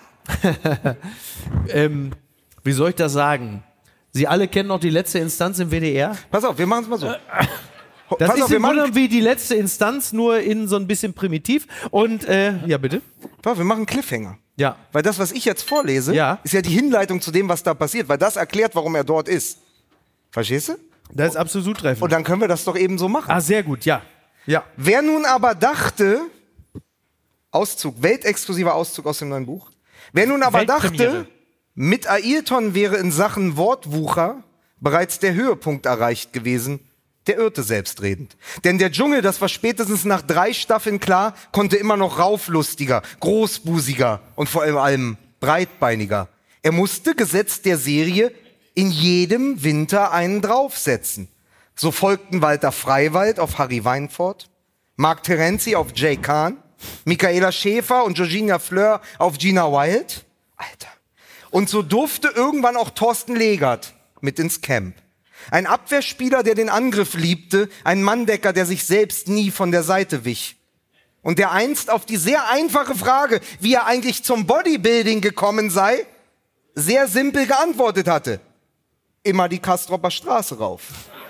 ähm, wie soll ich das sagen? Sie alle kennen noch die letzte Instanz im W D R. Pass auf, wir machen es mal so. Das Pass ist auf, wir im machen, Grunde wie die letzte Instanz, nur in so ein bisschen primitiv. Und äh, ja, bitte. pass auf, wir machen einen Cliffhanger. Ja. Weil das, was ich jetzt vorlese, Ja. ist ja die Hinleitung zu dem, was da passiert, weil das erklärt, warum er dort ist. Verstehst du? Das ist absolut Und zutreffend. dann können wir das doch eben so machen. Ah, sehr gut, ja. Ja. Wer nun aber dachte, Auszug, weltexklusiver Auszug aus dem neuen Buch, wer nun aber Weltpremiere. dachte, mit Ailton wäre in Sachen Wortwucher bereits der Höhepunkt erreicht gewesen, der irrte selbstredend. Denn der Dschungel, das war spätestens nach drei Staffeln klar, konnte immer noch rauflustiger, großbusiger und vor allem breitbeiniger. Er musste, gesetz der Serie, in jedem Winter einen draufsetzen. So folgten Walter Freiwald auf Harry Weinfurt, Mark Terenzi auf Jay Kahn, Michaela Schäfer und Georgina Fleur auf Gina Wild. Alter. Und so durfte irgendwann auch Thorsten Legert mit ins Camp. Ein Abwehrspieler, der den Angriff liebte, ein Manndecker, der sich selbst nie von der Seite wich. Und der einst auf die sehr einfache Frage, wie er eigentlich zum Bodybuilding gekommen sei, sehr simpel geantwortet hatte. Immer die Kastropper Straße rauf.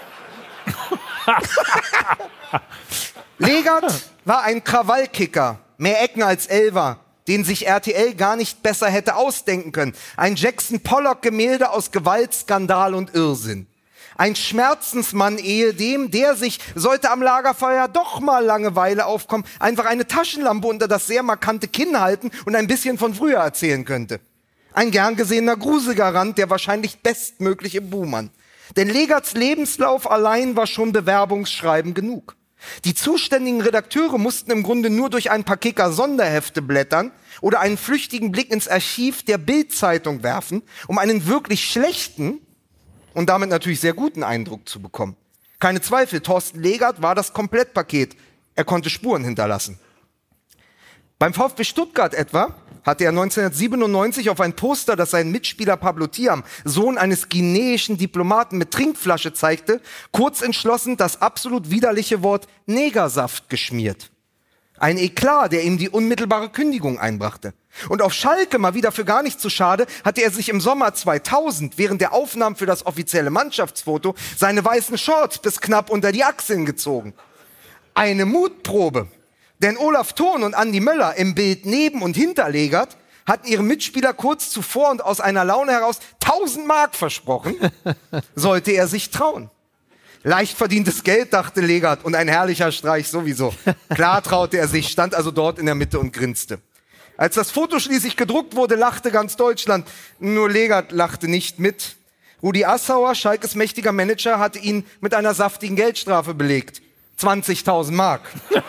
Legert war ein Krawallkicker, mehr Ecken als Elfer, den sich R T L gar nicht besser hätte ausdenken können. Ein Jackson Pollock-Gemälde aus Gewalt, Skandal und Irrsinn. Ein Schmerzensmann ehedem, der sich, sollte am Lagerfeuer doch mal Langeweile aufkommen, einfach eine Taschenlampe unter das sehr markante Kinn halten und ein bisschen von früher erzählen könnte. Ein gern gesehener Gruselgarant, der wahrscheinlich bestmögliche Buhmann. Denn Legarts Lebenslauf allein war schon Bewerbungsschreiben genug. Die zuständigen Redakteure mussten im Grunde nur durch ein paar Kicker-Sonderhefte blättern oder einen flüchtigen Blick ins Archiv der Bild-Zeitung werfen, um einen wirklich schlechten und damit natürlich sehr guten Eindruck zu bekommen. Keine Zweifel, Thorsten Legert war das Komplettpaket. Er konnte Spuren hinterlassen. Beim VfB Stuttgart etwa hatte er neunzehnhundertsiebenundneunzig auf ein Poster, das seinen Mitspieler Pablo Thiam, Sohn eines guineischen Diplomaten mit Trinkflasche zeigte, kurz entschlossen das absolut widerliche Wort Negersaft geschmiert. Ein Eklat, der ihm die unmittelbare Kündigung einbrachte. Und auf Schalke, mal wieder für gar nicht zu schade, hatte er sich im Sommer zweitausend während der Aufnahmen für das offizielle Mannschaftsfoto seine weißen Shorts bis knapp unter die Achseln gezogen. Eine Mutprobe. Denn Olaf Thon und Andi Möller im Bild neben und hinter Legert hatten ihrem Mitspieler kurz zuvor und aus einer Laune heraus tausend Mark versprochen, sollte er sich trauen. Leicht verdientes Geld, dachte Legert, und ein herrlicher Streich sowieso. Klar traute er sich, stand also dort in der Mitte und grinste. Als das Foto schließlich gedruckt wurde, lachte ganz Deutschland. Nur Legert lachte nicht mit. Rudi Assauer, Schalkes mächtiger Manager, hatte ihn mit einer saftigen Geldstrafe belegt. zwanzigtausend Mark.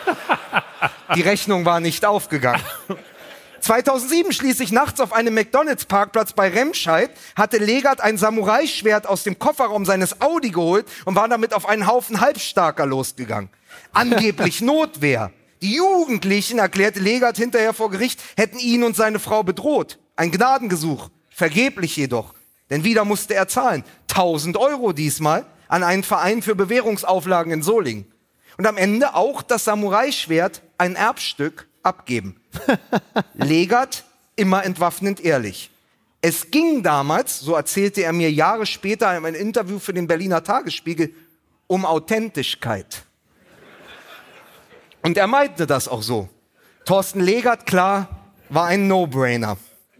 Die Rechnung war nicht aufgegangen. zweitausendsieben schließlich nachts auf einem McDonalds-Parkplatz bei Remscheid hatte Legert ein Samurai-Schwert aus dem Kofferraum seines Audi geholt und war damit auf einen Haufen Halbstarker losgegangen. Angeblich Notwehr. Die Jugendlichen, erklärte Legert hinterher vor Gericht, hätten ihn und seine Frau bedroht. Ein Gnadengesuch. Vergeblich jedoch. Denn wieder musste er zahlen. tausend Euro diesmal an einen Verein für Bewährungsauflagen in Solingen. Und am Ende auch das Samurai-Schwert, ein Erbstück, abgeben. Legert immer entwaffnend ehrlich. Es ging damals, so erzählte er mir Jahre später in einem Interview für den Berliner Tagesspiegel, um Authentischkeit. Und er meinte das auch so. Thorsten Legert, klar, war ein No-Brainer.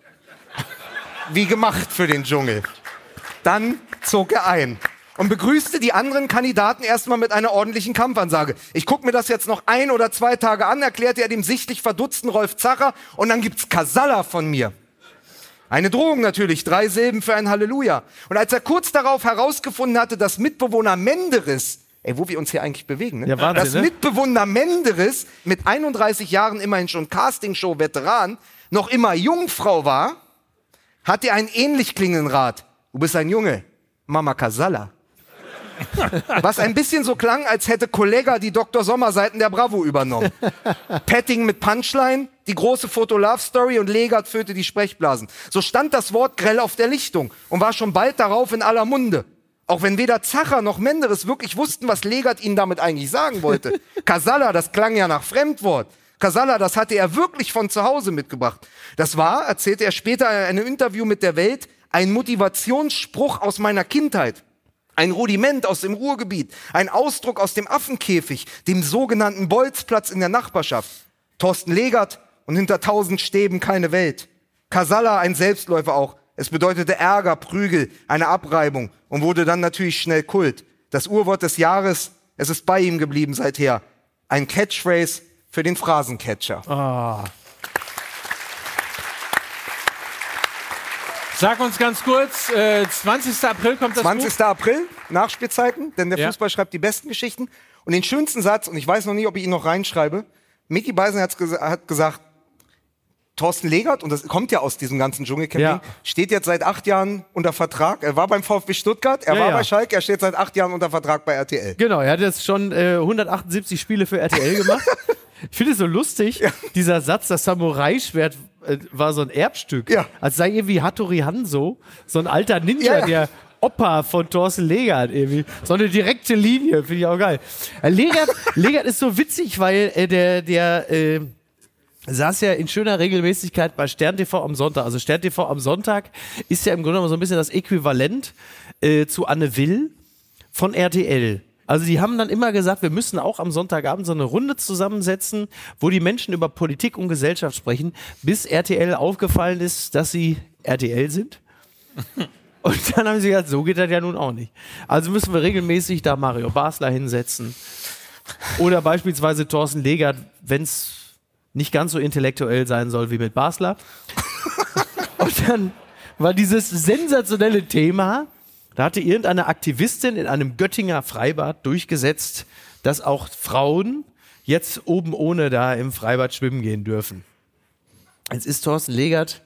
Wie gemacht für den Dschungel. Dann zog er ein und begrüßte die anderen Kandidaten erstmal mit einer ordentlichen Kampfansage. Ich gucke mir das jetzt noch ein oder zwei Tage an, erklärte er dem sichtlich verdutzten Rolf Zacher, und dann gibt's Casalla von mir. Eine Drohung natürlich, drei Silben für ein Halleluja. Und als er kurz darauf herausgefunden hatte, dass Mitbewohner Menderes, ey, wo wir uns hier eigentlich bewegen, ne? Ja, Wahnsinn, dass ne? Mitbewohner Menderes mit einunddreißig Jahren immerhin schon Castingshow-Veteran noch immer Jungfrau war, hat er einen ähnlich klingenden Rat. Du bist ein Junge, Mama Casalla. Was ein bisschen so klang, als hätte Kollega die Doktor Sommer-Seiten der Bravo übernommen. Petting mit Punchline, die große Foto-Love-Story, und Legert füllte die Sprechblasen. So stand das Wort grell auf der Lichtung und war schon bald darauf in aller Munde. Auch wenn weder Zacher noch Menderes wirklich wussten, was Legert ihnen damit eigentlich sagen wollte. Casalla, das klang ja nach Fremdwort. Casalla, das hatte er wirklich von zu Hause mitgebracht. Das war, erzählte er später in einem Interview mit der Welt, ein Motivationsspruch aus meiner Kindheit. Ein Rudiment aus dem Ruhrgebiet, ein Ausdruck aus dem Affenkäfig, dem sogenannten Bolzplatz in der Nachbarschaft. Thorsten Legert und hinter tausend Stäben keine Welt. Casalla, ein Selbstläufer auch. Es bedeutete Ärger, Prügel, eine Abreibung und wurde dann natürlich schnell Kult. Das Urwort des Jahres, es ist bei ihm geblieben seither. Ein Catchphrase für den Phrasencatcher. Oh. Sag uns ganz kurz, äh, zwanzigster April kommt das zwanzigster April, Nachspielzeiten, denn der Ja. Fußball schreibt die besten Geschichten. Und den schönsten Satz, und ich weiß noch nicht, ob ich ihn noch reinschreibe, Micky Beisenherz hat's ges- hat gesagt, Thorsten Legert, und das kommt ja aus diesem ganzen Dschungelcamping, Ja. steht jetzt seit acht Jahren unter Vertrag. Er war beim VfB Stuttgart, er Ja, war ja. bei Schalke, er steht seit acht Jahren unter Vertrag bei R T L. Genau, er hat jetzt schon äh, hundertachtundsiebzig Spiele für R T L gemacht. Ich finde es so lustig, dieser Satz, das Samurai-Schwert äh, war so ein Erbstück. Ja. Als sei irgendwie Hattori Hanzo, so ein alter Ninja, Ja, ja. der Opa von Thorsten Legert irgendwie. So eine direkte Linie, finde ich auch geil. Äh, Legert, Legert ist so witzig, weil äh, der, der äh, saß ja in schöner Regelmäßigkeit bei Stern T V am Sonntag. Also Stern T V am Sonntag ist ja im Grunde genommen so ein bisschen das Äquivalent äh, zu Anne Will von R T L. Also die haben dann immer gesagt, wir müssen auch am Sonntagabend so eine Runde zusammensetzen, wo die Menschen über Politik und Gesellschaft sprechen, bis R T L aufgefallen ist, dass sie R T L sind. Und dann haben sie gesagt, so geht das ja nun auch nicht. Also müssen wir regelmäßig da Mario Basler hinsetzen. Oder beispielsweise Thorsten Legert, wenn es nicht ganz so intellektuell sein soll wie mit Basler. Und dann war dieses sensationelle Thema Da hatte irgendeine Aktivistin in einem Göttinger Freibad durchgesetzt, dass auch Frauen jetzt oben ohne da im Freibad schwimmen gehen dürfen. Jetzt ist Thorsten Legert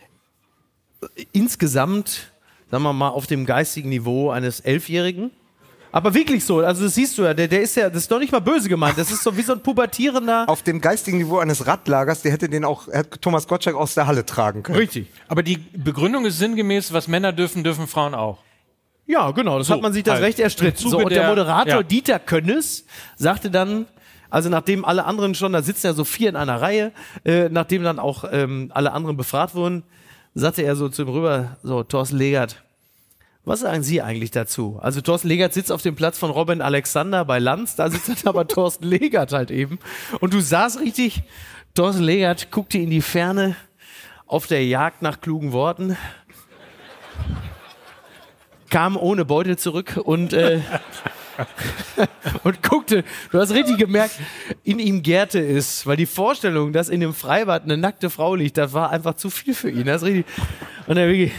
insgesamt, sagen wir mal, auf dem geistigen Niveau eines Elfjährigen. Aber wirklich so, also das siehst du ja, der, der ist ja, das ist doch nicht mal böse gemeint, das ist so wie so ein pubertierender... Auf dem geistigen Niveau eines Radlagers, der hätte den auch, hätte Thomas Gottschalk aus der Halle tragen können. Richtig. Aber die Begründung ist sinngemäß, was Männer dürfen, dürfen Frauen auch. Ja, genau, das So, hat man sich das halt. Recht erstritten. Im So, Zuge und der der- Moderator ja. Dieter Könnes sagte dann, also nachdem alle anderen schon, da sitzen ja so vier in einer Reihe, äh, nachdem dann auch ähm, alle anderen befragt wurden, sagte er so zu ihm rüber, so, Thorsten Legert, was sagen Sie eigentlich dazu? Also Thorsten Legert sitzt auf dem Platz von Robin Alexander bei Lanz, da sitzt dann aber Thorsten Legert halt eben. Und du sahst richtig, Thorsten Legert guckte in die Ferne auf der Jagd nach klugen Worten, kam ohne Beutel zurück und, äh, und guckte, du hast richtig gemerkt, in ihm gärte es, weil die Vorstellung, dass in dem Freibad eine nackte Frau liegt, das war einfach zu viel für ihn. Das ist richtig, und er wirklich,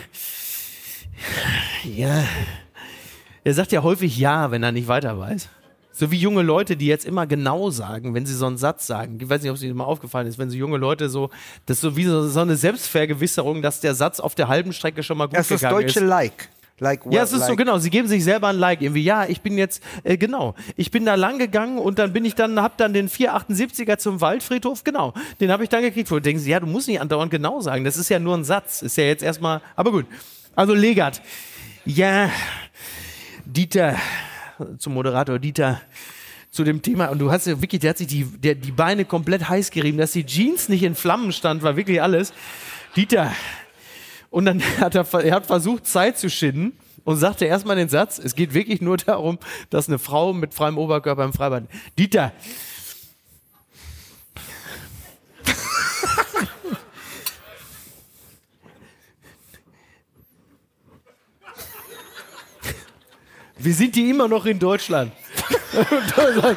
ja, er sagt ja häufig ja, wenn er nicht weiter weiß. So wie junge Leute, die jetzt immer genau sagen, wenn sie so einen Satz sagen. Ich weiß nicht, ob es Ihnen mal aufgefallen ist, wenn so junge Leute so, das ist so wie so, so eine Selbstvergewisserung, dass der Satz auf der halben Strecke schon mal gut Das ist das gegangen deutsche ist. Like. Like Ja, es ist like. so, genau. Sie geben sich selber ein Like. Irgendwie, ja, ich bin jetzt, äh, genau, ich bin da lang gegangen und dann bin ich dann, hab dann den vier achtundsiebziger zum Waldfriedhof, genau, den habe ich dann gekriegt. Wo du denkst, ja, du musst nicht andauernd genau sagen. Das ist ja nur ein Satz. Ist ja jetzt erstmal, aber gut. Also Legert. Ja, Dieter, zum Moderator Dieter, zu dem Thema, und du hast ja wirklich, der hat sich die, der, die Beine komplett heiß gerieben, dass die Jeans nicht in Flammen stand, war wirklich alles. Dieter, und dann hat er, er hat versucht, Zeit zu schinden und sagte erstmal den Satz, es geht wirklich nur darum, dass eine Frau mit freiem Oberkörper im Freibad... Dieter! Wir sind die immer noch in Deutschland. Und dann sagt,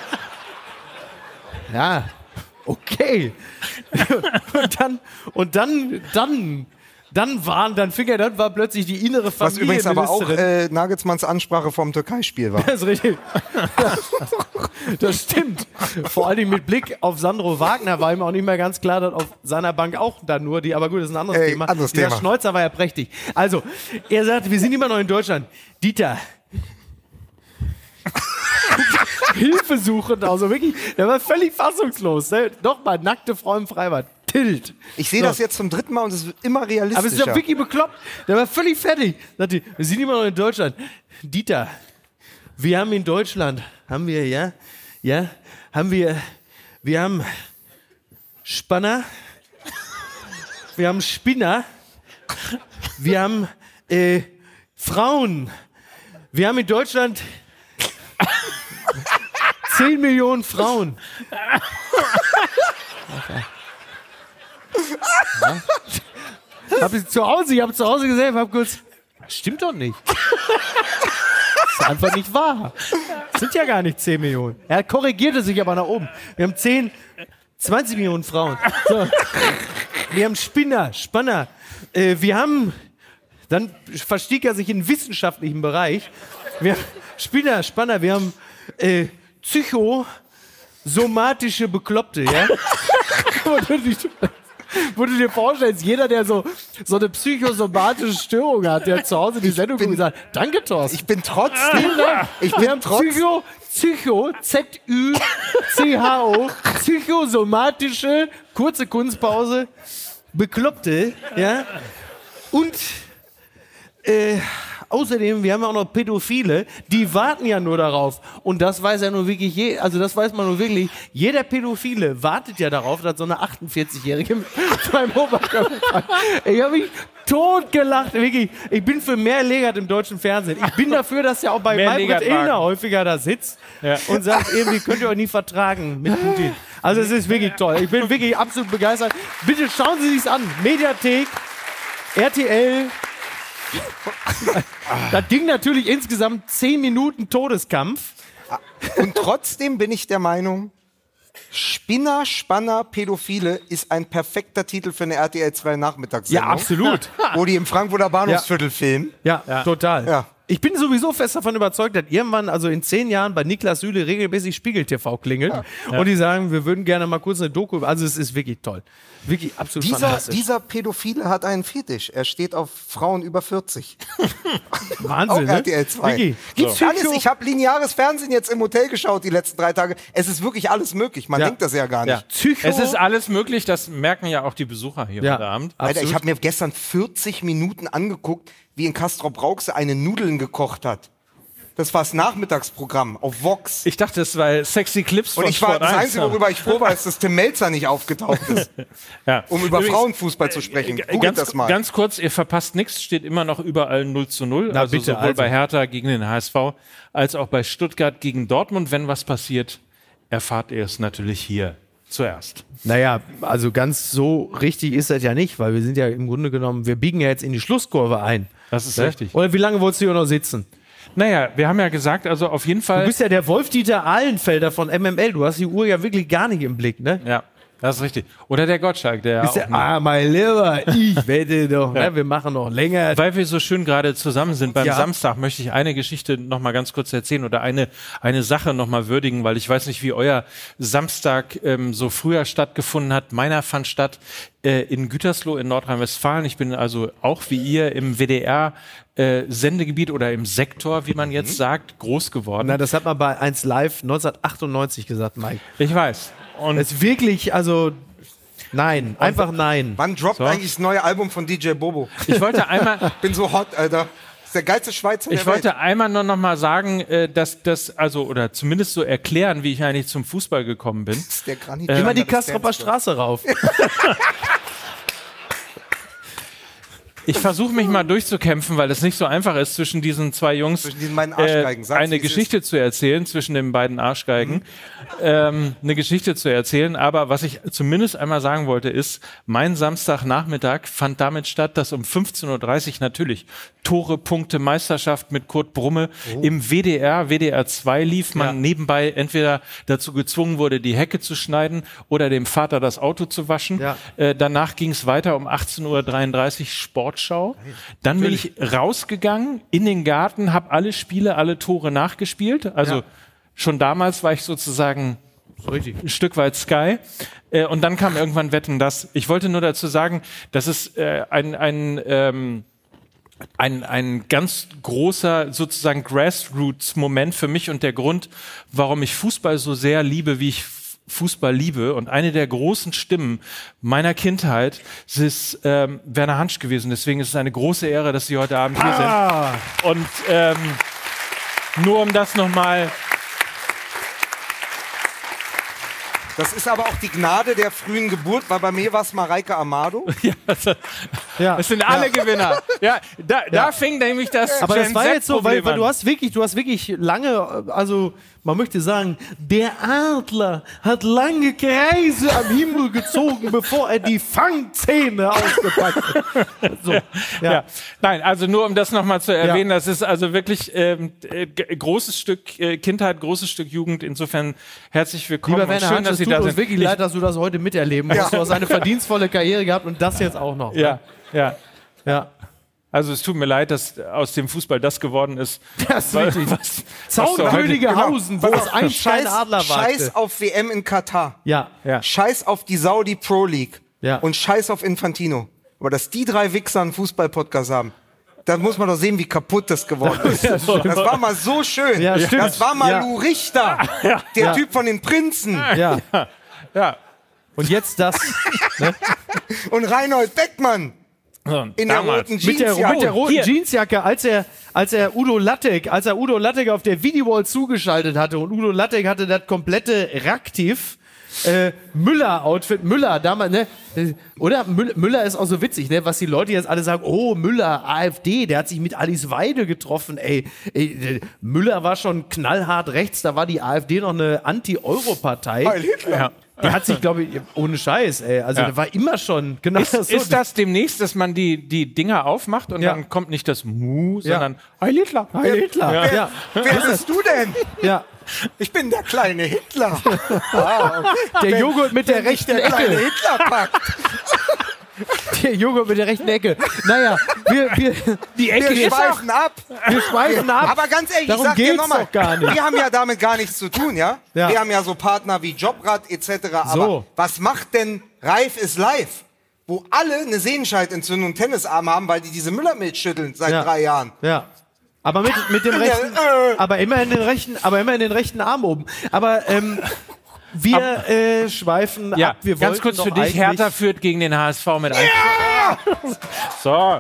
ja, okay. Und dann, und dann, dann... Dann waren, dann fing er, dann war plötzlich die innere Familie. Was übrigens aber auch äh, Nagelsmanns Ansprache vom Türkeispiel war. Das ist richtig. Das stimmt. Vor allen Dingen mit Blick auf Sandro Wagner war ihm auch nicht mehr ganz klar, dass auf seiner Bank auch da nur die, aber gut, das ist ein anderes Ey, Thema. anderes Dieser Thema. Schnäuzer war ja prächtig. Also, er sagt, wir sind immer noch in Deutschland. Dieter. Hilfesuchend, also wirklich, der war völlig fassungslos. Ne? Nochmal, nackte Frau im Freibad. Tilt. Ich sehe So. das jetzt zum dritten Mal und es wird immer realistischer. Aber es ist ja wirklich bekloppt. Der war völlig fertig. Sagte, wir sind immer noch in Deutschland. Dieter, wir haben in Deutschland, haben wir, ja, ja, haben wir, wir haben Spanner, wir haben Spinner, wir haben äh, Frauen, wir haben in Deutschland zehn Millionen Frauen. Okay. Ja. Hab ich zu Hause, ich habe zu Hause gesehen, hab kurz, stimmt doch nicht. Das ist einfach nicht wahr. Das sind ja gar nicht zehn Millionen. Er korrigierte sich aber nach oben. Wir haben zehn, zwanzig Millionen Frauen. So. Wir haben Spinner, Spanner. Äh, wir haben, dann verstieg er sich in den wissenschaftlichen Bereich. Wir haben Spinner, Spanner, wir haben äh, psychosomatische Bekloppte, ja? Wo du dir vorstellst, jeder, der so, so eine psychosomatische Störung hat, der zu Hause die Sendung guckt und sagt, danke, Thorsten. Ich bin trotzdem, ich Wir bin haben trotzdem, Psycho, Psycho, Z Ü C H O, psychosomatische, kurze Kunstpause, Bekloppte, ja, und äh, außerdem, wir haben ja auch noch Pädophile, die warten ja nur darauf. Und das weiß ja nur wirklich, je, also das weiß man nur wirklich, jeder Pädophile wartet ja darauf, dass so eine achtundvierzigjährige mit beim Oberkörper. Ich habe mich totgelacht, wirklich. Ich bin für mehr Legert im deutschen Fernsehen. Ich bin dafür, dass ja auch bei Mehr Maybrit Legertwagen. Illner häufiger da sitzt Ja. und sagt, irgendwie könnt ihr euch nie vertragen mit Putin. Also es ist wirklich toll. Ich bin wirklich absolut begeistert. Bitte schauen Sie sich's an. Mediathek, R T L. Das Ding natürlich insgesamt zehn Minuten Todeskampf. und trotzdem bin ich der Meinung, Spinner, Spanner, Pädophile ist ein perfekter Titel für eine R T L zwei Nachmittagssendung. Ja, absolut. Wo die im Frankfurter Bahnhofsviertel filmen. Ja, total. Ja. Ich bin sowieso fest davon überzeugt, dass irgendwann, also in zehn Jahren, bei Niklas Süle regelmäßig Spiegel T V klingelt Ja. und die sagen, wir würden gerne mal kurz eine Doku. Also es ist wirklich toll. Wirklich absolut Dieser, fantastisch. dieser Pädophile hat einen Fetisch. Er steht auf Frauen über vierzig. Wahnsinn, Auch ne? R T L zwei. Vicky. Gibt's alles? Ich habe lineares Fernsehen jetzt im Hotel geschaut die letzten drei Tage. Es ist wirklich alles möglich. Man Ja. denkt das ja gar nicht. Ja. Psycho. Es ist alles möglich, das merken ja auch die Besucher hier Ja. heute Abend. Alter, Absolut. ich habe mir gestern vierzig Minuten angeguckt, wie in Castrop-Rauxel eine Nudeln gekocht hat. Das war das Nachmittagsprogramm auf Vox. Ich dachte, es war sexy Clips von Und ich war Sport das eins. Einzige, worüber ich froh war, ist, dass Tim Melzer nicht aufgetaucht ist, Ja. um über Übrigens, Frauenfußball zu sprechen. Äh, Googelt ganz, das mal. ganz kurz, ihr verpasst nichts, steht immer noch überall null zu null. Na, also bitte, sowohl also. bei Hertha gegen den H S V als auch bei Stuttgart gegen Dortmund. Wenn was passiert, erfahrt ihr es natürlich hier zuerst. Naja, also ganz so richtig ist das ja nicht, weil wir sind ja im Grunde genommen, wir biegen ja jetzt in die Schlusskurve ein. Das ist Ne? richtig. Oder wie lange wolltest du hier noch sitzen? Naja, wir haben ja gesagt, also auf jeden Du Fall. bist ja der Wolf-Dieter Ahlenfelder von M M L. Du hast die Uhr ja wirklich gar nicht im Blick, ne? Ja, das ist richtig. Oder der Gottschalk, der, Bist auch der, ah, mein Lieber, ich wette doch, Ja. ne? Wir machen noch länger. Weil wir so schön gerade zusammen sind beim Ja. Samstag, möchte ich eine Geschichte noch mal ganz kurz erzählen oder eine, eine Sache noch mal würdigen, weil ich weiß nicht, wie euer Samstag ähm, so früher stattgefunden hat. Meiner fand statt äh, in Gütersloh in Nordrhein-Westfalen. Ich bin also auch wie ihr im W D R äh, Sendegebiet oder im Sektor, wie man jetzt sagt, groß geworden. Na, das hat man bei eins Live neunzehnhundertachtundneunzig gesagt, Mike. Ich weiß. Und Das ist wirklich, also, nein, einfach nein. Wann droppt So. eigentlich das neue Album von D J Bobo? ich wollte einmal, Bin so hot, Alter. Das ist der geilste Schweizer der Ich Welt. wollte einmal nur noch mal sagen, äh, dass das, also, oder zumindest so erklären, wie ich eigentlich zum Fußball gekommen bin. Das ist der Granit. Immer die Das Kastropper Dance-Club. Straße rauf. Ich versuche mich mal durchzukämpfen, weil es nicht so einfach ist, zwischen diesen zwei Jungs Zwischen diesen beiden Arschgeigen. Sag's, eine wie es Geschichte zu erzählen, zwischen den beiden Arschgeigen, Mhm. ähm, eine Geschichte zu erzählen. Aber was ich zumindest einmal sagen wollte, ist, mein Samstagnachmittag fand damit statt, dass um fünfzehn Uhr dreißig natürlich Tore, Punkte, Meisterschaft mit Kurt Brumme Oh. im W D R, W D R zwei lief, man Ja. nebenbei entweder dazu gezwungen wurde, die Hecke zu schneiden oder dem Vater das Auto zu waschen. Ja. Äh, danach ging es weiter um achtzehn Uhr dreiunddreißig Sportschau. Dann bin ich rausgegangen in den Garten, habe alle Spiele, alle Tore nachgespielt. Also Ja. schon damals war ich sozusagen So richtig. ein Stück weit Sky. Äh, und dann kam irgendwann Wetten, das. Ich wollte nur dazu sagen, dass es äh, ein, ein, ähm, ein, ein ganz großer sozusagen Grassroots-Moment für mich und der Grund, warum ich Fußball so sehr liebe, wie ich Fußball liebe. Und eine der großen Stimmen meiner Kindheit ist ähm, Werner Hansch gewesen. Deswegen ist es eine große Ehre, dass Sie heute Abend hier Ah, sind. Und ähm, nur um das nochmal... Das ist aber auch die Gnade der frühen Geburt, weil bei mir war es Mareike Amado. ja. Es sind alle Gewinner. Ja, da, da fing nämlich das Aber das Gen war jetzt so, weil, Z-Problem weil du an. hast wirklich, du hast wirklich lange, also man möchte sagen, der Adler hat lange Kreise am Himmel gezogen, bevor er die Fangzähne ausgepackt hat. So, ja. Ja. Nein, also nur um das nochmal zu erwähnen, das ist also wirklich ähm, äh, g- großes Stück äh, Kindheit, großes Stück Jugend. Insofern herzlich willkommen Lieber und Werner schön, Hansch, dass es Sie tut da uns sind. wirklich Ich- leid, dass du das heute miterleben musst. Du hast eine verdienstvolle Karriere gehabt und das jetzt auch noch. Ja, ja. ja. Also es tut mir leid, dass aus dem Fußball das geworden ist. Das ist Weil- richtig. was- Zaunkönige Genau. Hausen, wo es ein Scheiß, kleiner Adler Scheiß wagte. auf W M in Katar. Ja, Ja. Scheiß auf die Saudi Pro League. Ja. Und Scheiß auf Infantino. Aber dass die drei Wichser einen Fußball-Podcast haben, da muss man doch sehen, wie kaputt das geworden ist. Das war mal so schön. Ja, stimmt. Das war mal Ja. Lou Richter, der Ja. Typ von den Prinzen. ja. Ja. Und jetzt das Und Reinhold Beckmann So, in der damals. roten mit der, Jeansjacke. mit der roten Hier. Jeansjacke, als er, als er Udo Lattek, als er Udo Lattek auf der Videowall zugeschaltet hatte und Udo Lattek hatte das komplette Raktiv äh, Müller-Outfit, Müller damals, ne? Äh, Oder? Müller, Müller ist auch so witzig, ne? Was die Leute jetzt alle sagen, oh, Müller, AfD, der hat sich mit Alice Weidel getroffen, ey. ey äh, Müller war schon knallhart rechts, da war die AfD noch eine Anti-Euro-Partei. Heil Hitler. Ja. Die hat sich, glaube ich, ohne Scheiß, ey. Also, Ja. der war immer schon, genau Ist, so. ist das demnächst, dass man die, die Dinger aufmacht und Ja. dann kommt nicht das Mu, Ja. sondern Heil Hitler. Heil Hitler. Ja. Ja. Wer bist du denn? ja. Ich bin der kleine Hitler. Ah, okay. Der Joghurt mit der Wenn mich rechten der kleine Ecke. Hitler packt. Der Junge mit der rechten Ecke. Naja, wir, wir, Die Ecke Wir ist auch, schweifen ab. wir schweifen ab. Aber ganz ehrlich, Darum ich sag dir geht's nochmal, doch gar nicht. wir haben ja damit gar nichts zu tun, ja? Ja. Wir haben ja so Partner wie Jobrad et cetera. Aber So. was macht denn Reif ist live? Wo alle eine Sehenscheidentzündung und Tennisarm haben, weil die diese Müllermilch schütteln seit Ja. drei Jahren. Ja. Aber mit, mit dem rechten, Ja, äh. aber immer in den rechten, aber immer in den rechten Arm oben. Aber ähm, wir äh, schweifen ja, ab. Wir ganz wollten kurz doch für dich, eigentlich- Hertha führt gegen den H S V mit eins. So. Also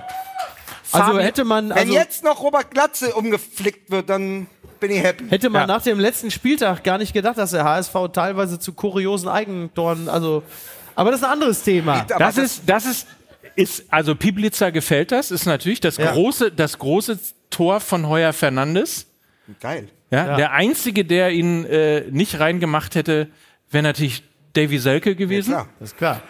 Fabi- hätte man, Wenn also jetzt noch Robert Glatze umgeflickt wird, dann bin ich happy. hätte man Ja. nach dem letzten Spieltag gar nicht gedacht, dass der H S V teilweise zu kuriosen Eigentoren, also, aber das ist ein anderes Thema. Aber Das ist, das ist, ist, also Piblitzer gefällt das, ist natürlich das Ja. große, das große Tor von Heuer Fernandes. geil. Ja, Ja. Der einzige, der ihn äh, nicht reingemacht hätte, wäre natürlich Davy Selke gewesen. Klar. Das ist klar.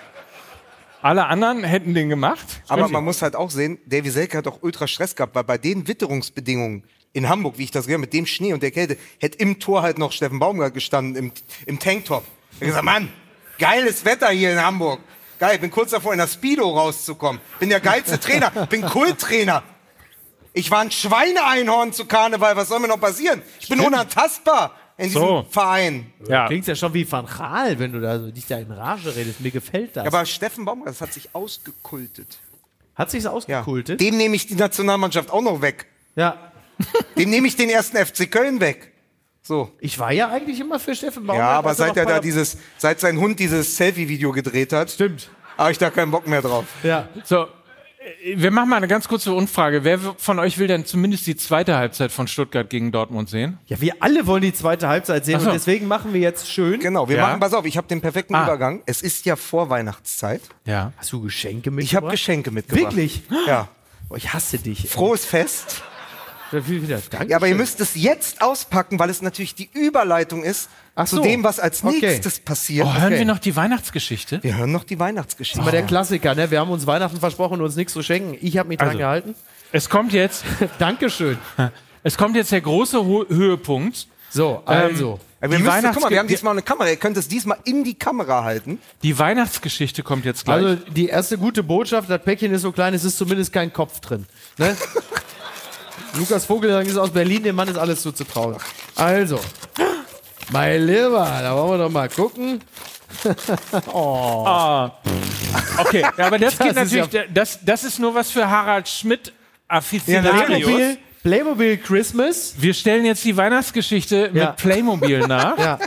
Alle anderen hätten den gemacht. Aber man muss halt auch sehen, Davy Selke hat auch ultra Stress gehabt, weil bei den Witterungsbedingungen in Hamburg, wie ich das gesehen habe, mit dem Schnee und der Kälte, hätte im Tor halt noch Steffen Baumgart gestanden im, im Tanktop. Er hat gesagt, Mann, geiles Wetter hier in Hamburg. Geil, bin kurz davor, in der Speedo rauszukommen. Bin der geilste Trainer, bin Kulttrainer. Ich war ein Schweineeinhorn zu Karneval, was soll mir noch passieren? Ich bin unantastbar in diesem So. Verein. Ja. Klingt ja schon wie Van Gaal, wenn du da so dich da in Rage redest. Mir gefällt das. Aber Steffen Baumgart, das hat sich ausgekultet. Hat sich's Ja. ausgekultet? Dem nehme ich die Nationalmannschaft auch noch weg. Ja. Dem nehme ich den ersten F C Köln weg. So. Ich war ja eigentlich immer für Steffen Baumgart. Ja, aber als er seit noch er bei da der- dieses, seit sein Hund dieses Selfie-Video gedreht hat, Stimmt. habe ich da keinen Bock mehr drauf. Ja. So, äh, wir machen mal eine ganz kurze Umfrage. Wer von euch will denn zumindest die zweite Halbzeit von Stuttgart gegen Dortmund sehen? Ja, wir alle wollen die zweite Halbzeit sehen Ach so. und deswegen machen wir jetzt schön. Genau, wir Ja. machen, pass auf, ich habe den perfekten Ah. Übergang. Es ist ja Vorweihnachtszeit. Ja. Hast du Geschenke mitgebracht? Ich habe Geschenke mitgebracht. Wirklich? Ja. Oh, ich hasse dich. Frohes Fest. Wie wieder? Danke. Ja, aber ihr müsst es jetzt auspacken, weil es natürlich die Überleitung ist Ach zu so. dem, was als Okay. nächstes passiert. Oh, hören Okay. wir noch die Weihnachtsgeschichte? Wir hören noch die Weihnachtsgeschichte. Aber der Klassiker, ne? Wir haben uns Weihnachten versprochen und uns nichts zu schenken. Ich habe mich dran Also. gehalten. Es kommt jetzt, Dankeschön. es kommt jetzt der große Ho Ähm, Höhepunkt. So, also. Ja, wir die müssen, Weihnachts- guck mal, wir haben diesmal eine Kamera. Ihr könnt es diesmal in die Kamera halten. Die Weihnachtsgeschichte kommt jetzt gleich. Also die erste gute Botschaft, das Päckchen ist so klein, es ist zumindest kein Kopf drin. Ne? Lukas Vogelsang ist aus Berlin, dem Mann ist alles zuzutrauen. Also, mein Lieber, da wollen wir doch mal gucken. Ah. Okay, ja, aber das, geht Das ist natürlich, das, das ist nur was für Harald Schmidt Aficionados. Playmobil, Playmobil Christmas. Wir stellen jetzt die Weihnachtsgeschichte Ja. mit Playmobil nach. Ja,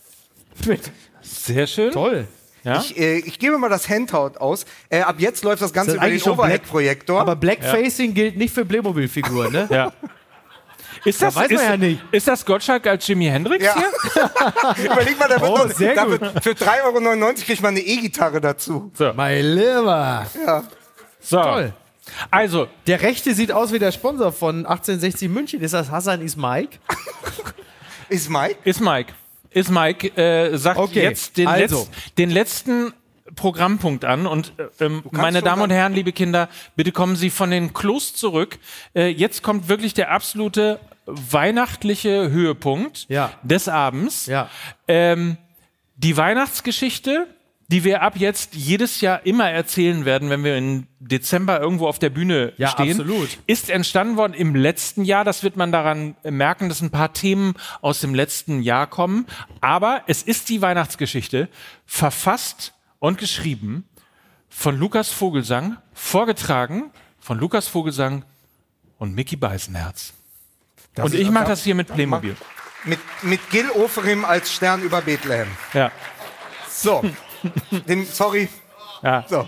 Sehr schön. toll. Ja? Ich, äh, ich gebe mal das Handout aus. Äh, ab jetzt läuft das Ganze Das ist über den eigentlich schon Overhead-Projektor. Aber Blackfacing gilt nicht für Playmobil-Figuren, ne? Ja. Ist das, weiß man ist, ja nicht. ist das Gottschalk als Jimi Hendrix Ja. hier? Überleg mal, da wird Oh, noch, sehr da gut. wird, für drei Euro neunundneunzig kriegt man eine E-Gitarre dazu. Mein Lieber. So. Toll. Also, Der rechte sieht aus wie der Sponsor von achtzehnhundertsechzig München. Ist das Hassan Ismaik? Ist Mike? ist Mike. Ist Mike, äh, sagt Okay, jetzt den, also. letz, den letzten Programmpunkt an. Und äh, ähm, meine schon Damen und dann- Herren, liebe Kinder, bitte kommen Sie von den Klos zurück. Äh, jetzt kommt wirklich der absolute weihnachtliche Höhepunkt Ja. des Abends. Ja. Ähm, die Weihnachtsgeschichte, die wir ab jetzt jedes Jahr immer erzählen werden, wenn wir im Dezember irgendwo auf der Bühne Ja, stehen, absolut. ist entstanden worden im letzten Jahr. Das wird man daran merken, dass ein paar Themen aus dem letzten Jahr kommen. Aber es ist die Weihnachtsgeschichte, verfasst und geschrieben von Lukas Vogelsang, vorgetragen von Lukas Vogelsang und Micky Beisenherz. Und ich mache das hier mit Playmobil. Mit, mit Gil Oferim als Stern über Bethlehem. Ja. So. Dem, sorry. Ja. So.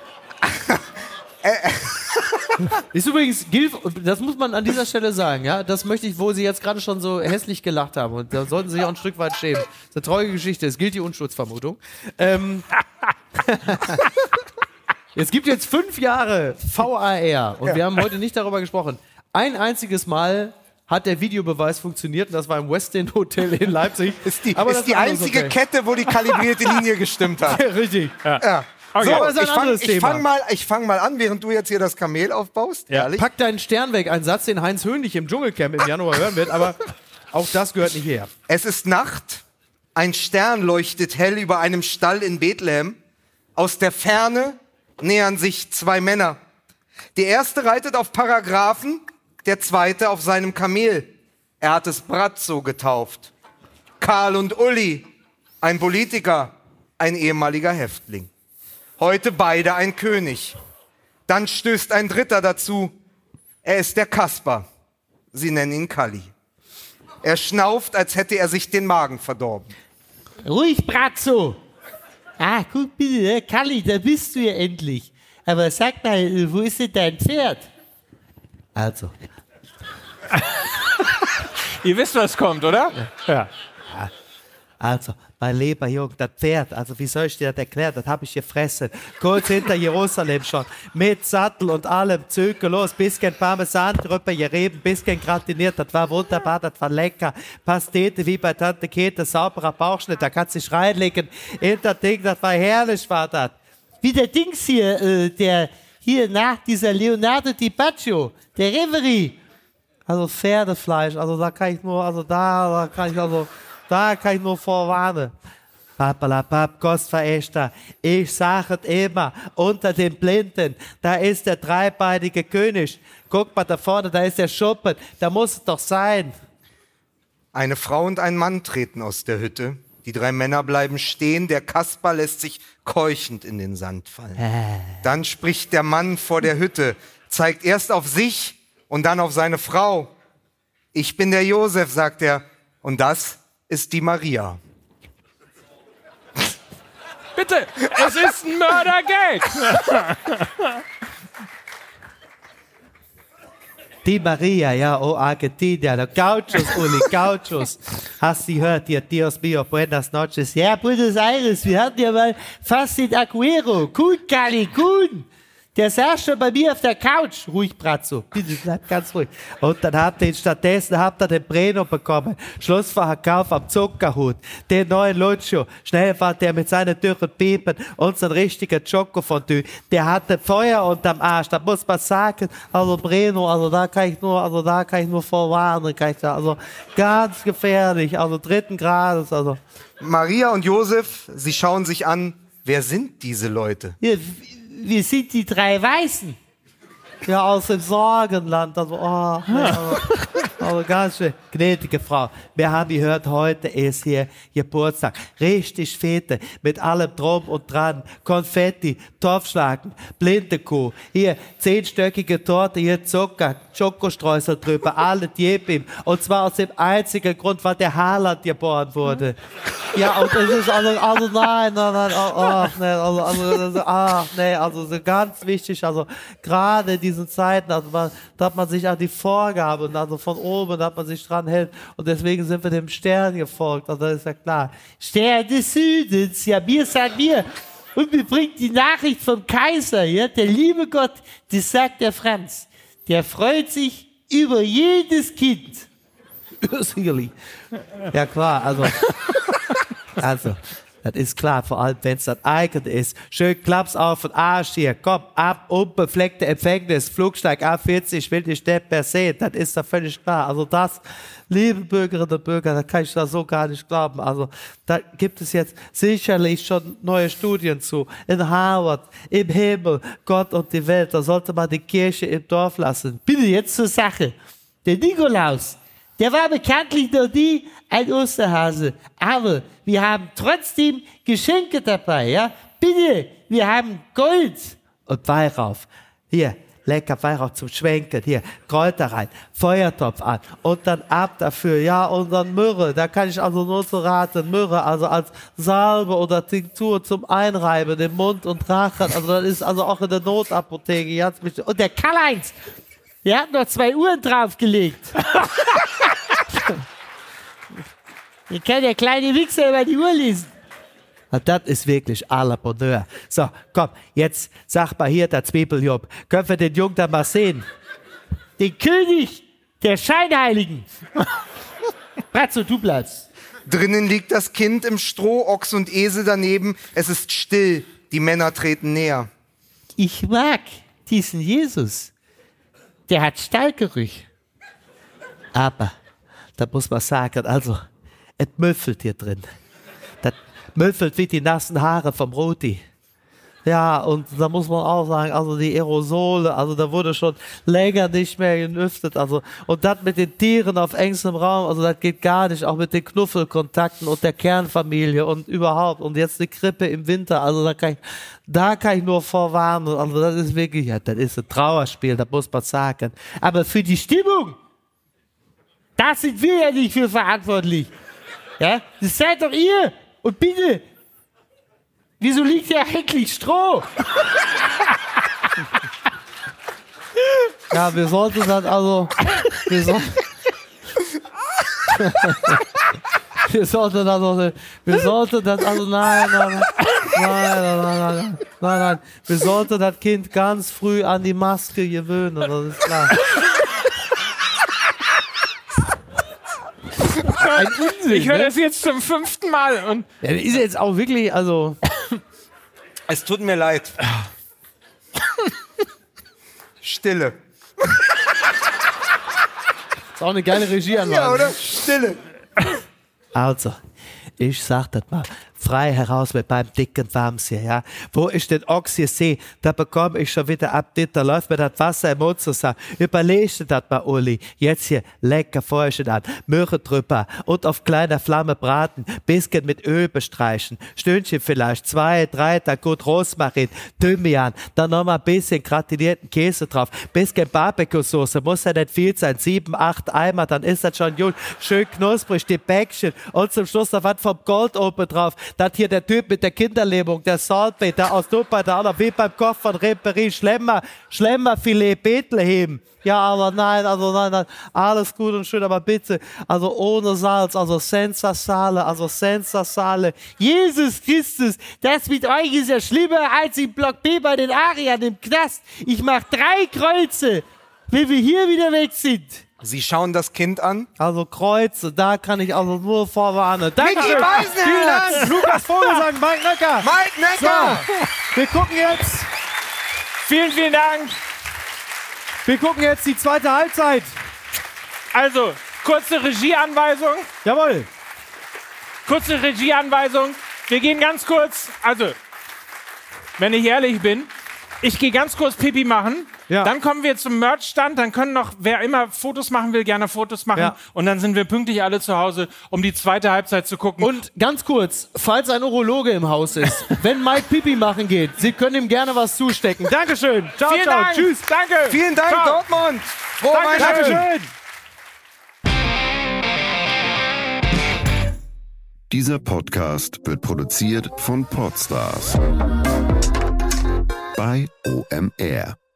Ist übrigens, Gil, das muss man an dieser Stelle sagen, ja, das möchte ich, wo Sie jetzt gerade schon so hässlich gelacht haben und da sollten Sie sich auch ein Stück weit schämen. Das ist eine traurige Geschichte, es gilt die Unschutzvermutung. Ähm, es gibt jetzt fünf Jahre V A R und wir haben heute nicht darüber gesprochen. Ein einziges Mal hat der Videobeweis funktioniert und das war im West End Hotel in Leipzig. Ist die, Aber das ist die anderes einzige Hotel. Kette, wo die kalibrierte Linie gestimmt hat. Richtig. Ja. Okay. So, Aber ist ein ich fange anderes Thema. fang mal, ich fang mal an, während du jetzt hier das Kamel aufbaust. Ja. Ehrlich. Pack deinen Stern weg, ein Satz, den Heinz Höhnlich im Dschungelcamp im Januar hören wird, aber auch das gehört nicht her. Es ist Nacht, ein Stern leuchtet hell über einem Stall in Bethlehem. Aus der Ferne nähern sich zwei Männer. Der erste reitet auf Paragraphen, der zweite auf seinem Kamel. Er hat es Brazzo getauft. Karl und Uli, ein Politiker, ein ehemaliger Häftling. Heute beide ein König. Dann stößt ein Dritter dazu. Er ist der Kasper. Sie nennen ihn Kalli. Er schnauft, als hätte er sich den Magen verdorben. Ruhig, Brazzo. Ah, guck bitte, Kalli, da bist du ja endlich. Aber sag mal, wo ist denn dein Pferd? Also. Ihr wisst, was kommt, oder? Ja. Also, mein lieber Junge, das Pferd, also wie soll ich dir das erklären, das habe ich gefressen. Kurz hinter Jerusalem schon, mit Sattel und allem, Züge los, bisschen Parmesan drüber gerieben, bisschen gratiniert, das war wunderbar, das war lecker. Pastete wie bei Tante Käthe, sauberer Bauchschnitt, da kannst du dich reinlegen in das Ding, das war herrlich, war das. Wie der Dings hier, äh, der hier nach dieser Leonardo Di Baccio, der Reverie. Also Pferdefleisch, also da kann ich nur, also da, da kann ich also... Da kann ich nur vorwarnen. Papalapap, Gostverächter, ich sage es immer, unter den Blinden, da ist der dreibeinige König. Guck mal da vorne, da ist der Schuppen, da muss es doch sein. Eine Frau und ein Mann treten aus der Hütte. Die drei Männer bleiben stehen, der Kasper lässt sich keuchend in den Sand fallen. Äh. Dann spricht der Mann vor der Hütte, zeigt erst auf sich und dann auf seine Frau. Ich bin der Josef, sagt er, und das ist die Maria. Bitte, es ist ein Mördergag. Die Maria, ja, oh Argentina, der Gauchos, Uli, Gauchos. Hast du gehört, die Dios mío, buenas noches. Ja, Buenos Aires, wir hatten ja mal fast den Aguero. Gut, Kali, gut. Der saß schon bei mir auf der Couch. Ruhig, Brazzo. Bitte, bleib ganz ruhig. Und dann habt ihr stattdessen habt ihr den Breno bekommen. Schlussverkauf am Zuckerhut. Den neuen Lucio. Schnell war der mit seinen dürren Piepen und so ein richtiger Schokofondue. Der hatte Feuer unterm Arsch. Da muss man sagen, also Breno, also da kann ich nur, also da kann ich nur vorwarnen. Kann ich da, also ganz gefährlich. Also dritten Grades, also. Maria und Josef, sie schauen sich an. Wer sind diese Leute? Ja, wir sind die drei Weißen. Ja, aus dem Sorgenland. Also, oh, nee, also, also ganz schön. Gnädige Frau, wir haben gehört, heute ist hier Geburtstag. Richtig Fete, mit allem drum und dran. Konfetti, Topfschlagen, blinde Kuh. Hier, zehnstöckige Torte, hier Zucker, Schokostreusel drüber, alle Jebim. Und zwar aus dem einzigen Grund, weil der Haaland geboren wurde. Ja, und es ist also, also nein, nein, nein, oh, oh, nee, also, also, also, ah, nee, also so ganz wichtig, also gerade in diesen Zeiten, also man, da hat man sich an die Vorgaben, also von oben, da hat man sich dran hält und deswegen sind wir dem Stern gefolgt, also das ist ja klar. Stern des Südens, ja, mir sagt mir, und mir bringt die Nachricht vom Kaiser, ja, der liebe Gott, das sagt der Franz, der freut sich über jedes Kind. Sicherlich. Ja klar, also, also, das ist klar, vor allem wenn es das eigene ist. Schön Klaps auf den Arsch hier, komm, ab, unbefleckte Empfängnis, Flugsteig A vierzig, will dich nicht mehr sehen, das ist da völlig klar. Also das, liebe Bürgerinnen und Bürger, da kann ich da so gar nicht glauben. Also da gibt es jetzt sicherlich schon neue Studien zu. In Harvard, im Himmel, Gott und die Welt, da sollte man die Kirche im Dorf lassen. Bitte jetzt zur Sache. Der Nikolaus, der war bekanntlich noch nie ein Osterhase. Aber wir haben trotzdem Geschenke dabei, ja? Bitte, wir haben Gold. Und Weihrauch. Hier, lecker Weihrauch zum Schwenken. Hier, Kräuter rein, Feuertopf an. Und dann ab dafür, ja, und dann Myrrhe. Da kann ich also nur so raten. Myrrhe, also als Salbe oder Tinktur zum Einreiben im Mund und Rachen. Also das ist also auch in der Notapotheke ganz wichtig. Und der Karl-Heinz, der hat noch zwei Uhren draufgelegt. Hier kann der kleine Wichser über die Uhr lesen. Und das ist wirklich à la Bonheur. So, komm, jetzt sag mal hier der Zwiebeljob. Können wir den Jungen da mal sehen? Den König der Scheinheiligen. Brazzo, du bleibst. Drinnen liegt das Kind im Stroh, Ochs und Esel daneben. Es ist still, die Männer treten näher. Ich mag diesen Jesus. Der hat Stallgerüch. Aber, da muss man sagen, also, es müffelt hier drin. Das müffelt wie die nassen Haare vom Roti. Ja, und da muss man auch sagen, also die Aerosole, also da wurde schon länger nicht mehr gelüftet, also und das mit den Tieren auf engstem Raum, also das geht gar nicht, auch mit den Knuffelkontakten und der Kernfamilie und überhaupt und jetzt die Krippe im Winter, also da kann ich, da kann ich nur vorwarnen, also das ist wirklich, ja, das ist ein Trauerspiel, da muss man sagen, aber für die Stimmung, das sind wir ja nicht für verantwortlich, ja, das seid doch ihr und bitte, wieso liegt hier eigentlich Stroh? Ja, wir sollten das also. Wir, soll, wir sollten das also. Wir sollten das also. Nein, nein, nein. Nein, nein, nein, nein, nein, nein. Wir sollten das Kind ganz früh an die Maske gewöhnen, das ist klar. Ein Unsinn, ich höre das jetzt zum fünften Mal. Und ja, das ist jetzt auch wirklich, also. Es tut mir leid. Stille. Ist auch eine geile Regieanlage. Ja, oder? Stille. Also, ich sag das mal. Frei heraus mit meinem dicken Wams hier, ja. Wo ich den Ochs hier sehe, da bekomme ich schon wieder Appetit, da läuft mir das Wasser im Mund zusammen. Überleg dir das mal, Uli. Jetzt hier lecker Feuerchen an, Möhre drüber und auf kleiner Flamme braten, bisschen mit Öl bestreichen, Stündchen vielleicht, zwei, drei, da gut Rosmarin, Thymian, dann nochmal ein bisschen gratinierten Käse drauf, bisschen Barbecue-Soße, muss ja nicht viel sein, sieben, acht Eimer, dann ist das schon gut, schön knusprig, die Bäckchen und zum Schluss noch was vom Gold oben drauf. Das hier der Typ mit der Kinderlähmung, der Saltbait, der aus Dubai, der auch noch wie beim Koch von Reperie, Schlemmer, Schlemmerfilet Bethlehem. Ja, aber nein, also nein, nein, alles gut und schön, aber bitte, also ohne Salz, also senza sale, also senza sale. Jesus Christus, das mit euch ist ja schlimmer als im Block B bei den Ariern im Knast. Ich mach drei Kreuze, wenn wir hier wieder weg sind. Sie schauen das Kind an. Also Kreuze, da kann ich also nur vorwarnen. Danke. Micky Beisenherz! Lukas Vogelsang, Mike Necker. Mike Necker! So, wir gucken jetzt, vielen, vielen Dank. wir gucken jetzt die zweite Halbzeit. Also, kurze Regieanweisung. Jawohl. Kurze Regieanweisung. Wir gehen ganz kurz, also, wenn ich ehrlich bin, ich gehe ganz kurz Pipi machen. Ja. Dann kommen wir zum Merchstand, dann können noch, wer immer Fotos machen will, gerne Fotos machen. Ja. Und dann sind wir pünktlich alle zu Hause, um die zweite Halbzeit zu gucken. Und ganz kurz, falls ein Urologe im Haus ist, wenn Mike Pipi machen geht, Sie können ihm gerne was zustecken. Dankeschön. Ciao, vielen ciao. Dank. Tschüss. Danke. Vielen Dank, Ciao. Dortmund! Frohe Dankeschön. Weihnachten. Dieser Podcast wird produziert von Podstars bei O M R.